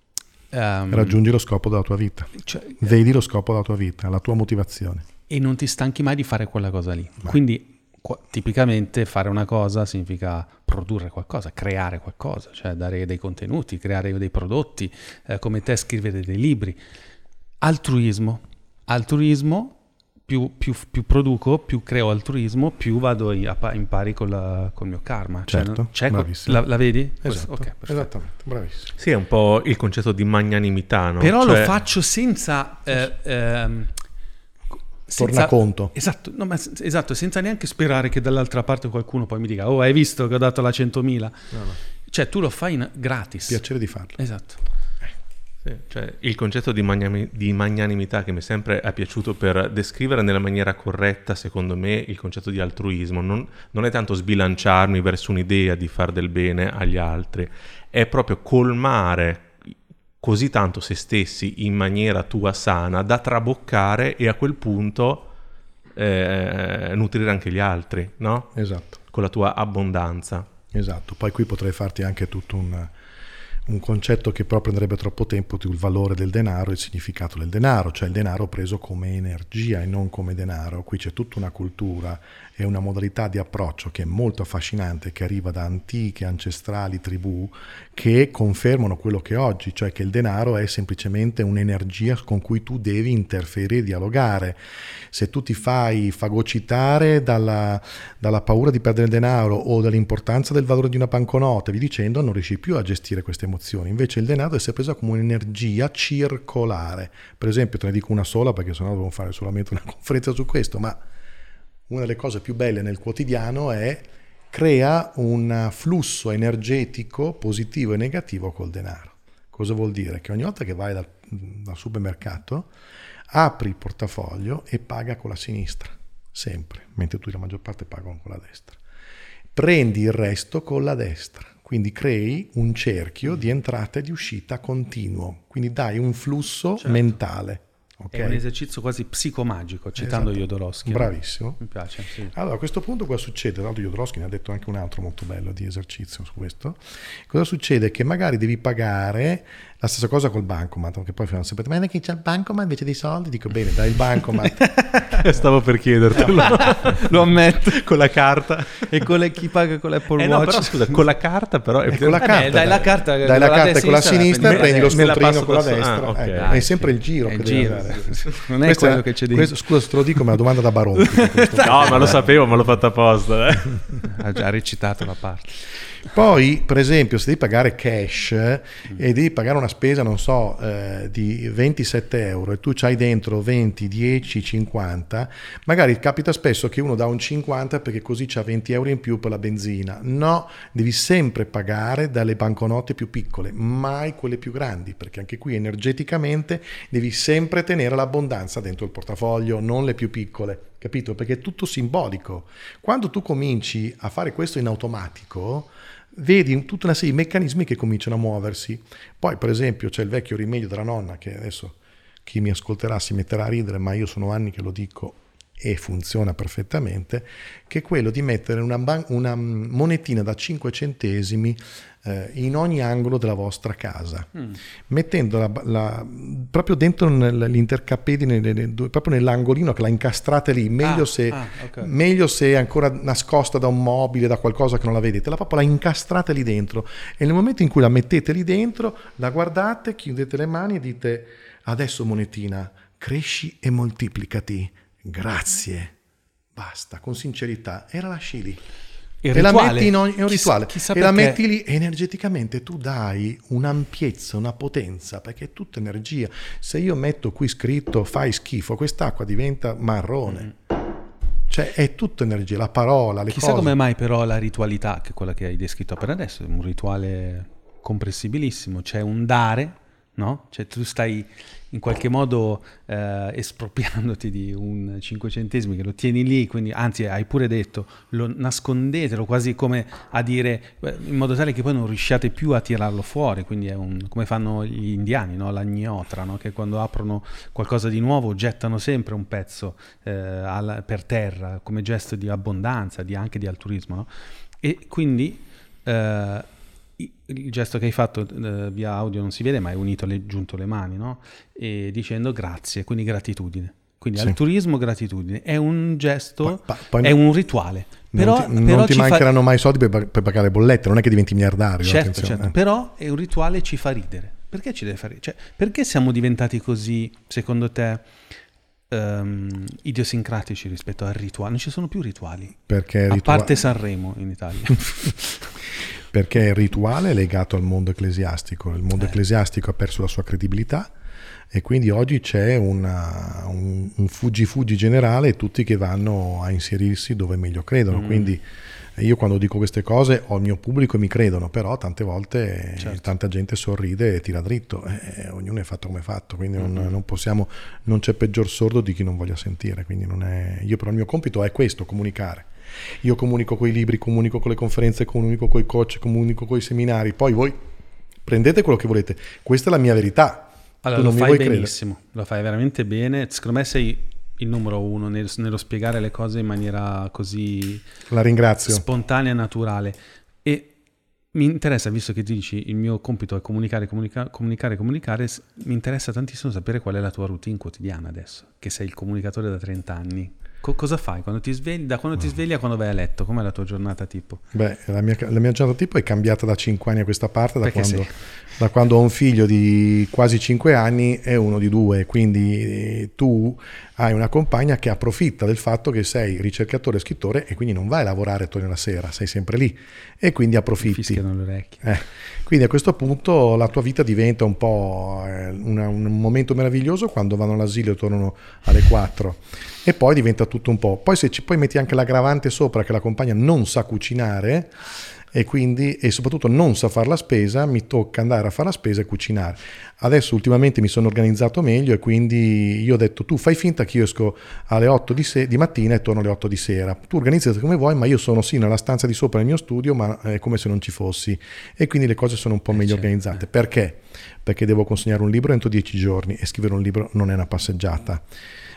um, raggiungi lo scopo della tua vita, cioè, vedi lo scopo della tua vita, la tua motivazione. E non ti stanchi mai di fare quella cosa lì. Ma. Quindi Qua, tipicamente fare una cosa significa produrre qualcosa, creare qualcosa, cioè dare dei contenuti, creare dei prodotti, eh, come te scrivere dei libri. Altruismo, altruismo, più, più, più produco, più creo altruismo, più vado in, a, in pari con il mio karma. Certo, cioè, bravissimo. La, la vedi? Esatto, okay, esattamente, bravissimo. Sì, è un po' il concetto di magnanimità, no? Però cioè... lo faccio senza... Eh, ehm, Senza, tornaconto. Esatto, no, ma, esatto, senza neanche sperare che dall'altra parte qualcuno poi mi dica: oh, hai visto che ho dato la centomila? No, no. Cioè tu lo fai in, gratis. Piacere di farlo. Esatto. Sì, cioè, il concetto di, magnami, di magnanimità che mi sempre è piaciuto per descrivere nella maniera corretta, secondo me, il concetto di altruismo. Non, non è tanto sbilanciarmi verso un'idea di far del bene agli altri, è proprio colmare così tanto se stessi in maniera tua sana da traboccare e a quel punto eh, nutrire anche gli altri, no? Esatto. Con la tua abbondanza. Esatto, poi qui potrei farti anche tutto un, un concetto che però prenderebbe troppo tempo, il valore del denaro e il significato del denaro, cioè il denaro preso come energia e non come denaro. Qui c'è tutta una cultura e una modalità di approccio che è molto affascinante, che arriva da antiche, ancestrali tribù, che confermano quello che è oggi, cioè che il denaro è semplicemente un'energia con cui tu devi interferire e dialogare. Se tu ti fai fagocitare dalla, dalla paura di perdere il denaro o dall'importanza del valore di una banconota, vi dicendo, non riesci più a gestire queste emozioni. Invece il denaro è sempre preso come un'energia circolare. Per esempio, te ne dico una sola perché sennò dovevo fare solamente una conferenza su questo, ma una delle cose più belle nel quotidiano è crea un flusso energetico positivo e negativo col denaro. Cosa vuol dire? Che ogni volta che vai dal, dal supermercato apri il portafoglio e paga con la sinistra, sempre, mentre tu la maggior parte pagano con la destra. Prendi il resto con la destra, quindi crei un cerchio di entrata e di uscita continuo, quindi dai un flusso certo. mentale. Okay. È un esercizio quasi psicomagico, citando esatto. Jodorowsky. Bravissimo. Mi piace, sì. Allora, a questo punto cosa succede? Tra l'altro Jodorowsky ne ha detto anche un altro molto bello di esercizio su questo. Cosa succede? Che magari devi pagare La stessa cosa col bancomat, che poi fanno sempre, ma che c'è il bancomat invece dei soldi? Dico, bene, dai il bancomat. Stavo per chiedertelo. Lo ammetto. Con la carta. E con le, chi paga con l'Apple Eh Watch? no, però scusa, con la carta però... E con la Vabbè, carta, dai la carta, dai la carta con la sinistra e prendi lo me la scontrino passo con la da so- destra. ah, ok. Ecco, Dai, è sempre sì. il giro È che il devi giro. andare. Non è Questo quello che c'è dentro. questo- Scusa se te lo dico, ma è una domanda da Baronti. No, ma lo sapevo, ma l'ho fatta apposta. Eh. Ha già recitato la parte. Poi, per esempio, se devi pagare cash eh, e devi pagare una spesa, non so, eh, di ventisette euro e tu c'hai dentro venti, dieci, cinquanta, magari capita spesso che uno dà un cinquanta perché così c'ha venti euro in più per la benzina. No, devi sempre pagare dalle banconote più piccole, mai quelle più grandi, perché anche qui energeticamente devi sempre tenere l'abbondanza dentro il portafoglio, non le più piccole. Capito? Perché è tutto simbolico. Quando tu cominci a fare questo in automatico, vedi tutta una serie di meccanismi che cominciano a muoversi. Poi, per esempio, c'è il vecchio rimedio della nonna, che adesso chi mi ascolterà si metterà a ridere, ma io sono anni che lo dico e funziona perfettamente, che è quello di mettere una, ban- una monetina da cinque centesimi eh, in ogni angolo della vostra casa, mm. mettendo la, la, proprio dentro l'intercapedine, proprio nell'angolino, che la incastrate lì, meglio, ah, se, ah, okay. meglio se è ancora nascosta da un mobile, da qualcosa che non la vedete, la proprio la incastrate lì dentro, e nel momento in cui la mettete lì dentro, la guardate, chiudete le mani e dite: adesso monetina, cresci e moltiplicati. Grazie, basta, con sincerità, e la lasci lì. Il e rituale. la metti in ogni, è un rituale, chissà e la perché. metti lì, e energeticamente tu dai un'ampiezza, una potenza, perché è tutta energia. Se io metto qui scritto fai schifo, quest'acqua diventa marrone. Mm. Cioè è tutta energia, la parola, le Chissà cose. come mai però la ritualità, che è quella che hai descritto per adesso, è un rituale comprensibilissimo, c'è un dare, no? Cioè tu stai in qualche modo eh, espropriandoti di un cinque centesimi che lo tieni lì, quindi anzi hai pure detto lo nascondetelo, quasi come a dire, in modo tale che poi non riusciate più a tirarlo fuori, quindi è un, come fanno gli indiani, no? La gnotra, no? Che quando aprono qualcosa di nuovo gettano sempre un pezzo eh, alla, per terra come gesto di abbondanza, di, anche di altruismo, no? E quindi eh, il gesto che hai fatto eh, via audio non si vede, ma hai unito le, giunto le mani, no? E dicendo grazie, quindi gratitudine. Quindi sì. Altruismo, gratitudine. È un gesto, poi, poi è un rituale. Però, non ti, però non ti mancheranno fa... mai soldi per, per pagare le bollette, non è che diventi miliardario. Certo, certo. Però è un rituale, ci fa ridere. Perché ci deve fare ridere? Cioè, perché siamo diventati così, secondo te, um, idiosincratici rispetto al rituale? Non ci sono più rituali. Perché a ritua... parte Sanremo in Italia. Perché il rituale è legato al mondo ecclesiastico, il mondo eh. ecclesiastico ha perso la sua credibilità e quindi oggi c'è una, un, un fuggi-fuggi generale e tutti che vanno a inserirsi dove meglio credono, mm. quindi io quando dico queste cose ho il mio pubblico e mi credono, però tante volte certo. tanta gente sorride e tira dritto, eh, ognuno è fatto come è fatto, quindi mm-hmm. non, non possiamo, non c'è peggior sordo di chi non voglia sentire, quindi non è, io però il mio compito è questo, comunicare. Io comunico con i libri, comunico con le conferenze, comunico con i coach, comunico con i seminari, poi voi prendete quello che volete, questa è la mia verità. Allora lo fai benissimo, credere. Lo fai veramente bene, secondo me sei il numero uno nel, nello spiegare le cose in maniera così la ringrazio. Spontanea e naturale. E mi interessa, visto che ti dici il mio compito è comunicare, comunica, comunicare, comunicare, mi interessa tantissimo sapere qual è la tua routine quotidiana adesso, che sei il comunicatore da trenta anni. Co- cosa fai quando ti svegli? Da quando ti svegli a quando vai a letto? Com'è la tua giornata tipo? Beh, la mia, la mia giornata tipo è cambiata da cinque anni a questa parte, da quando, da quando ho un figlio di quasi cinque anni e uno di due, quindi eh, tu hai una compagna che approfitta del fatto che sei ricercatore e scrittore e quindi non vai a lavorare torni la sera, sei sempre lì e quindi approfitti. Mi fischiano le orecchie. Eh, quindi a questo punto la tua vita diventa un po' eh, una, un momento meraviglioso quando vanno all'asilo e tornano alle quattro e poi diventa tutto un po'. Poi se ci poi metti anche l'aggravante sopra che la compagna non sa cucinare e quindi e soprattutto non sa fare la spesa, mi tocca andare a fare la spesa e cucinare. Adesso ultimamente mi sono organizzato meglio e quindi io ho detto tu fai finta che io esco alle otto di, se- di mattina e torno alle otto di sera, tu organizzati come vuoi ma io sono sì nella stanza di sopra nel mio studio ma è come se non ci fossi e quindi le cose sono un po' meglio certo. organizzate. Perché? Perché devo consegnare un libro entro dieci giorni e scrivere un libro non è una passeggiata.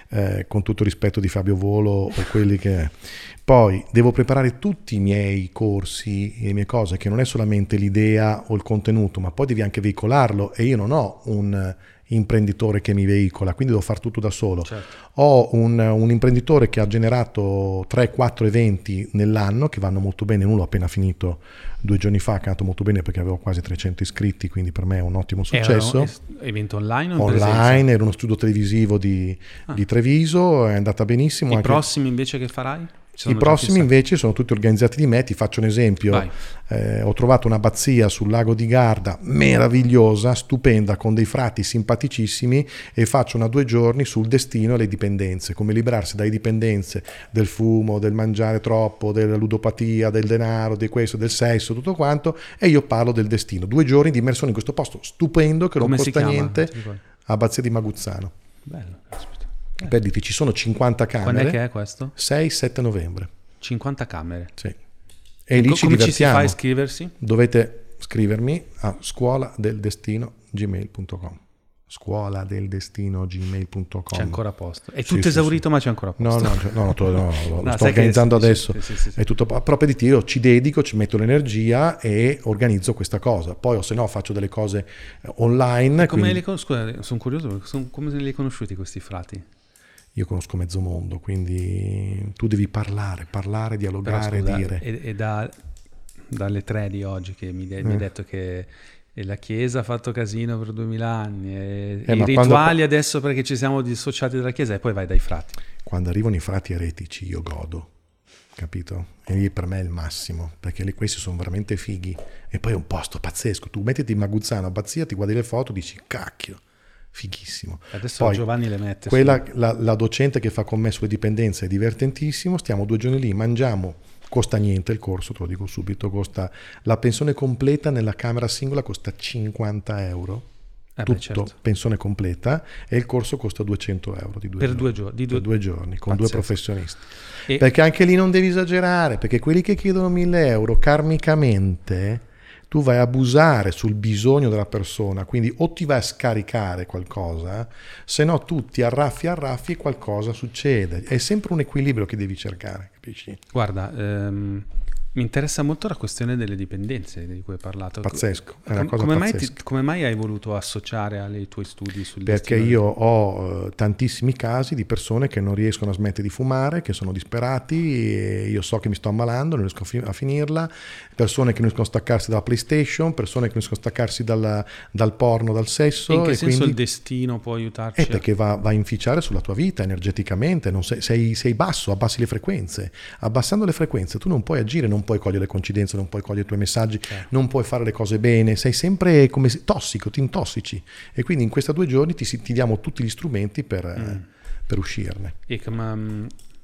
eh, con tutto il rispetto di Fabio Volo o quelli che... Poi devo preparare tutti i miei corsi, le mie cose, che non è solamente l'idea o il contenuto, ma poi devi anche veicolarlo, e io non ho un imprenditore che mi veicola, quindi devo fare tutto da solo. Certo. Ho un, un imprenditore che ha generato tre quattro eventi nell'anno che vanno molto bene. Uno l'ho appena finito due giorni fa, che è andato molto bene perché avevo quasi trecento iscritti, quindi per me è un ottimo successo. Era un evento online o in online, presenza? era uno studio televisivo di, Ah. di Treviso, è andata benissimo. I anche... prossimi invece che farai? Ci I sono prossimi già invece sono tutti organizzati di me. Ti faccio un esempio. Eh, ho trovato un'abbazia sul lago di Garda meravigliosa, stupenda, con dei frati simpaticissimi, e faccio una due giorni sul destino e le dipendenze, come liberarsi dalle dipendenze del fumo, del mangiare troppo, della ludopatia, del denaro, di questo, del sesso, tutto quanto, e io parlo del destino. Due giorni di immersione in questo posto stupendo che Come non si costa chiama? niente, Ti ricordi? Abbazia di Maguzzano. Bello, aspetta. Per dirti, ci sono cinquanta camere. Quando è che è questo? sei sette novembre. cinquanta camere. Sì. E lì Co- ci come ci si divertiamo. fa a iscriversi? Dovete scrivermi a scuola del destino gmail punto com. scuola del destino gmail punto com. C'è ancora posto. È Sì, tutto sì, esaurito, sì. ma c'è ancora posto. No, no, no, no, to- no, lo No, sto sai che- organizzando sì, adesso. sì, sì, sì, sì. È tutto proprio di dire, io ci dedico, ci metto l'energia e organizzo questa cosa. Poi o se no faccio delle cose eh, online. Come quindi- li con- scusa, sono curioso, perché sono- come li hai conosciuti questi frati? Io conosco mezzo mondo, quindi tu devi parlare, parlare, Però dialogare, scusa, dire. e, e da, dalle tre di oggi che mi, de- mi hai Eh. detto che e la Chiesa ha fatto casino per duemila anni, e, Eh, e i ma rituali quando- adesso perché ci siamo dissociati dalla Chiesa, e poi vai dai frati. Quando arrivano i frati eretici io godo, capito? E lì per me è il massimo, perché lì questi sono veramente fighi. E poi è un posto pazzesco, tu mettiti in Maguzzano, Abbazia, ti guardi le foto, dici cacchio, fighissimo. Adesso Poi, Giovanni le mette. Quella, su- la, la docente che fa con me sulle dipendenze è divertentissimo, stiamo due giorni lì, mangiamo, costa niente il corso, te lo dico subito, costa la pensione completa nella camera singola costa cinquanta euro. Eh beh, Tutto, certo. pensione completa, e il corso costa duecento euro di due Per giorni. due giorni, di Per due- due giorni, con Pazzesco. due professionisti. E- Perché anche lì non devi esagerare, perché quelli che chiedono mille euro karmicamente tu vai a abusare sul bisogno della persona, quindi o ti vai a scaricare qualcosa, se no tu ti arraffi arraffi e qualcosa succede. È sempre un equilibrio che devi cercare, capisci? Guarda, ehm, mi interessa molto la questione delle dipendenze di cui hai parlato. Pazzesco, è una Com- cosa come, mai pazzesca. ti- come mai hai voluto associare ai tuoi studi sul Perché destino? io ho eh, tantissimi casi di persone che non riescono a smettere di fumare, che sono disperati, e io so che mi sto ammalando, non riesco a, fi- a finirla, persone che non riescono a staccarsi dalla PlayStation, persone che non riescono a staccarsi dal, dal porno, dal sesso. In che e senso quindi... il destino può aiutarci? È perché va, va a inficiare sulla tua vita energeticamente, non sei, sei, sei basso, abbassi le frequenze. Abbassando le frequenze tu non puoi agire, non puoi cogliere le coincidenze, non puoi cogliere i tuoi messaggi, Certo. non puoi fare le cose bene, sei sempre come se- tossico, ti intossici. E quindi in questi due giorni ti, si- ti diamo tutti gli strumenti per, eh, per uscirne. E come, mm,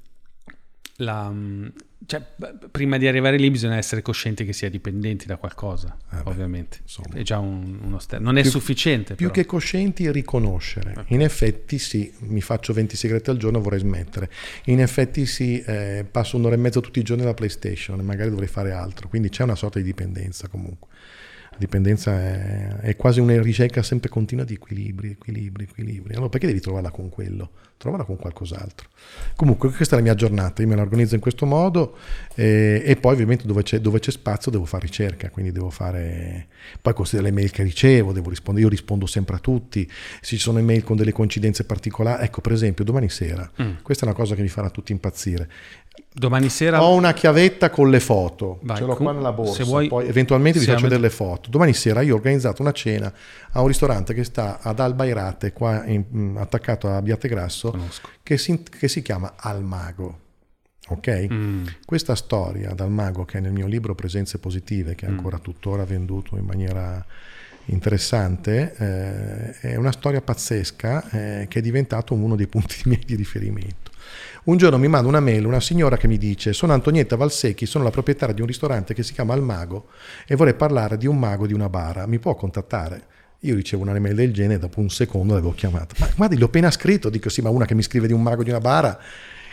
la, mm, cioè, b- prima di arrivare lì bisogna essere coscienti che si è dipendenti da qualcosa, Eh beh, ovviamente. insomma. È già un- uno step. Non è Più- sufficiente. Più però. che coscienti, riconoscere. Ok. In effetti sì, mi faccio venti sigarette al giorno, vorrei smettere. In effetti sì, eh, passo un'ora e mezza tutti i giorni alla PlayStation, magari dovrei fare altro. Quindi c'è una sorta di dipendenza comunque. La dipendenza è, è quasi una ricerca sempre continua di equilibri, equilibri, equilibri. Allora perché devi trovarla con quello? Trovarla con qualcos'altro. Comunque questa è la mia giornata, io me la organizzo in questo modo, eh, e poi ovviamente dove c'è, dove c'è spazio devo fare ricerca, quindi devo fare, poi considero le mail che ricevo, devo rispondere, io rispondo sempre a tutti, se ci sono email con delle coincidenze particolari, ecco per esempio domani sera, Mm. questa è una cosa che vi farà tutti impazzire, Domani sera ho una chiavetta con le foto, Vai, ce l'ho com- qua nella borsa, se vuoi- poi eventualmente vi se faccio avete- vedere le foto. Domani sera io ho organizzato una cena a un ristorante che sta ad Albairate, qua in- mh, attaccato a Abbiate Grasso, conosco. che si, che si chiama Al Mago. Ok? Mm. Questa storia dal mago, che è nel mio libro Presenze Positive, che è ancora tuttora venduto in maniera interessante, eh, è una storia pazzesca, eh, che è diventato uno dei punti miei di riferimento. Un giorno mi manda una mail una signora che mi dice: sono Antonietta Valsecchi, sono la proprietaria di un ristorante che si chiama Al Mago e vorrei parlare di un mago di una bara, mi può contattare? Io ricevo una mail del genere, dopo un secondo l'avevo chiamata, ma guardi, l'ho appena scritto, dico sì, ma una che mi scrive di un mago di una bara,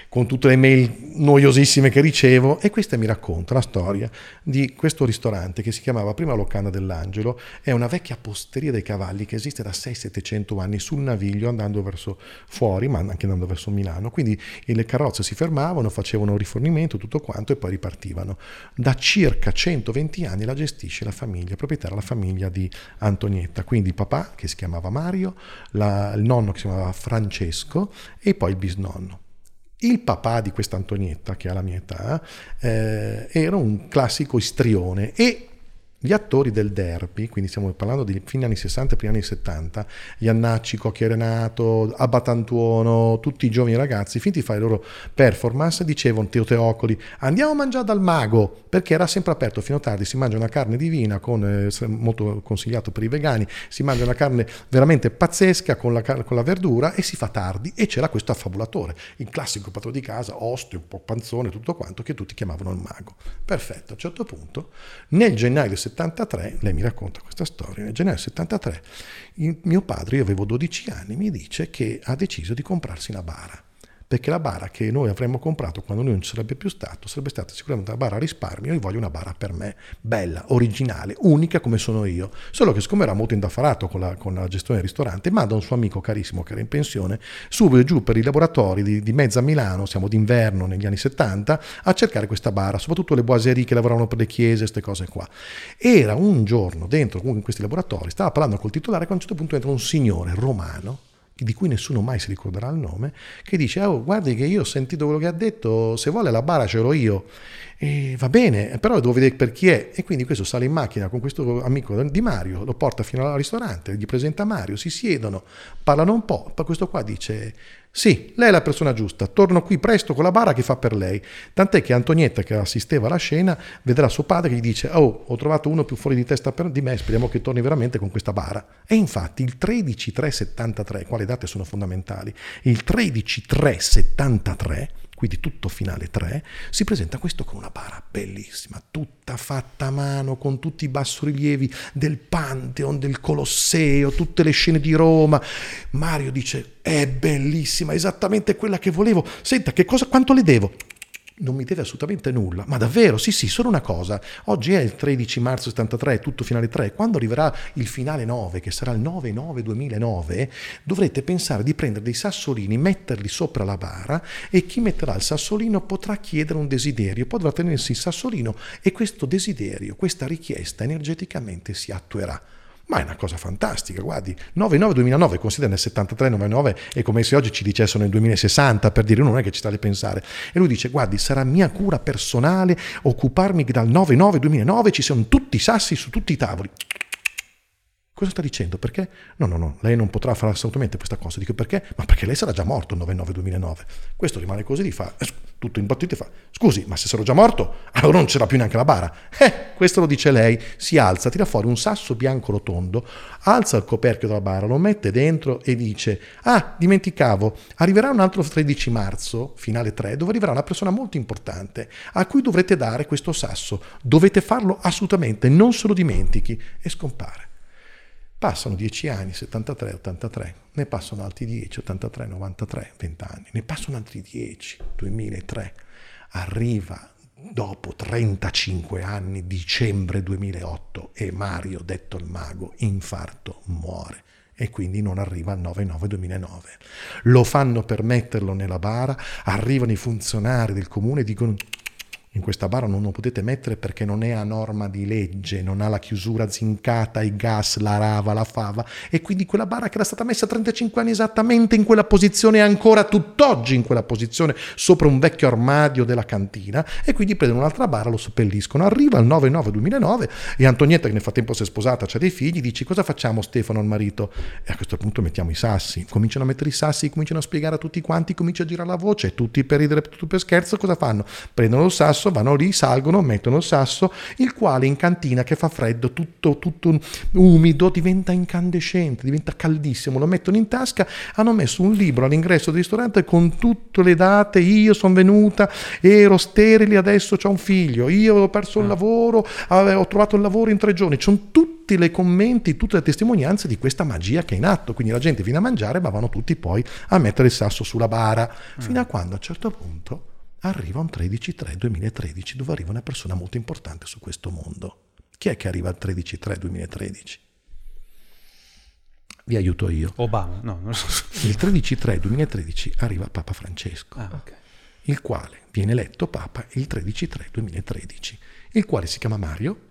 con tutte le mail noiosissime che ricevo, e questa mi racconta la storia di questo ristorante che si chiamava prima Locanda dell'Angelo. È una vecchia posteria dei cavalli che esiste da seicento settecento anni sul Naviglio, andando verso fuori, ma anche andando verso Milano. Quindi le carrozze si fermavano, facevano rifornimento, tutto quanto, e poi ripartivano. Da circa centoventi anni la gestisce la famiglia, proprietaria la famiglia di Antonietta, quindi il papà che si chiamava Mario, la, il nonno che si chiamava Francesco e poi il bisnonno. Il papà di questa Antonietta, che ha la mia età, eh, era un classico istrione, e gli attori del derby, quindi stiamo parlando di fine anni sessanta e primi anni settanta, Iannacci, Cocchi e Renato, Abbatantuono, tutti i giovani ragazzi, finiti di fare le loro performance, dicevano Teo Teocoli: andiamo a mangiare dal mago, perché era sempre aperto fino a tardi, si mangia una carne divina, con, eh, molto consigliato per i vegani, si mangia una carne veramente pazzesca con la, con la verdura, e si fa tardi, e c'era questo affabulatore, il classico padrone di casa, oste, un po' panzone, tutto quanto, che tutti chiamavano il mago. Perfetto, a un certo punto, nel gennaio del settantatré, lei mi racconta questa storia, nel gennaio del settantatré il mio padre, io avevo dodici anni, mi dice che ha deciso di comprarsi una bara, perché la bara che noi avremmo comprato quando lui non ci sarebbe più stato sarebbe stata sicuramente una bara a risparmio. Io voglio una bara per me, bella, originale, unica come sono io. Solo che siccome era molto indaffarato con la, con la gestione del ristorante, manda un suo amico carissimo che era in pensione subito giù per i laboratori di, di mezza Milano, siamo d'inverno negli anni settanta, a cercare questa bara, soprattutto le boiserie che lavoravano per le chiese, queste cose qua. Era un giorno dentro comunque in questi laboratori, stava parlando col titolare, che a un certo punto entra un signore romano, di cui nessuno mai si ricorderà il nome, che dice: oh, guardi che io ho sentito quello che ha detto, se vuole la bara ce l'ho io. E va bene, però devo vedere per chi è. E quindi questo sale in macchina con questo amico di Mario, lo porta fino al ristorante, gli presenta Mario, si siedono, parlano un po', poi questo qua dice: sì, lei è la persona giusta, torno qui presto con la bara che fa per lei. Tant'è che Antonietta, che assisteva alla scena, vedrà suo padre che gli dice: oh, ho trovato uno più fuori di testa per di me, speriamo che torni veramente con questa bara. E infatti il tredici tre settantatré, qua le date sono fondamentali, il tredici tre settantatré, quindi tutto finale tre, si presenta questo con una bara bellissima, tutta fatta a mano, con tutti i bassorilievi del Pantheon, del Colosseo, tutte le scene di Roma. Mario dice: è bellissima, esattamente quella che volevo. Senta, che cosa, quanto le devo? Non mi deve assolutamente nulla. Ma davvero? Sì, sì, solo una cosa. Oggi è il tredici marzo settantatré, tutto finale tre. Quando arriverà il finale nove, che sarà il nove nove duemilanove, dovrete pensare di prendere dei sassolini, metterli sopra la bara, e chi metterà il sassolino potrà chiedere un desiderio, poi dovrà tenersi il sassolino, e questo desiderio, questa richiesta energeticamente si attuerà. Ma è una cosa fantastica, guardi, nove nove duemilanove, considera nel settantatré, nove nove, è come se oggi ci dicessero nel duemilasessanta, per dire, non è che ci sta a pensare. E lui dice: guardi, sarà mia cura personale occuparmi che dal nove nove duemilanove ci siano tutti i sassi su tutti i tavoli. Cosa sta dicendo? Perché? No, no, no, lei non potrà fare assolutamente questa cosa. Dico: perché? Ma perché lei sarà già morto il nove nove duemilanove. Questo rimane così, gli fa, tutto imbattito, e fa: scusi, ma se sarò già morto, allora non c'era più neanche la bara. Eh, questo lo dice lei, si alza, tira fuori un sasso bianco rotondo, alza il coperchio della bara, lo mette dentro e dice: ah, dimenticavo, arriverà un altro tredici marzo, finale tre, dove arriverà una persona molto importante, a cui dovrete dare questo sasso. Dovete farlo assolutamente, non se lo dimentichi. E scompare. Passano dieci anni, settantatré, ottantatré, ne passano altri dieci, ottantatré, novantatré, venti anni, ne passano altri dieci, duemilatré, arriva dopo trentacinque anni, dicembre duemilaotto, e Mario, detto il mago, infarto, muore. E quindi non arriva al nove nove duemilanove. Lo fanno per metterlo nella bara, arrivano i funzionari del comune e dicono: in questa bara non lo potete mettere perché non è a norma di legge, non ha la chiusura zincata, il gas, la rava, la fava, e quindi quella bara che era stata messa trentacinque anni esattamente in quella posizione è ancora tutt'oggi in quella posizione sopra un vecchio armadio della cantina, e quindi prendono un'altra bara, lo seppelliscono. Arriva il nove nove duemilanove e Antonietta, che nel frattempo si è sposata, c'ha dei figli, dice: cosa facciamo Stefano, il marito? E a questo punto mettiamo i sassi, cominciano a mettere i sassi, cominciano a spiegare a tutti quanti, comincia a girare la voce, tutti per ridere, tutti per scherzo. Cosa fanno? Prendono il sasso, vanno lì, salgono, mettono il sasso, il quale in cantina, che fa freddo, tutto, tutto umido, diventa incandescente, diventa caldissimo, lo mettono in tasca. Hanno messo un libro all'ingresso del ristorante con tutte le date: io sono venuta, ero sterile, adesso c'ho un figlio, io ho perso il lavoro, ho trovato il lavoro in tre giorni. C'è tutte tutti i commenti, tutte le testimonianze di questa magia che è in atto. Quindi la gente viene a mangiare, ma vanno tutti poi a mettere il sasso sulla bara, mm. fino a quando a un certo punto arriva un tredici tre duemilatredici, dove arriva una persona molto importante su questo mondo. Chi è che arriva al tredici tre duemilatredici? Vi aiuto io. Obama, no, non so. Il tredici tre duemilatredici arriva Papa Francesco, Ah, ok. il quale viene eletto Papa il tredici tre duemilatredici, il quale si chiama Mario,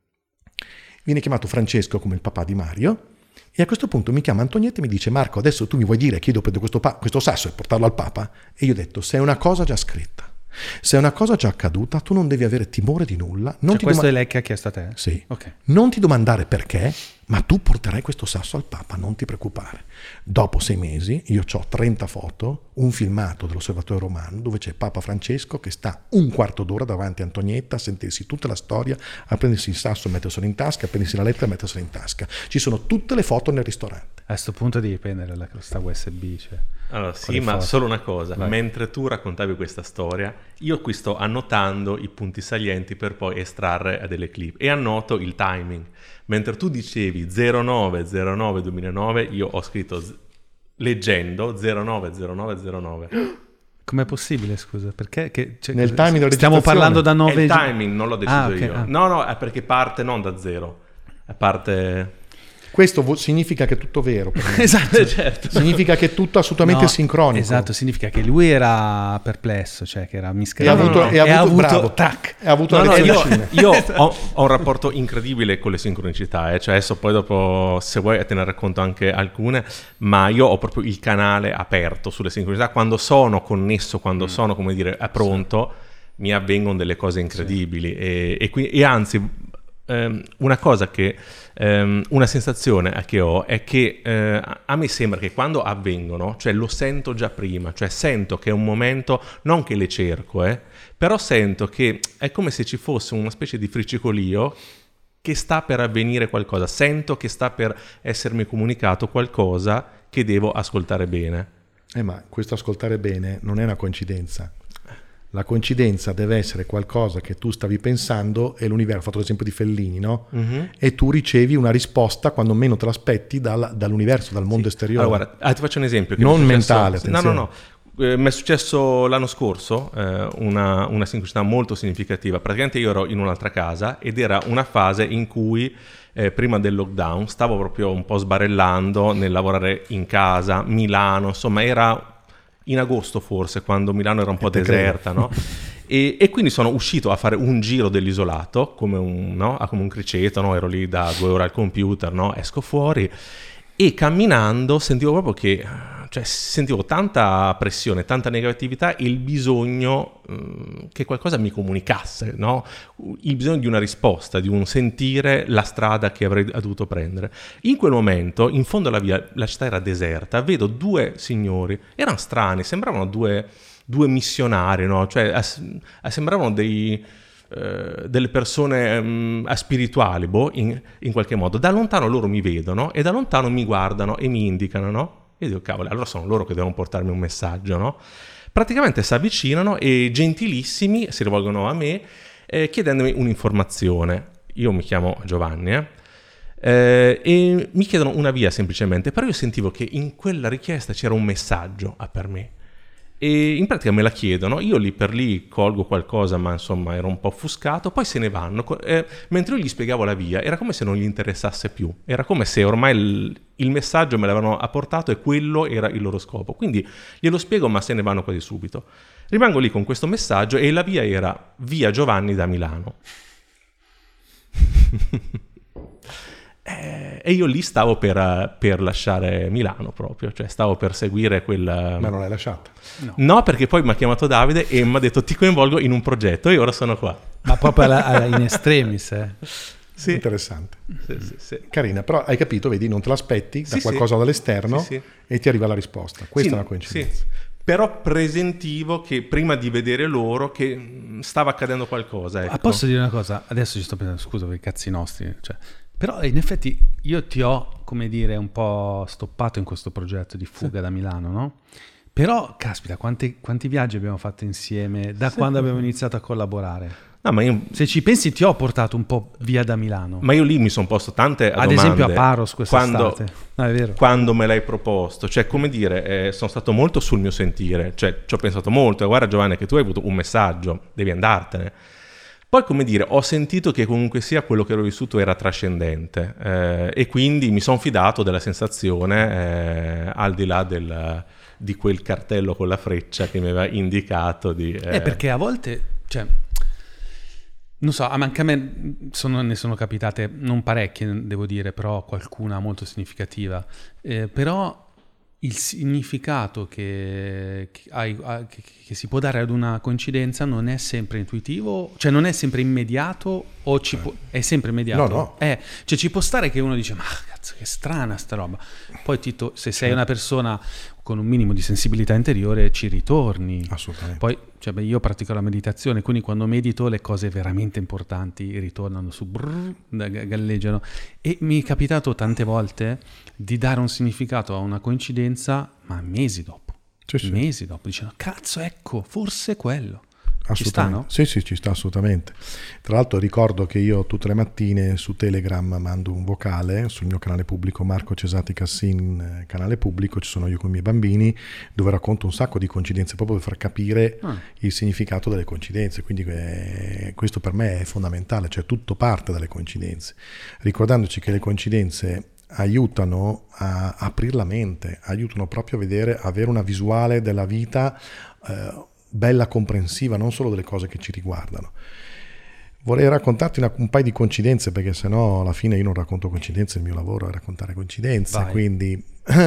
viene chiamato Francesco come il papà di Mario, e a questo punto mi chiama Antonietta e mi dice: Marco, adesso tu mi vuoi dire che io devo prendere questo, pa- questo sasso e portarlo al Papa? E io ho detto: se è una cosa già scritta, se è una cosa già accaduta, tu non devi avere timore di nulla. Non Cioè, ti questo doma- è lei che ha chiesto a te? Sì. Ok. Non ti domandare perché, ma tu porterai questo sasso al Papa, non ti preoccupare. Dopo sei mesi io ho trenta foto, un filmato dell'Osservatorio Romano dove c'è Papa Francesco che sta un quarto d'ora davanti a Antonietta a sentirsi tutta la storia, a prendersi il sasso e metterselo in tasca, a prendersi la lettera e mettersela in tasca. Ci sono tutte le foto nel ristorante. A questo punto devi prendere la questa U S B. Cioè, Allora, con sì, le ma foto. solo una cosa, Vai. mentre tu raccontavi questa storia, io qui sto annotando i punti salienti per poi estrarre delle clip e annoto il timing. Mentre tu dicevi zero nove zero nove duemilanove, io ho scritto z- leggendo zero nove zero nove zero nove. Com'è possibile, scusa? Perché? Che, cioè, Nel cosa- timing della stiamo registrazione. parlando da È nove il gi- timing, non l'ho deciso Ah, ok, io. ah. No, no, è perché parte non da zero, parte... Questo vo- significa che è tutto vero per me. Esatto. certo. Significa che è tutto assolutamente No, sincronico. Esatto, significa che lui era perplesso, cioè che era E ha miscreante. avuto, no, no. e ha E ha avuto, avuto- bravo, tac. e ha avuto No, la no, io, lezione. io ho, ho un rapporto incredibile con le sincronicità, eh. Cioè adesso poi dopo, se vuoi te ne racconto anche alcune, ma io ho proprio il canale aperto sulle sincronicità. Quando sono connesso, quando Mm. sono, come dire, pronto, sì. mi avvengono delle cose incredibili. Sì. E, e, qui, e anzi, ehm, una cosa che, ehm, una sensazione che ho è che eh, a me sembra che quando avvengono, cioè lo sento già prima, cioè sento che è un momento, non che le cerco, eh, però sento che è come se ci fosse una specie di fricicolio che sta per avvenire qualcosa, sento che sta per essermi comunicato qualcosa che devo ascoltare bene. Eh, ma questo ascoltare bene non è una coincidenza. La coincidenza deve essere qualcosa che tu stavi pensando e l'universo, ho fatto l'esempio di Fellini, no? Mm-hmm. E tu ricevi una risposta quando meno te l'aspetti dal, dall'universo, dal mondo Sì. esteriore. Allora, guarda, ah, ti faccio un esempio. Che Non mi è successo- mentale, No, no, attenzione. no. Eh, mi è successo l'anno scorso eh, una, una sincronicità molto significativa. Praticamente io ero in un'altra casa ed era una fase in cui eh, prima del lockdown stavo proprio un po' sbarellando nel lavorare in casa, Milano, insomma era in agosto forse, quando Milano era un po' te deserta, no? E, e quindi sono uscito a fare un giro dell'isolato come un, no? come un criceto, no? Ero lì da due ore al computer, no? Esco fuori e camminando sentivo proprio che, cioè, sentivo tanta pressione, tanta negatività e il bisogno mh, che qualcosa mi comunicasse, no? Il bisogno di una risposta, di un sentire la strada che avrei dovuto prendere. In quel momento, in fondo alla via, la città era deserta, vedo due signori, erano strani, sembravano due, due missionari, no? Cioè, as, sembravano dei... Uh, delle persone um, spirituali, boh, in, in qualche modo. Da lontano loro mi vedono e da lontano mi guardano e mi indicano, no? E dico, cavolo, allora sono loro che devono portarmi un messaggio, no? Praticamente si avvicinano e gentilissimi si rivolgono a me eh, chiedendomi un'informazione. Io mi chiamo Giovanni, eh? Eh, e mi chiedono una via semplicemente, però io sentivo che in quella richiesta c'era un messaggio ah, per me. E in pratica me la chiedono, io lì per lì colgo qualcosa, ma insomma ero un po' offuscato, poi se ne vanno. Eh, mentre io gli spiegavo la via, era come se non gli interessasse più, era come se ormai il, il messaggio me l'avevano apportato e quello era il loro scopo. Quindi glielo spiego, ma se ne vanno quasi subito. Rimango lì con questo messaggio e la via era via Giovanni da Milano. E io lì stavo per, per lasciare Milano proprio, cioè stavo per seguire quel... Ma non l'hai lasciata? No. No, perché poi mi ha chiamato Davide e mi ha detto ti coinvolgo in un progetto e ora sono qua. Ma proprio alla, alla in extremis, eh. Sì. Interessante. Sì, sì, sì. Carina, però hai capito, vedi, non te l'aspetti da Sì, qualcosa sì. dall'esterno Sì, sì. e ti arriva la risposta. Questa Sì, è una coincidenza. sì. Però presentivo che prima di vedere loro che mh, stava accadendo qualcosa. Ecco. Ah, posso dire una cosa? Adesso ci sto pensando, scusa per i cazzi nostri, cioè, però in effetti io ti ho, come dire, un po' stoppato in questo progetto di fuga sì. da Milano, no? Però, caspita, quanti, quanti viaggi abbiamo fatto insieme da sì. quando abbiamo iniziato a collaborare? No, ma io... Se ci pensi ti ho portato un po' via da Milano. Ma io lì mi sono posto tante Ad domande. esempio a Paros quest'estate. Quando, no, è vero. quando me l'hai proposto. Cioè, come dire, eh, sono stato molto sul mio sentire. Cioè, ci ho pensato molto. E guarda Giovanni che tu hai avuto un messaggio, devi andartene. Poi, come dire, ho sentito che comunque sia quello che ero vissuto era trascendente. Eh, e quindi mi sono fidato della sensazione, eh, al di là del, di quel cartello con la freccia che mi aveva indicato di... Eh, eh perché a volte... Cioè, non so, anche a me sono, ne sono capitate non parecchie, devo dire, però qualcuna molto significativa. Eh, però il significato che, che, hai, che, che si può dare ad una coincidenza non è sempre intuitivo, cioè non è sempre immediato o ci può, è sempre immediato. No, no. Eh, cioè ci può stare che uno dice, ma cazzo che strana sta roba. Poi Tito, se sei una persona con un minimo di sensibilità interiore ci ritorni. Assolutamente. Poi cioè, beh, io pratico la meditazione, quindi quando medito le cose veramente importanti ritornano su, brrr, galleggiano. E mi è capitato tante volte di dare un significato a una coincidenza, ma mesi dopo. Sì, sì. Mesi dopo, dicendo, cazzo, ecco, forse è quello. Ci sta, Assolutamente. no? Sì, sì, ci sta assolutamente. Tra l'altro ricordo che io tutte le mattine su Telegram mando un vocale sul mio canale pubblico Marco Cesati Cassin, canale pubblico, ci sono io con i miei bambini, dove racconto un sacco di coincidenze proprio per far capire ah. il significato delle coincidenze. Quindi eh, questo per me è fondamentale, cioè tutto parte dalle coincidenze, ricordandoci che le coincidenze aiutano a aprire la mente, aiutano proprio a vedere, avere una visuale della vita eh, bella, comprensiva, non solo delle cose che ci riguardano. Vorrei raccontarti una, un paio di coincidenze, perché sennò alla fine io non racconto coincidenze, il mio lavoro è raccontare coincidenze. Vai. Quindi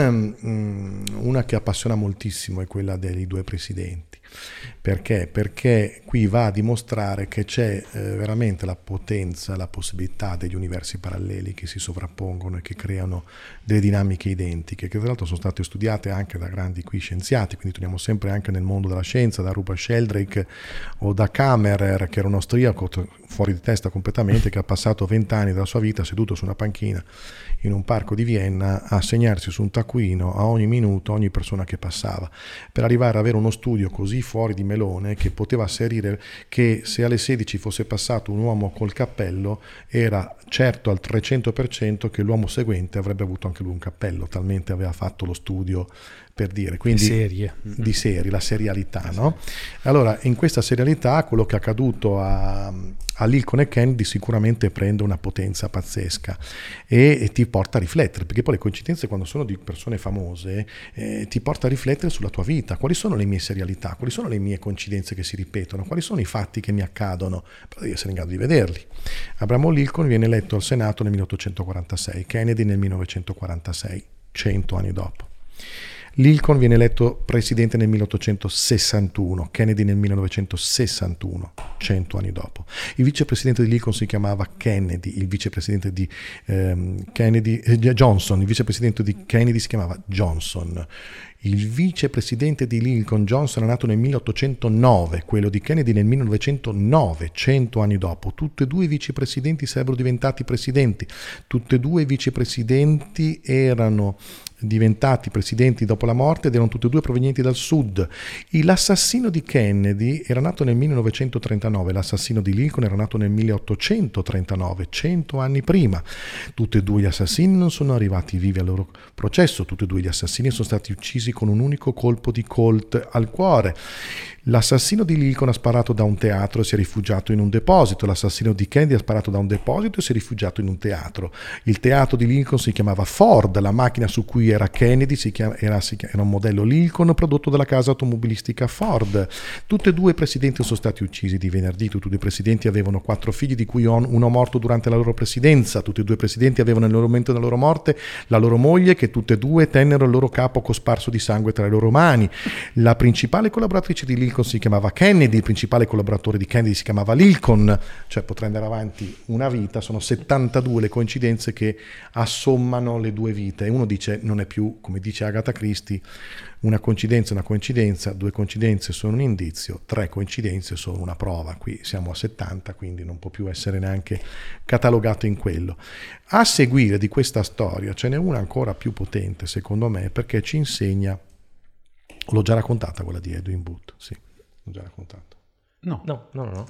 una che appassiona moltissimo è quella dei due presidenti. Perché? Perché qui va a dimostrare che c'è eh, veramente la potenza, la possibilità degli universi paralleli che si sovrappongono e che creano delle dinamiche identiche, che tra l'altro sono state studiate anche da grandi qui scienziati, quindi torniamo sempre anche nel mondo della scienza, da Rupert Sheldrake o da Kammerer, che era un austriaco fuori di testa completamente, che ha passato vent'anni della sua vita seduto su una panchina in un parco di Vienna a segnarsi su un taccuino a ogni minuto ogni persona che passava, per arrivare ad avere uno studio così fuori di melone che poteva asserire che se alle sedici fosse passato un uomo col cappello era certo al trecento per cento che l'uomo seguente avrebbe avuto anche lui un cappello, talmente aveva fatto lo studio, per dire, quindi serie. di serie, la serialità, no? Allora, in questa serialità quello che è accaduto a, a Lincoln e Kennedy sicuramente prende una potenza pazzesca e, e ti porta a riflettere, perché poi le coincidenze quando sono di persone famose eh, ti porta a riflettere sulla tua vita, quali sono le mie serialità, quali sono le mie coincidenze che si ripetono, quali sono i fatti che mi accadono, però devi essere in grado di vederli. Abraham Lincoln viene eletto al Senato nel milleottocentoquarantasei, Kennedy nel millenovecentoquarantasei, cento anni dopo. Lincoln viene eletto presidente nel milleottocentosessantuno, Kennedy nel millenovecentosessantuno, cento anni dopo. Il vicepresidente di Lincoln si chiamava Kennedy, il vicepresidente di ehm, Kennedy, eh, Johnson, il vicepresidente di Kennedy si chiamava Johnson. Il vicepresidente di Lincoln, Johnson, è nato nel milleottocentonove, quello di Kennedy nel millenovecentonove, cento anni dopo. Tutti e due i vicepresidenti sarebbero diventati presidenti. Tutti e due i vicepresidenti erano diventati presidenti dopo la morte ed erano tutti e due provenienti dal sud. L'assassino di Kennedy era nato nel millenovecentotrentanove, l'assassino di Lincoln era nato nel milleottocentotrentanove, cento anni prima. Tutti e due gli assassini non sono arrivati vivi al loro processo, tutti e due gli assassini sono stati uccisi con un unico colpo di Colt al cuore. L'assassino di Lincoln ha sparato da un teatro e si è rifugiato in un deposito, l'assassino di Kennedy ha sparato da un deposito e si è rifugiato in un teatro. Il teatro di Lincoln si chiamava Ford, la macchina su cui era Kennedy si chiama, era, era un modello Lincoln prodotto dalla casa automobilistica Ford. Tutti e due i presidenti sono stati uccisi di venerdì, tutti e due i presidenti avevano quattro figli di cui uno morto durante la loro presidenza, tutti e due i presidenti avevano nel momento della loro morte la loro moglie che tutte e due tennero il loro capo cosparso di sangue tra le loro mani. La principale collaboratrice di Lincoln si chiamava Kennedy, il principale collaboratore di Kennedy si chiamava Lincoln, cioè potrei andare avanti una vita, sono settantadue le coincidenze che assommano le due vite e uno dice non è più, come dice Agatha Christie, una coincidenza è una coincidenza, due coincidenze sono un indizio, tre coincidenze sono una prova, qui siamo a settanta quindi non può più essere neanche catalogato in quello. A seguire di questa storia ce n'è una ancora più potente secondo me perché ci insegna. L'ho già raccontata quella di Edwin Booth, sì, l'ho già raccontata. No, no, no, no. no.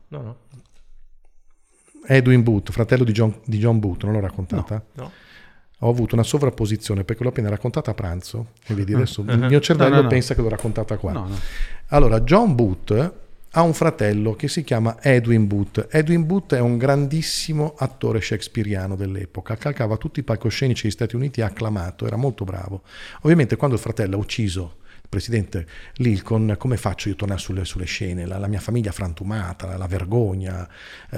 no, no. Edwin Booth, fratello di John, di John Booth, non l'ho raccontata? No. no. Ho avuto una sovrapposizione perché l'ho appena raccontata a pranzo e vedi adesso il mio cervello no, no, no. pensa che l'ho raccontata qua. No, no. Allora, John Booth ha un fratello che si chiama Edwin Booth. Edwin Booth è un grandissimo attore shakespeariano dell'epoca, calcava tutti i palcoscenici degli Stati Uniti, acclamato, era molto bravo. Ovviamente quando il fratello ha ucciso il presidente Lincoln, come faccio io a tornare sulle, sulle scene? La, la mia famiglia frantumata, la, la vergogna,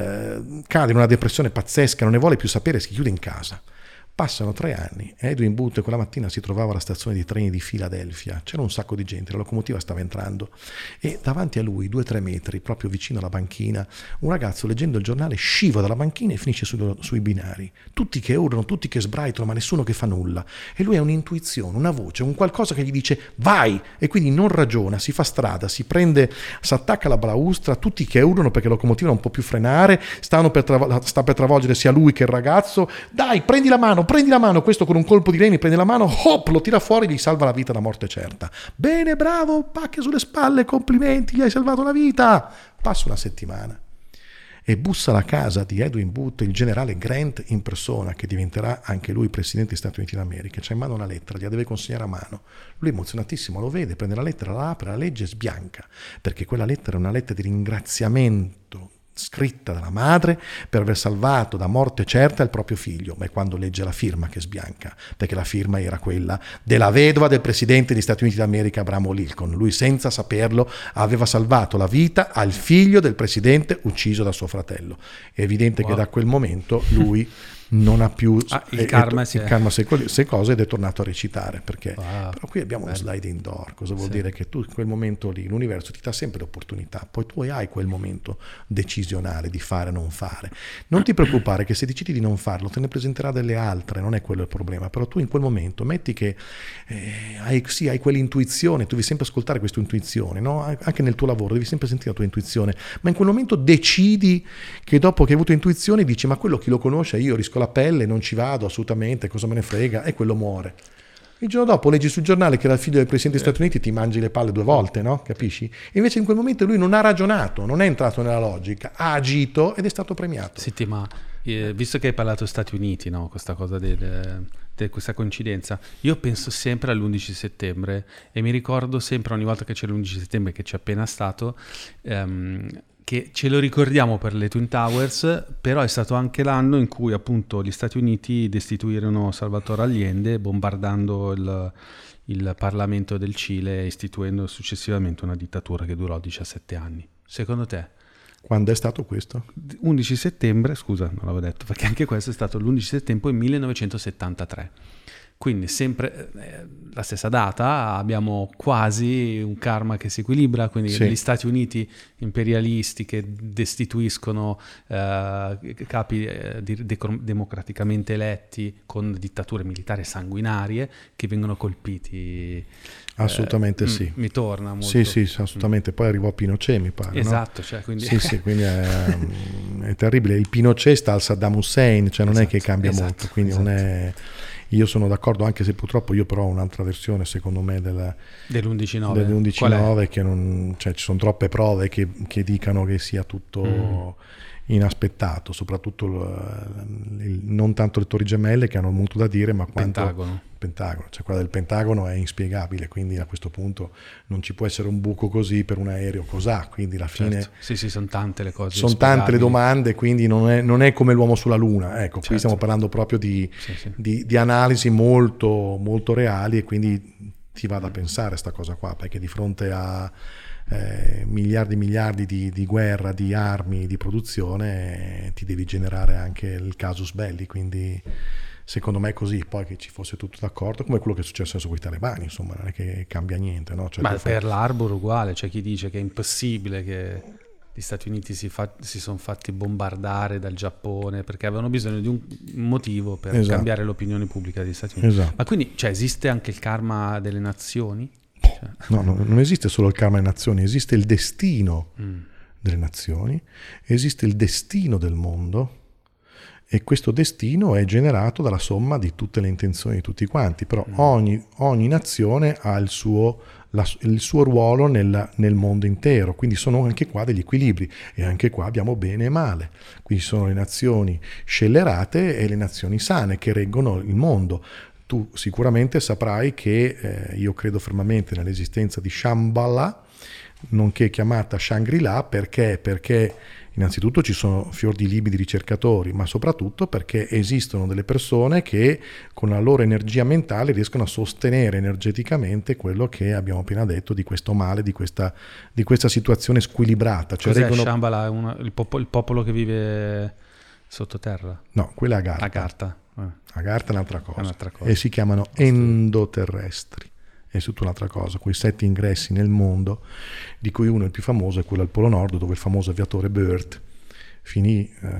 eh, cade in una depressione pazzesca, non ne vuole più sapere, si chiude in casa. Passano tre anni, Edwin Booth quella mattina si trovava alla stazione di treni di Filadelfia, c'era un sacco di gente, la locomotiva stava entrando e davanti a lui, due o tre metri, proprio vicino alla banchina, un ragazzo leggendo il giornale scivola dalla banchina e finisce su, sui binari. Tutti che urlano, tutti che sbraitano, ma nessuno che fa nulla. E lui ha un'intuizione, una voce, un qualcosa che gli dice vai! E quindi non ragiona, si fa strada, si prende, si attacca alla balaustra, tutti che urlano perché la locomotiva non può più frenare, stanno per tra- sta per travolgere sia lui che il ragazzo. Dai, prendi la mano! Prendi la mano, questo con un colpo di legno prende la mano, hop, lo tira fuori, gli salva la vita da morte certa. Bene, bravo, pacche sulle spalle, complimenti, gli hai salvato la vita. Passa una settimana e bussa alla casa di Edwin Booth il generale Grant in persona, che diventerà anche lui presidente degli Stati Uniti d'America. C'ha in mano una lettera, gliela deve consegnare a mano. Lui emozionatissimo lo vede, prende la lettera, la apre, la legge e sbianca, perché quella lettera è una lettera di ringraziamento scritta dalla madre per aver salvato da morte certa il proprio figlio, ma è quando legge la firma che sbianca, perché la firma era quella della vedova del presidente degli Stati Uniti d'America Abraham Lincoln. Lui senza saperlo aveva salvato la vita al figlio del presidente ucciso da suo fratello. È evidente wow. che da quel momento lui non ha più ah, il è, karma, è, si il è... karma sei cose ed è tornato a recitare perché wow. però qui abbiamo uno sliding door. Cosa vuol sì. dire? Che tu in quel momento lì l'universo ti dà sempre l'opportunità, poi tu hai quel momento decisionale di fare o non fare. Non ti preoccupare che se decidi di non farlo te ne presenterà delle altre, non è quello il problema, però tu in quel momento metti che eh, hai, sì, hai quell'intuizione, tu devi sempre ascoltare questa intuizione, no? Anche nel tuo lavoro devi sempre sentire la tua intuizione, ma in quel momento decidi che dopo che hai avuto intuizione dici ma quello chi lo conosce, io risco la pelle, non ci vado assolutamente, cosa me ne frega, e quello muore. Il giorno dopo leggi sul giornale che era il figlio del presidente degli Stati Uniti, ti mangi le palle due volte, no? Capisci? E invece in quel momento lui non ha ragionato, non è entrato nella logica, ha agito ed è stato premiato. Senti, ma eh, visto che hai parlato Stati Uniti, no? Questa cosa del, de questa coincidenza, io penso sempre all'undici settembre e mi ricordo sempre ogni volta che c'è l'undici settembre, che c'è appena stato, ehm, che ce lo ricordiamo per le Twin Towers, però è stato anche l'anno in cui appunto gli Stati Uniti destituirono Salvatore Allende bombardando il, il Parlamento del Cile e istituendo successivamente una dittatura che durò diciassette anni. Secondo te? Quando è stato questo? undici settembre, scusa, non l'avevo detto, perché anche questo è stato l'undici settembre millenovecentosettantatré. Quindi sempre eh, la stessa data, abbiamo quasi un karma che si equilibra, quindi sì. gli Stati Uniti imperialisti che destituiscono eh, capi eh, de democraticamente eletti con dittature militari sanguinarie che vengono colpiti. Assolutamente eh, sì. M mi torna molto. Sì, sì, assolutamente. Poi arrivò Pinochet, mi pare. Esatto, no? cioè, quindi... Sì, sì, quindi è, è terribile. Il Pinochet sta al Saddam Hussein, cioè non esatto, è che cambia esatto, molto, quindi esatto. non è... Io sono d'accordo, anche se purtroppo io però ho un'altra versione, secondo me, dell'undici nove, dell'undici nove, che non, cioè ci sono troppe prove che, che dicano che sia tutto mm. inaspettato, soprattutto il, il, non tanto le Torri Gemelle che hanno molto da dire, ma quanto Pentagono. Pentagono, cioè quella del Pentagono è inspiegabile, quindi a questo punto non ci può essere un buco così per un aereo, cos'ha? Quindi alla fine certo. sì, sì, sono tante le cose. Sono tante le domande, quindi non è, non è come l'uomo sulla Luna. Ecco, certo. Qui stiamo parlando proprio di, sì, sì. di, di analisi molto, molto reali e quindi ti va da pensare a sta cosa qua, perché di fronte a eh, miliardi e miliardi di, di guerra, di armi, di produzione, eh, ti devi generare anche il casus belli, quindi... Secondo me è così, poi che ci fosse tutto d'accordo, come quello che è successo adesso con i talebani, insomma, non è che cambia niente, no? Cioè, ma fai... per l'Arbor uguale, c'è chi dice che è impossibile che gli Stati Uniti si, fa... si sono fatti bombardare dal Giappone perché avevano bisogno di un motivo per esatto. cambiare l'opinione pubblica degli Stati Uniti. Esatto. Ma quindi cioè, esiste anche il karma delle nazioni? Cioè... No, no, non esiste solo il karma delle nazioni, esiste il destino mm. delle nazioni, esiste il destino del mondo. e questo destino è generato dalla somma di tutte le intenzioni di tutti quanti, però mm. ogni, ogni nazione ha il suo, la, il suo ruolo nel, nel mondo intero, quindi sono anche qua degli equilibri, e anche qua abbiamo bene e male, quindi sono le nazioni scellerate e le nazioni sane che reggono il mondo. Tu sicuramente saprai che eh, io credo fermamente nell'esistenza di Shambhala, nonché chiamata Shangri-La, perché? Perché innanzitutto ci sono fior di libri di ricercatori, ma soprattutto perché esistono delle persone che con la loro energia mentale riescono a sostenere energeticamente quello che abbiamo appena detto di questo male, di questa, di questa situazione squilibrata. Cioè Cos'è reggono... Shambhala? Una, il, popo, il popolo che vive sottoterra? No, quella è Agartha. Agartha. Eh. Agartha è un'altra cosa. È un'altra cosa. E si chiamano endoterrestri. È tutta un'altra cosa, quei sette ingressi nel mondo, di cui uno, il più famoso, è quello al Polo Nord, dove il famoso aviatore Burt finì eh,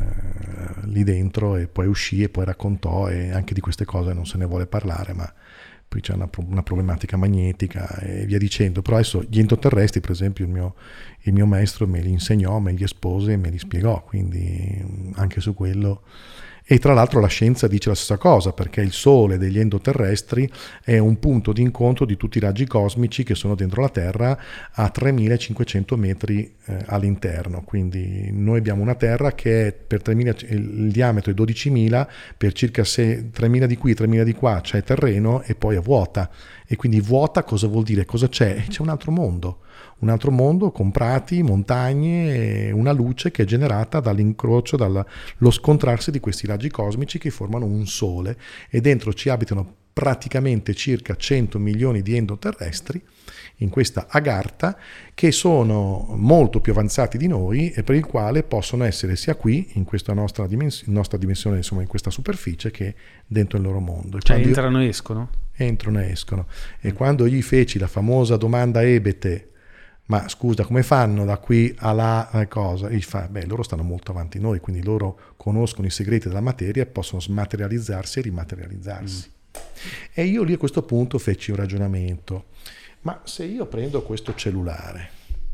lì dentro e poi uscì e poi raccontò, e anche di queste cose non se ne vuole parlare, ma poi c'è una, una problematica magnetica e via dicendo. Però adesso gli endoterrestri, per esempio, il mio, il mio maestro me li insegnò, me li espose e me li spiegò, quindi anche su quello. E tra l'altro la scienza dice la stessa cosa, perché il Sole degli endoterrestri è un punto di incontro di tutti i raggi cosmici che sono dentro la Terra a tremilacinquecento metri eh, all'interno. Quindi noi abbiamo una Terra che è per tremila, il diametro è dodicimila, per circa tremila di qui, tremila di qua c'è terreno e poi è vuota. E quindi vuota cosa vuol dire? Cosa c'è? C'è un altro mondo. Un altro mondo con prati, montagne e una luce che è generata dall'incrocio, dallo scontrarsi di questi raggi cosmici che formano un sole, e dentro ci abitano praticamente circa cento milioni di endoterrestri in questa Agartha, che sono molto più avanzati di noi e per il quale possono essere sia qui in questa nostra, dimens- nostra dimensione, insomma in questa superficie, che dentro il loro mondo. E cioè io... entrano e escono? Entrano e escono. E quando gli feci la famosa domanda ebete, ma scusa, come fanno da qui alla cosa? E gli fa, beh, loro stanno molto avanti noi, quindi loro conoscono i segreti della materia e possono smaterializzarsi e rimaterializzarsi. Mm. E io lì a questo punto feci un ragionamento. Ma se io prendo questo cellulare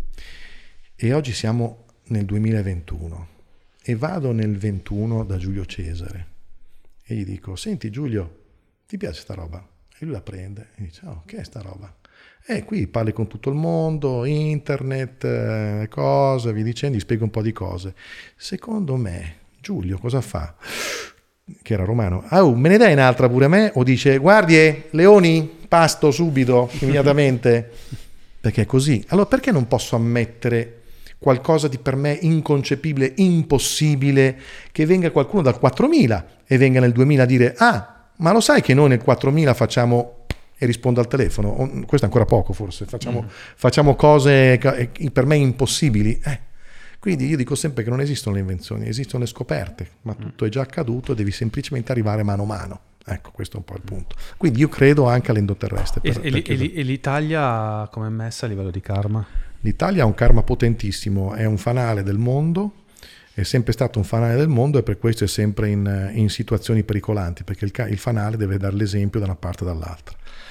e oggi siamo nel duemilaventuno e vado nel ventuno da Giulio Cesare e gli dico, senti Giulio, ti piace sta roba? E lui la prende e dice, oh, che è sta roba? E qui parli con tutto il mondo, internet, eh, cose, vi dicendo, gli spiego un po' di cose. Secondo me, Giulio cosa fa? Che era romano. Ah, oh, me ne dai un'altra pure a me? O dice, guardi, eh, Leoni, pasto subito, immediatamente. Perché è così. Allora perché non posso ammettere qualcosa di per me inconcepibile, impossibile, che venga qualcuno dal quattromila e venga nel duemila a dire, ah, ma lo sai che noi nel quattromila facciamo... e rispondo al telefono, questo è ancora poco forse, facciamo, mm. facciamo cose per me impossibili. Eh. Quindi io dico sempre che non esistono le invenzioni, esistono le scoperte, ma tutto è già accaduto, devi semplicemente arrivare mano a mano. Ecco, questo è un po' il punto. Quindi io credo anche all'endoterrestre. Per, e, e, e l'Italia come è messa a livello di karma? L'Italia ha un karma potentissimo, è un fanale del mondo, è sempre stato un fanale del mondo e per questo è sempre in, in situazioni pericolanti, perché il, il fanale deve dare l'esempio da una parte e dall'altra.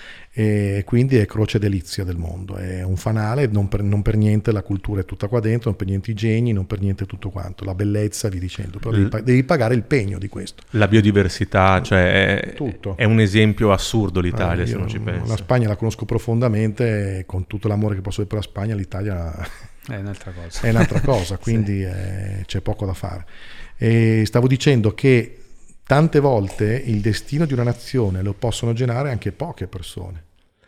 E quindi è croce delizia del mondo, è un fanale, non per, non per niente la cultura è tutta qua dentro, non per niente i geni, non per niente tutto quanto, la bellezza, vi dicendo, però devi, devi pagare il pegno di questo. La biodiversità, cioè è, tutto. È un esempio assurdo l'Italia, eh, se non ci pensi. La Spagna la conosco profondamente, e con tutto l'amore che posso avere per la Spagna, l'Italia è un'altra cosa, è un'altra cosa quindi sì. è, c'è poco da fare. E stavo dicendo che tante volte il destino di una nazione lo possono generare anche poche persone.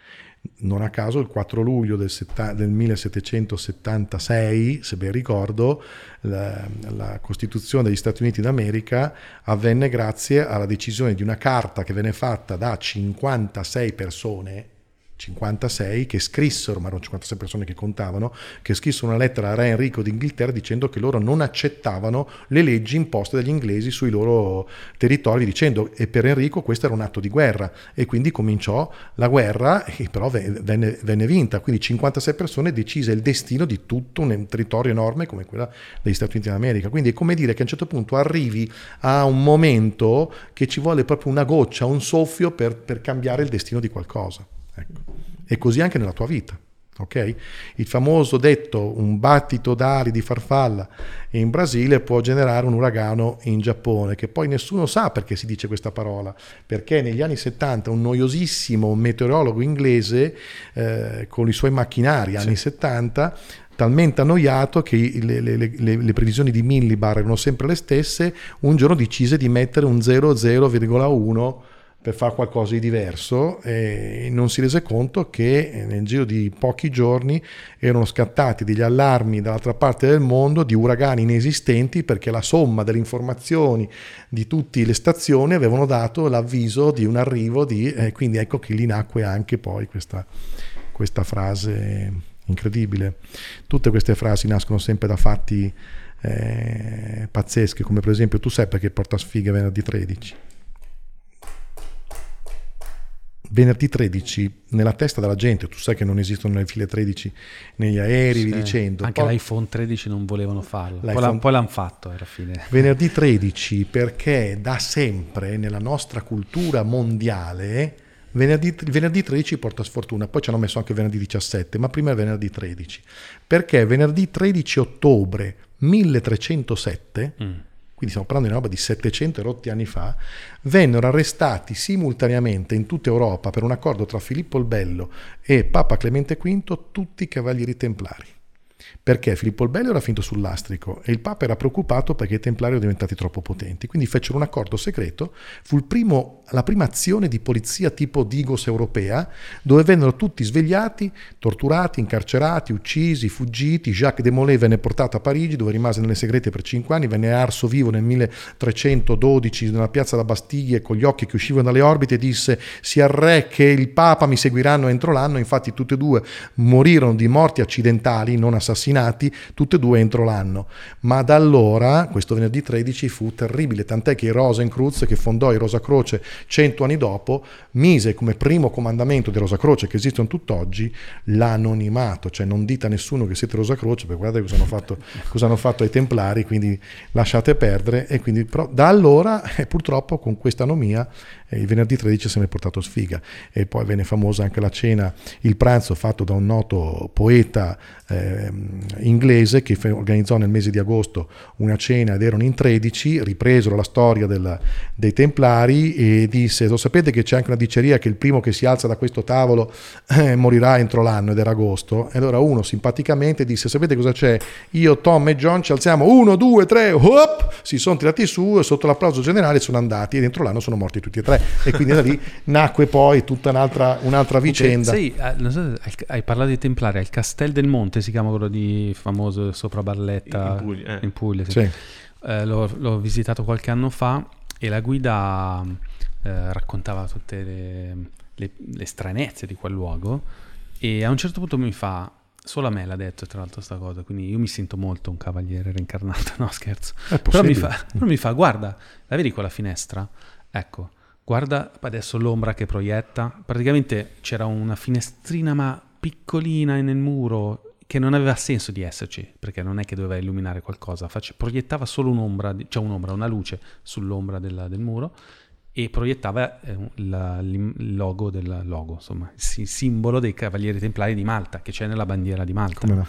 Non a caso il quattro luglio del, setta, del millesettecentosettantasei, se ben ricordo, la, la Costituzione degli Stati Uniti d'America avvenne grazie alla decisione di una carta che venne fatta da cinquantasei persone, cinquantasei che scrissero, ma erano cinquantasei persone che contavano, che scrissero una lettera al re Enrico d'Inghilterra dicendo che loro non accettavano le leggi imposte dagli inglesi sui loro territori, dicendo, e per Enrico questo era un atto di guerra, e quindi cominciò la guerra, e però venne, venne vinta, quindi cinquantasei persone decise il destino di tutto un territorio enorme come quella degli Stati Uniti d'America. Quindi è come dire che a un certo punto arrivi a un momento che ci vuole proprio una goccia, un soffio per, per cambiare il destino di qualcosa. Ecco. E così anche nella tua vita. ok? Il famoso detto un battito d'ali di farfalla in Brasile può generare un uragano in Giappone, che poi nessuno sa perché si dice questa parola, perché negli anni settanta un noiosissimo meteorologo inglese eh, con i suoi macchinari anni sì. settanta, talmente annoiato che le, le, le, le previsioni di millibar erano sempre le stesse, un giorno decise di mettere un zero virgola uno per fare qualcosa di diverso e non si rese conto che nel giro di pochi giorni erano scattati degli allarmi dall'altra parte del mondo di uragani inesistenti, perché la somma delle informazioni di tutte le stazioni avevano dato l'avviso di un arrivo di eh, quindi ecco che lì nacque anche poi questa, questa frase incredibile. Tutte queste frasi nascono sempre da fatti eh, pazzeschi, come per esempio: tu sai perché porta sfiga venerdì tredici? Venerdì tredici nella testa della gente, tu sai che non esistono le file tredici negli aerei, sì, dicendo anche poi, l'iPhone tredici non volevano farlo, poi, l'han, poi l'hanno fatto alla fine. Venerdì tredici perché da sempre nella nostra cultura mondiale venerdì, venerdì tredici porta sfortuna, poi ci hanno messo anche venerdì diciassette, ma prima è venerdì tredici, perché venerdì tredici ottobre milletrecentosette, mm. quindi stiamo parlando di una roba di settecento e rotti anni fa, vennero arrestati simultaneamente in tutta Europa per un accordo tra Filippo il Bello e Papa Clemente quinto tutti i cavalieri templari. Perché Filippo il Bello era finito sul lastrico e il Papa era preoccupato perché i templari erano diventati troppo potenti, quindi fecero un accordo segreto. Fu il primo, la prima azione di polizia tipo Digos europea, dove vennero tutti svegliati, torturati, incarcerati, uccisi, fuggiti. Jacques de Molay venne portato a Parigi, dove rimase nelle segrete per cinque anni, venne arso vivo nel milletrecentododici nella piazza della Bastiglia con gli occhi che uscivano dalle orbite e disse: sia il re che il Papa mi seguiranno entro l'anno. Infatti tutti e due morirono di morti accidentali, non assassinati, tutte e due entro l'anno. Ma da allora questo venerdì tredici fu terribile, tant'è che il Rosenkreuz, che fondò il Rosacroce cento anni dopo, mise come primo comandamento del Rosacroce, che esistono tutt'oggi, l'anonimato, cioè non dite a nessuno che siete Rosacroce, perché guardate cosa hanno fatto, cosa hanno fatto ai Templari, quindi lasciate perdere. E quindi però, da allora eh, purtroppo con questa anomia eh, il venerdì tredici è sempre portato sfiga. E poi venne famosa anche la cena, il pranzo fatto da un noto poeta eh, inglese che organizzò nel mese di agosto una cena ed erano in tredici, ripresero la storia del, dei Templari e disse: lo sapete che c'è anche una diceria che il primo che si alza da questo tavolo eh, morirà entro l'anno, ed era agosto. E allora uno simpaticamente disse: sapete cosa c'è? Io, Tom e John ci alziamo, uno, due, tre, hop! Si sono tirati su e sotto l'applauso generale sono andati e dentro l'anno sono morti tutti e tre. E quindi da lì nacque poi tutta un'altra, un'altra vicenda. Sì, non so, hai parlato dei Templari, al Castel del Monte si chiama quello di famoso sopra Barletta in Puglia, eh. in Puglia sì. Sì. Eh, l'ho, l'ho visitato qualche anno fa e la guida eh, raccontava tutte le, le, le stranezze di quel luogo, e a un certo punto mi fa, solo a me l'ha detto tra l'altro sta cosa, quindi io mi sento molto un cavaliere reincarnato, no scherzo, però mi, fa, però mi fa guarda, la vedi quella finestra? Ecco, guarda adesso l'ombra che proietta, praticamente c'era una finestrina ma piccolina nel muro che non aveva senso di esserci, perché non è che doveva illuminare qualcosa, Face, proiettava solo un'ombra, cioè un'ombra, una luce sull'ombra del, del muro, e proiettava eh, la, il logo del logo, insomma, il simbolo dei Cavalieri Templari di Malta, che c'è nella bandiera di Malta. Come no?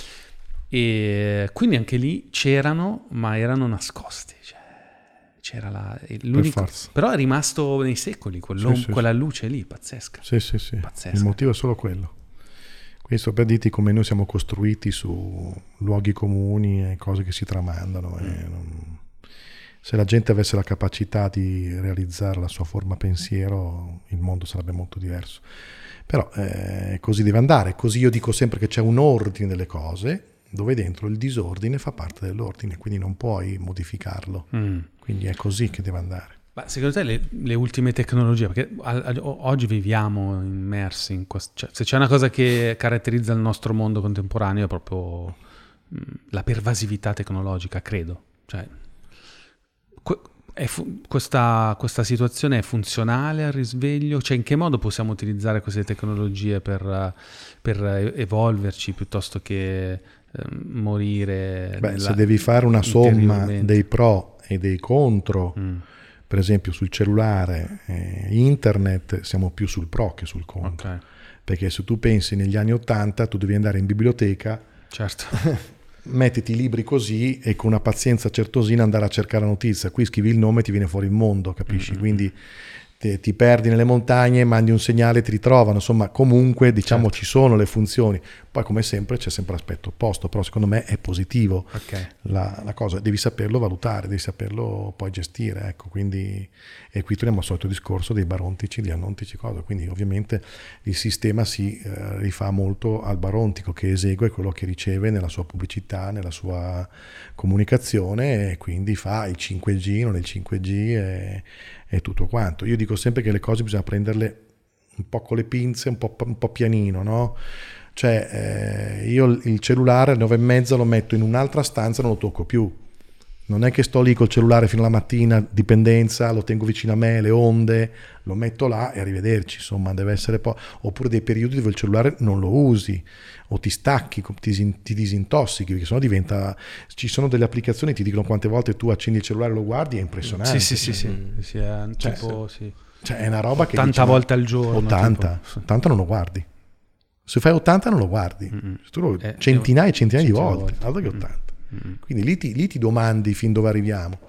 E quindi anche lì c'erano, ma erano nascosti, cioè, c'era la, l'unico, per però è rimasto nei secoli sì, sì, quella sì. luce lì, pazzesca. Sì, sì, sì. Pazzesca. Il motivo è solo quello. Questo per dirti come noi siamo costruiti su luoghi comuni e cose che si tramandano. Mm. E non... Se la gente avesse la capacità di realizzare la sua forma pensiero, il mondo sarebbe molto diverso. Però eh, così deve andare. Così io dico sempre che c'è un ordine delle cose, dove dentro il disordine fa parte dell'ordine, quindi non puoi modificarlo. Mm. Quindi è così che deve andare. Ma secondo te le, le ultime tecnologie, perché a, a, oggi viviamo immersi in questo, cioè, se c'è una cosa che caratterizza il nostro mondo contemporaneo è proprio mh, la pervasività tecnologica, credo. Cioè, que, è fu, questa, questa situazione è funzionale al risveglio? Cioè, in che modo possiamo utilizzare queste tecnologie per, per evolverci piuttosto che eh, morire? Beh, se devi fare una somma dei pro e dei contro... Mm. Per esempio sul cellulare, eh, internet, siamo più sul pro che sul contro. Okay. perché se tu pensi negli anni ottanta tu devi andare in biblioteca, certo, mettiti i libri così e con una pazienza certosina andare a cercare la notizia. Qui scrivi il nome e ti viene fuori il mondo, capisci? Mm-hmm. Quindi ti, ti perdi nelle montagne, mandi un segnale, ti ritrovano, insomma comunque diciamo certo. Ci sono le funzioni. Poi come sempre c'è sempre l'aspetto opposto, però secondo me è positivo okay. la, la cosa, devi saperlo valutare, devi saperlo poi gestire, ecco. Quindi, e qui torniamo al solito discorso dei barontici, degli annontici, cosa. Quindi ovviamente il sistema si eh, rifà molto al barontico che esegue quello che riceve nella sua pubblicità, nella sua comunicazione, e quindi fa il cinque G, non il cinque G e, e tutto quanto. Io dico sempre che le cose bisogna prenderle un po' con le pinze, un po', un po' pianino, no? Cioè eh, io il cellulare alle nove e mezza lo metto in un'altra stanza, non lo tocco più. Non è che sto lì col cellulare fino alla mattina, dipendenza, lo tengo vicino a me, le onde, lo metto là e arrivederci, insomma, deve essere poi. Oppure dei periodi dove il cellulare non lo usi, o ti stacchi, ti, ti disintossichi, perché sennò diventa. Ci sono delle applicazioni che ti dicono quante volte tu accendi il cellulare e lo guardi, è impressionante. Sì, sì, sì, sì. Mm. sì è, cioè, tipo, sì. Cioè, è una roba che. ottanta volte al giorno. ottanta, tipo. ottanta non lo guardi. Se fai ottanta non lo guardi, mm-hmm. tu lo, eh, centinaia e centinaia di volte, volte. Altro che ottanta. Mm-hmm. Quindi lì ti, lì ti domandi fin dove arriviamo.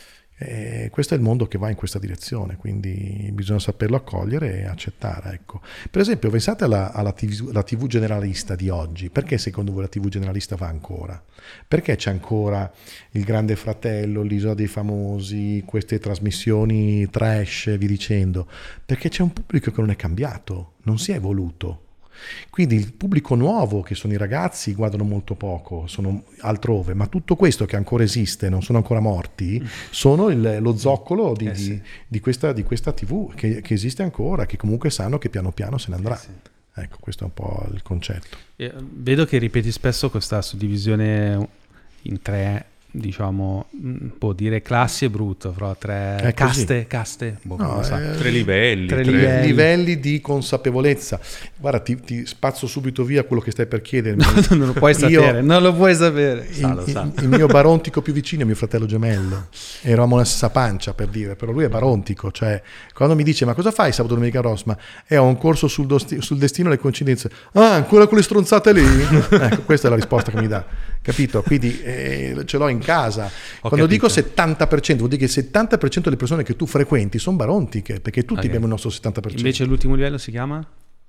E questo è il mondo che va in questa direzione, quindi bisogna saperlo accogliere e accettare. Ecco. Per esempio, pensate alla, alla, tivù, alla tivù generalista di oggi. Perché secondo voi la tivù generalista va ancora? Perché c'è ancora il Grande Fratello, l'Isola dei Famosi, queste trasmissioni trash e via dicendo? Perché c'è un pubblico che non è cambiato, non si è evoluto. Quindi il pubblico nuovo, che sono i ragazzi, guardano molto poco, sono altrove, ma tutto questo che ancora esiste, non sono ancora morti, sono il, lo zoccolo di, eh sì. di, di, questa, di questa tivù che, che esiste ancora, che comunque sanno che piano piano se ne andrà. Eh sì. Ecco, questo è un po' il concetto. Eh, vedo che ripeti spesso questa suddivisione in tre, diciamo, può dire classi è brutto, però tre caste, caste boh, no, so. eh, tre livelli, tre, tre livelli. livelli di consapevolezza. Guarda, ti, ti spazzo subito via quello che stai per chiedermi. No, non lo puoi sapere, Io, non lo puoi sapere. Il, sa, lo sa. il mio barontico più vicino è mio fratello gemello. Eravamo nella stessa pancia, per dire, però lui è barontico, cioè quando mi dice "Ma cosa fai sabato domenica Rosma?" E ho un corso sul, dosti, sul destino e le coincidenze. Ah, ancora quelle stronzate lì? Ecco, questa è la risposta che mi dà. Capito? Quindi eh, ce l'ho in casa. Ho Quando capito. dico settanta per cento vuol dire che il settanta per cento delle persone che tu frequenti sono barontiche, perché tutti okay. abbiamo il nostro settanta per cento. Invece l'ultimo livello si chiama?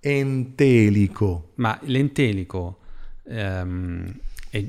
Entelico. Ma l'entelico ehm, è,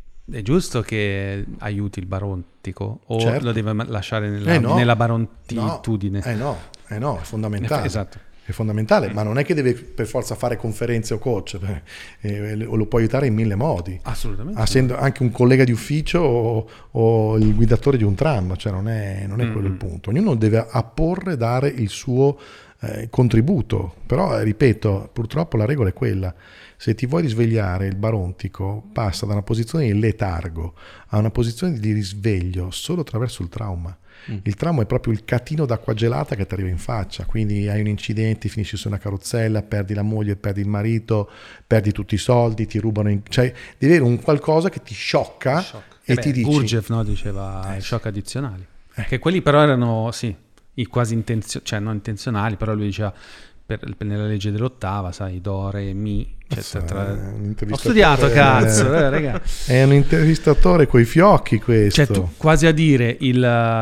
è giusto che aiuti il barontico o certo. lo deve lasciare nella, eh no. nella barontitudine? No. Eh no, eh no, è fondamentale. Esatto. È fondamentale, ma non è che deve per forza fare conferenze o coach, eh, lo può aiutare in mille modi. Assolutamente. Essendo anche un collega di ufficio o, o il guidatore di un tram, cioè non è, non è mm. quello il punto. Ognuno deve apporre, dare il suo eh, contributo, però eh, ripeto, purtroppo la regola è quella. Se ti vuoi risvegliare, il barontico passa da una posizione di letargo a una posizione di risveglio solo attraverso il trauma. Mm. Il trauma è proprio il catino d'acqua gelata che ti arriva in faccia, quindi hai un incidente, finisci su una carrozzella, perdi la moglie, perdi il marito, perdi tutti i soldi, ti rubano, in... cioè devi avere un qualcosa che ti sciocca Shock. e, e beh, ti dici... Gurdjieff no, diceva eh, shock addizionali, eh. che quelli però erano sì, i quasi intenzionali, cioè non intenzionali, però lui diceva per, per, nella legge dell'ottava, sai, do, re, mi... Cioè, tra... Ho studiato, cazzo, eh, raga. È un intervistatore coi fiocchi questo. Cioè, tu quasi a dire il,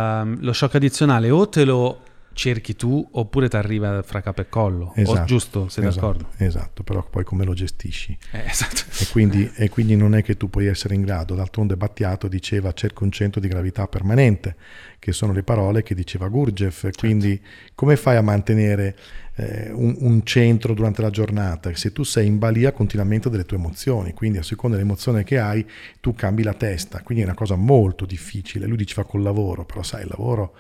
lo shock addizionale o te lo cerchi tu oppure ti arriva fra capo e collo. Esatto, o, giusto, sei esatto, d'accordo? Esatto, però poi come lo gestisci. Eh, esatto. E quindi, e quindi non è che tu puoi essere in grado. D'altronde Battiato diceva cerca un centro di gravità permanente, che sono le parole che diceva Gurdjieff. Certo. Quindi come fai a mantenere eh, un, un centro durante la giornata? Se tu sei in balia continuamente delle tue emozioni, quindi a seconda dell'emozione che hai tu cambi la testa, quindi è una cosa molto difficile. Lui diceva col lavoro, però sai, il lavoro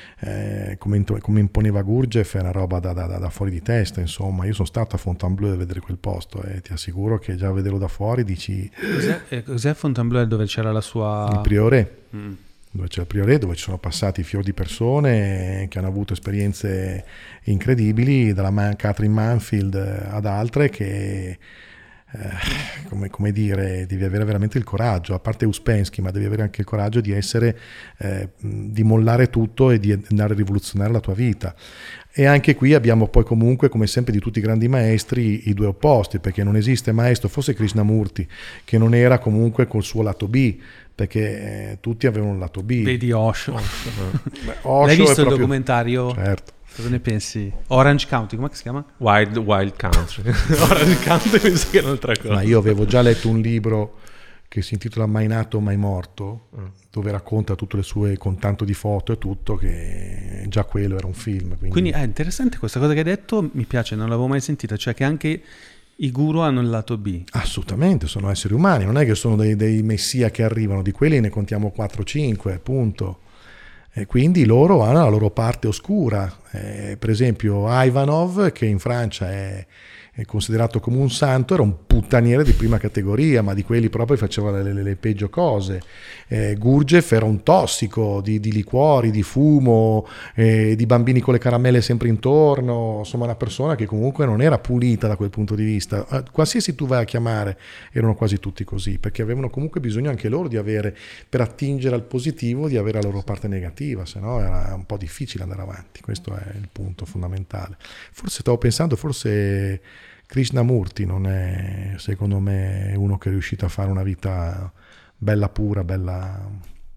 eh, come, come imponeva Gurdjieff è una roba da, da, da fuori di testa, insomma. Io sono stato a Fontainebleau a vedere quel posto e ti assicuro che già a vederlo da fuori dici cos'è, eh, cos'è Fontainebleau dove c'era la sua... il priore mm. dove c'è il priore, dove ci sono passati fior di persone che hanno avuto esperienze incredibili, dalla Man- Catherine Manfield ad altre, che eh, come, come dire, devi avere veramente il coraggio, a parte Uspensky, ma devi avere anche il coraggio di essere, eh, di mollare tutto e di andare a rivoluzionare la tua vita. E anche qui abbiamo poi comunque, come sempre di tutti i grandi maestri, i due opposti, perché non esiste maestro, forse Krishnamurti, che non era comunque col suo lato B, perché eh, tutti avevano un lato B. Vedi Osho. Beh, Osho L'hai visto è proprio... il documentario? Certo. Cosa ne pensi? Orange County, come si chiama? Wild, Wild Country. Orange Country penso che è un'altra cosa. Ma io avevo già letto un libro che si intitola Mai nato, mai morto, mm. dove racconta tutte le sue, con tanto di foto e tutto, che già quello era un film. Quindi, quindi è interessante questa cosa che hai detto, mi piace, non l'avevo mai sentita, cioè che anche i guru hanno il lato B. Assolutamente, sono esseri umani, non è che sono dei, dei messia che arrivano, di quelli ne contiamo quattro cinque, punto. E quindi loro hanno la loro parte oscura. Eh, per esempio Ivanov, che in Francia è, è considerato come un santo, era un puttaniere di prima categoria, ma di quelli proprio faceva le, le, le peggio cose. Eh, Gurdjieff era un tossico di, di liquori, di fumo, eh, di bambini con le caramelle sempre intorno, insomma una persona che comunque non era pulita da quel punto di vista. Eh, qualsiasi tu vai a chiamare erano quasi tutti così, perché avevano comunque bisogno anche loro di avere, per attingere al positivo, di avere la loro parte negativa, se no era un po' difficile andare avanti. Questo è il punto fondamentale. Forse stavo pensando, forse Krishnamurti non è, secondo me, uno che è riuscito a fare una vita bella pura, bella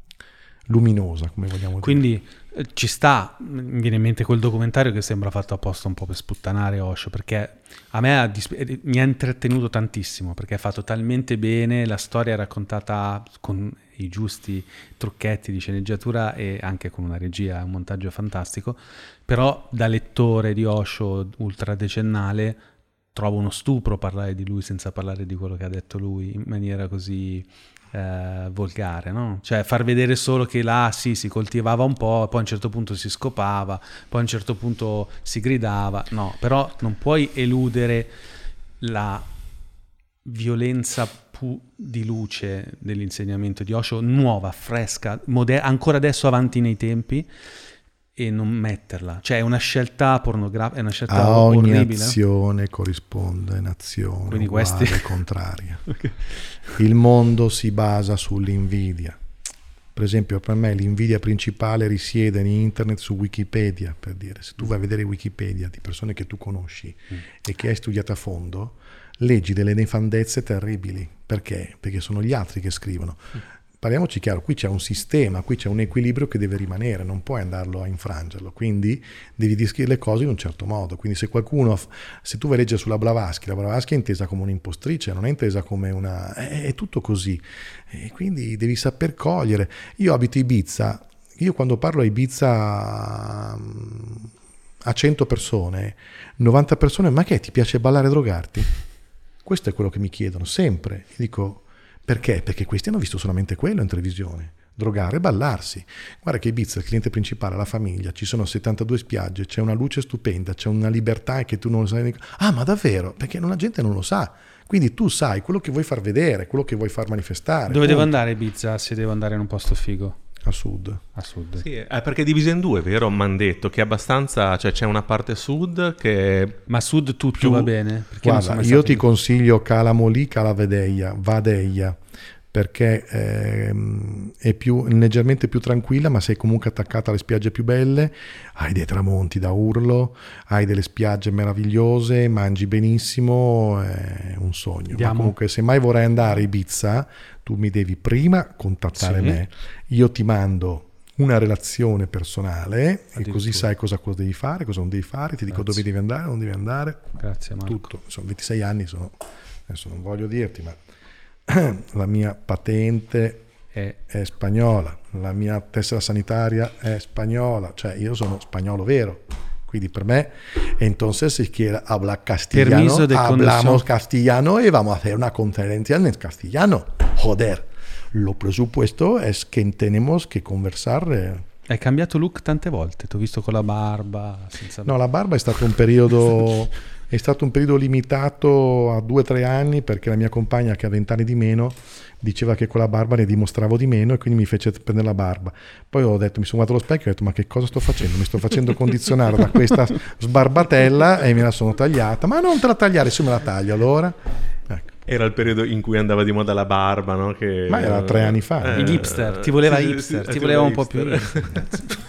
luminosa, come vogliamo Quindi, dire. Quindi eh, ci sta, mi viene in mente quel documentario che sembra fatto apposta un po' per sputtanare Osho, perché a me ha disp- mi ha intrattenuto tantissimo, perché è fatto talmente bene, la storia è raccontata con i giusti trucchetti di sceneggiatura e anche con una regia, un montaggio fantastico, però da lettore di Osho ultradecennale trovo uno stupro parlare di lui senza parlare di quello che ha detto lui in maniera così eh, volgare, no? Cioè far vedere solo che là sì, si coltivava un po', poi a un certo punto si scopava, poi a un certo punto si gridava, no, però non puoi eludere la violenza pu- di luce dell'insegnamento di Osho, nuova, fresca, moder- ancora adesso avanti nei tempi, e non metterla, cioè è una scelta pornografica, è una scelta a ogni orribile. azione corrisponde un'azione Quindi uguale questi... contraria. Okay. Il mondo si basa sull'invidia. Per esempio, per me l'invidia principale risiede in internet su Wikipedia, per dire. Se tu vai a vedere Wikipedia di persone che tu conosci mm. e che hai studiato a fondo, leggi delle nefandezze terribili. Perché? Perché sono gli altri che scrivono. Mm. Parliamoci chiaro, qui c'è un sistema, qui c'è un equilibrio che deve rimanere, non puoi andarlo a infrangerlo, quindi devi descrivere le cose in un certo modo. Quindi se qualcuno, se tu vai a leggere sulla Blavatsky, la Blavatsky è intesa come un'impostrice, non è intesa come una... è, è tutto così, e quindi devi saper cogliere. Io abito Ibiza, io quando parlo a Ibiza a cento persone, novanta persone, ma che ti piace ballare e drogarti? Questo è quello che mi chiedono sempre, e dico... Perché? Perché questi hanno visto solamente quello in televisione, drogare e ballarsi. Guarda che Ibiza, il cliente principale, la famiglia, ci sono settantadue spiagge, c'è una luce stupenda, c'è una libertà che tu non lo sai. Ah, ma davvero? Perché la gente non lo sa. Quindi tu sai quello che vuoi far vedere, quello che vuoi far manifestare. Dove devo andare Ibiza se devo andare in un posto figo? A sud. A sud. Sì, è perché è divisa in due, vero? Mi hanno detto che è abbastanza, cioè c'è una parte sud che... Ma sud tutto più... va bene? Perché guarda, io ti in... consiglio Calamoli, Calavedeia, Vadeia, perché ehm, è più, leggermente più tranquilla, ma sei comunque attaccata alle spiagge più belle, hai dei tramonti da urlo, hai delle spiagge meravigliose, mangi benissimo, è un sogno. Andiamo. Ma comunque se mai vorrai andare a Ibiza, tu mi devi prima contattare sì. me, io ti mando una relazione personale e così sai cosa, cosa devi fare, cosa non devi fare, ti dico Grazie. Dove devi andare, non devi andare. Grazie Marco. Tutto, sono ventisei anni, sono, adesso non voglio dirti, ma la mia patente è, è spagnola, la mia tessera sanitaria è spagnola, cioè io sono spagnolo vero, quindi per me, entonces si quiere hablar castellano, hablamos castellano y vamos a hacer una conferencia en castellano, joder, lo presupuesto es que tenemos que conversar. Hai cambiato look tante volte, ti ho visto con la barba. Senza... No, la barba è stato un periodo... È stato un periodo limitato a due o tre anni perché la mia compagna, che ha vent'anni di meno, diceva che con la barba ne dimostravo di meno e quindi mi fece prendere la barba. Poi ho detto, mi sono guardato allo specchio e ho detto, ma che cosa sto facendo? Mi sto facendo condizionare da questa sbarbatella e me la sono tagliata. Ma non te la tagliare, se me la taglio allora. Ecco. Era il periodo in cui andava di moda la barba, no? Che, Ma era tre anni fa. Eh, hipster, ti voleva sì, hipster, sì, ti, ti voleva un hipster. po' più...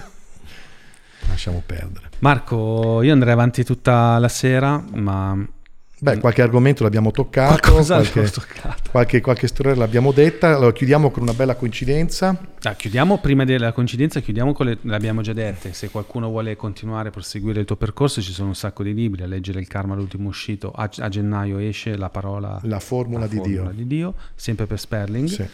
Lasciamo perdere. Marco, io andrei avanti tutta la sera, ma... Beh, qualche argomento l'abbiamo toccato, qualche, toccato. Qualche, qualche storia l'abbiamo detta. Allora chiudiamo con una bella coincidenza. Ah, chiudiamo prima della coincidenza, chiudiamo con le, l'abbiamo già dette. Se qualcuno vuole continuare a proseguire il tuo percorso, ci sono un sacco di libri. A leggere Il Karma, l'ultimo uscito. A, a gennaio esce La parola, la formula, la di, formula Dio. di Dio, sempre per Sperling. Sì.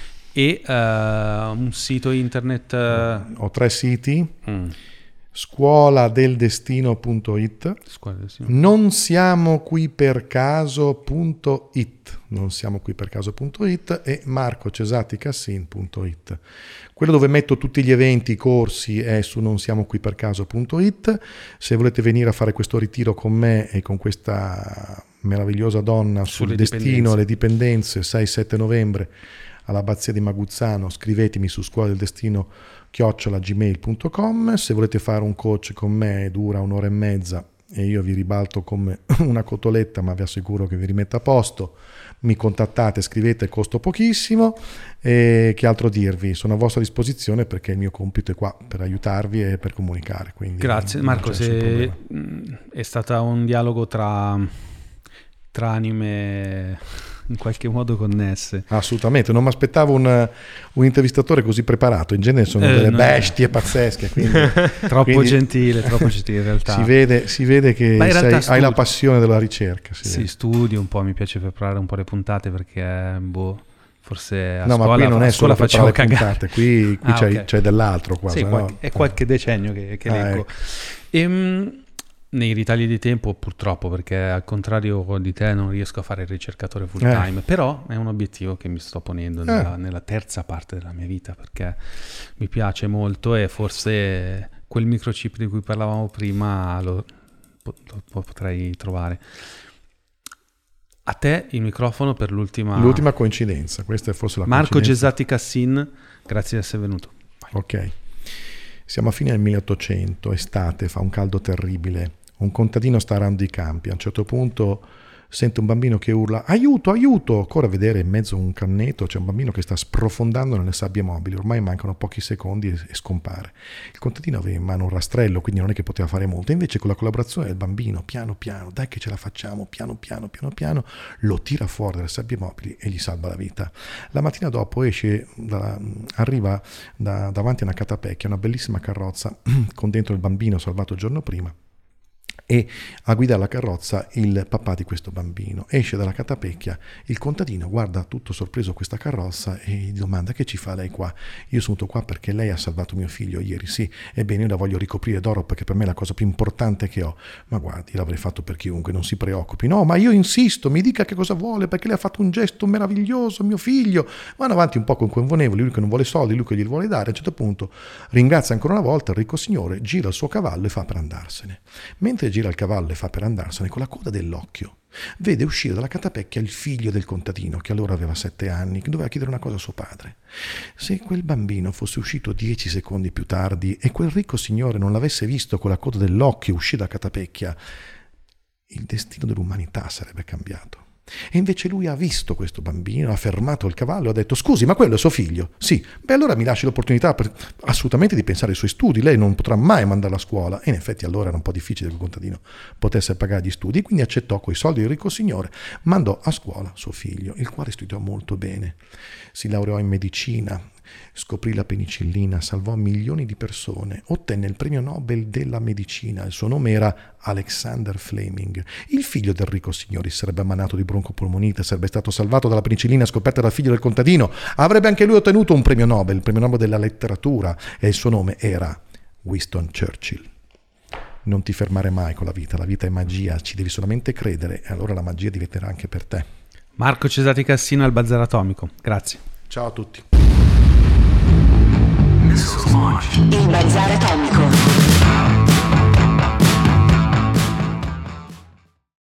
E uh, un sito internet. Uh... Ho tre siti. Mm. scuola del destino punto it, non siamo qui per caso punto it, non siamo qui per caso punto it e marco cesati cassin punto it. Quello dove metto tutti gli eventi, i corsi è su non siamo qui per caso punto it. Se volete venire a fare questo ritiro con me e con questa meravigliosa donna sul destino e le dipendenze sei sette novembre all'abbazia di Maguzzano, scrivetemi su scuola del destino chiocciola gmail punto com. Se volete fare un coach con me dura un'ora e mezza e io vi ribalto come una cotoletta, ma vi assicuro che vi rimetta a posto. Mi contattate, scrivete, costo pochissimo. E che altro dirvi? Sono a vostra disposizione perché il mio compito è qua per aiutarvi e per comunicare. Quindi grazie Marco, se è stato un dialogo tra, tra anime in qualche modo connesse. Assolutamente, non mi aspettavo un, un intervistatore così preparato, in genere sono eh, delle no. bestie pazzesche, quindi, troppo quindi gentile, troppo gentile in realtà. Si vede, si vede che sei, hai la passione della ricerca. Si sì, studio un po', mi piace preparare un po' le puntate perché boh, forse a no, scuola, ma qui non è solo facevo cagare. Puntate, qui, qui ah, c'è, okay. c'è dell'altro quasi. Sì, no? qualche, è qualche decennio che, che ah, leggo. Ecco. Ehm, nei ritagli di tempo purtroppo, perché al contrario di te non riesco a fare il ricercatore full time, eh. però è un obiettivo che mi sto ponendo nella, eh. nella terza parte della mia vita, perché mi piace molto e forse quel microchip di cui parlavamo prima lo, lo, lo potrei trovare. A te il microfono per l'ultima l'ultima coincidenza, questa è forse la Marco coincidenza. Gesati Cassin, grazie di essere venuto. Vai. Ok, siamo a fine del milleottocento, estate, fa un caldo terribile. Un contadino sta arando i campi, a un certo punto sente un bambino che urla aiuto, aiuto, corre a vedere in mezzo a un canneto c'è un bambino che sta sprofondando nelle sabbie mobili, ormai mancano pochi secondi e, e scompare. Il contadino aveva in mano un rastrello, quindi non è che poteva fare molto, invece con la collaborazione del bambino, piano piano, dai che ce la facciamo, piano piano, piano piano, lo tira fuori dalle sabbie mobili e gli salva la vita. La mattina dopo esce, da, arriva da, davanti a una catapecchia, una bellissima carrozza con dentro il bambino salvato il giorno prima, e a guidare la carrozza il papà di questo bambino. Esce dalla catapecchia, il contadino guarda tutto sorpreso questa carrozza e gli domanda: che ci fa lei qua? Io sono venuto qua perché lei ha salvato mio figlio ieri. Sì, ebbene io la voglio ricoprire d'oro perché per me è la cosa più importante che ho. Ma guardi, l'avrei fatto per chiunque, non si preoccupi. No, ma io insisto, mi dica che cosa vuole perché lei ha fatto un gesto meraviglioso, mio figlio. Vanno avanti un po' con convenevoli, lui che non vuole soldi, lui che glieli vuole dare. A un certo punto ringrazia ancora una volta il ricco signore, gira il suo cavallo e fa per andarsene. Mentre gira il cavallo e fa per andarsene, con la coda dell'occhio vede uscire dalla catapecchia il figlio del contadino, che allora aveva sette anni, che doveva chiedere una cosa a suo padre. Se quel bambino fosse uscito dieci secondi più tardi e quel ricco signore non l'avesse visto con la coda dell'occhio uscire dalla catapecchia, il destino dell'umanità sarebbe cambiato. E invece lui ha visto questo bambino, ha fermato il cavallo e ha detto: scusi, ma quello è suo figlio? Sì. Beh, allora mi lasci l'opportunità per, assolutamente di pensare ai suoi studi, lei non potrà mai mandarla a scuola. E in effetti allora era un po' difficile che il contadino potesse pagare gli studi, quindi accettò coi soldi del ricco signore, mandò a scuola suo figlio, il quale studiò molto bene, si laureò in medicina, scoprì la penicillina, salvò milioni di persone, ottenne il premio Nobel della medicina. Il suo nome era Alexander Fleming. Il figlio del ricco signore sarebbe ammalato di broncopolmonite, sarebbe stato salvato dalla penicillina scoperta dal figlio del contadino, avrebbe anche lui ottenuto un premio Nobel, il premio Nobel della letteratura, e il suo nome era Winston Churchill. Non ti fermare mai con la vita, la vita è magia, ci devi solamente credere e allora la magia diventerà anche per te. Marco Cesati Cassino al Bazar Atomico, grazie. Ciao a tutti. Il Bazar Atomico.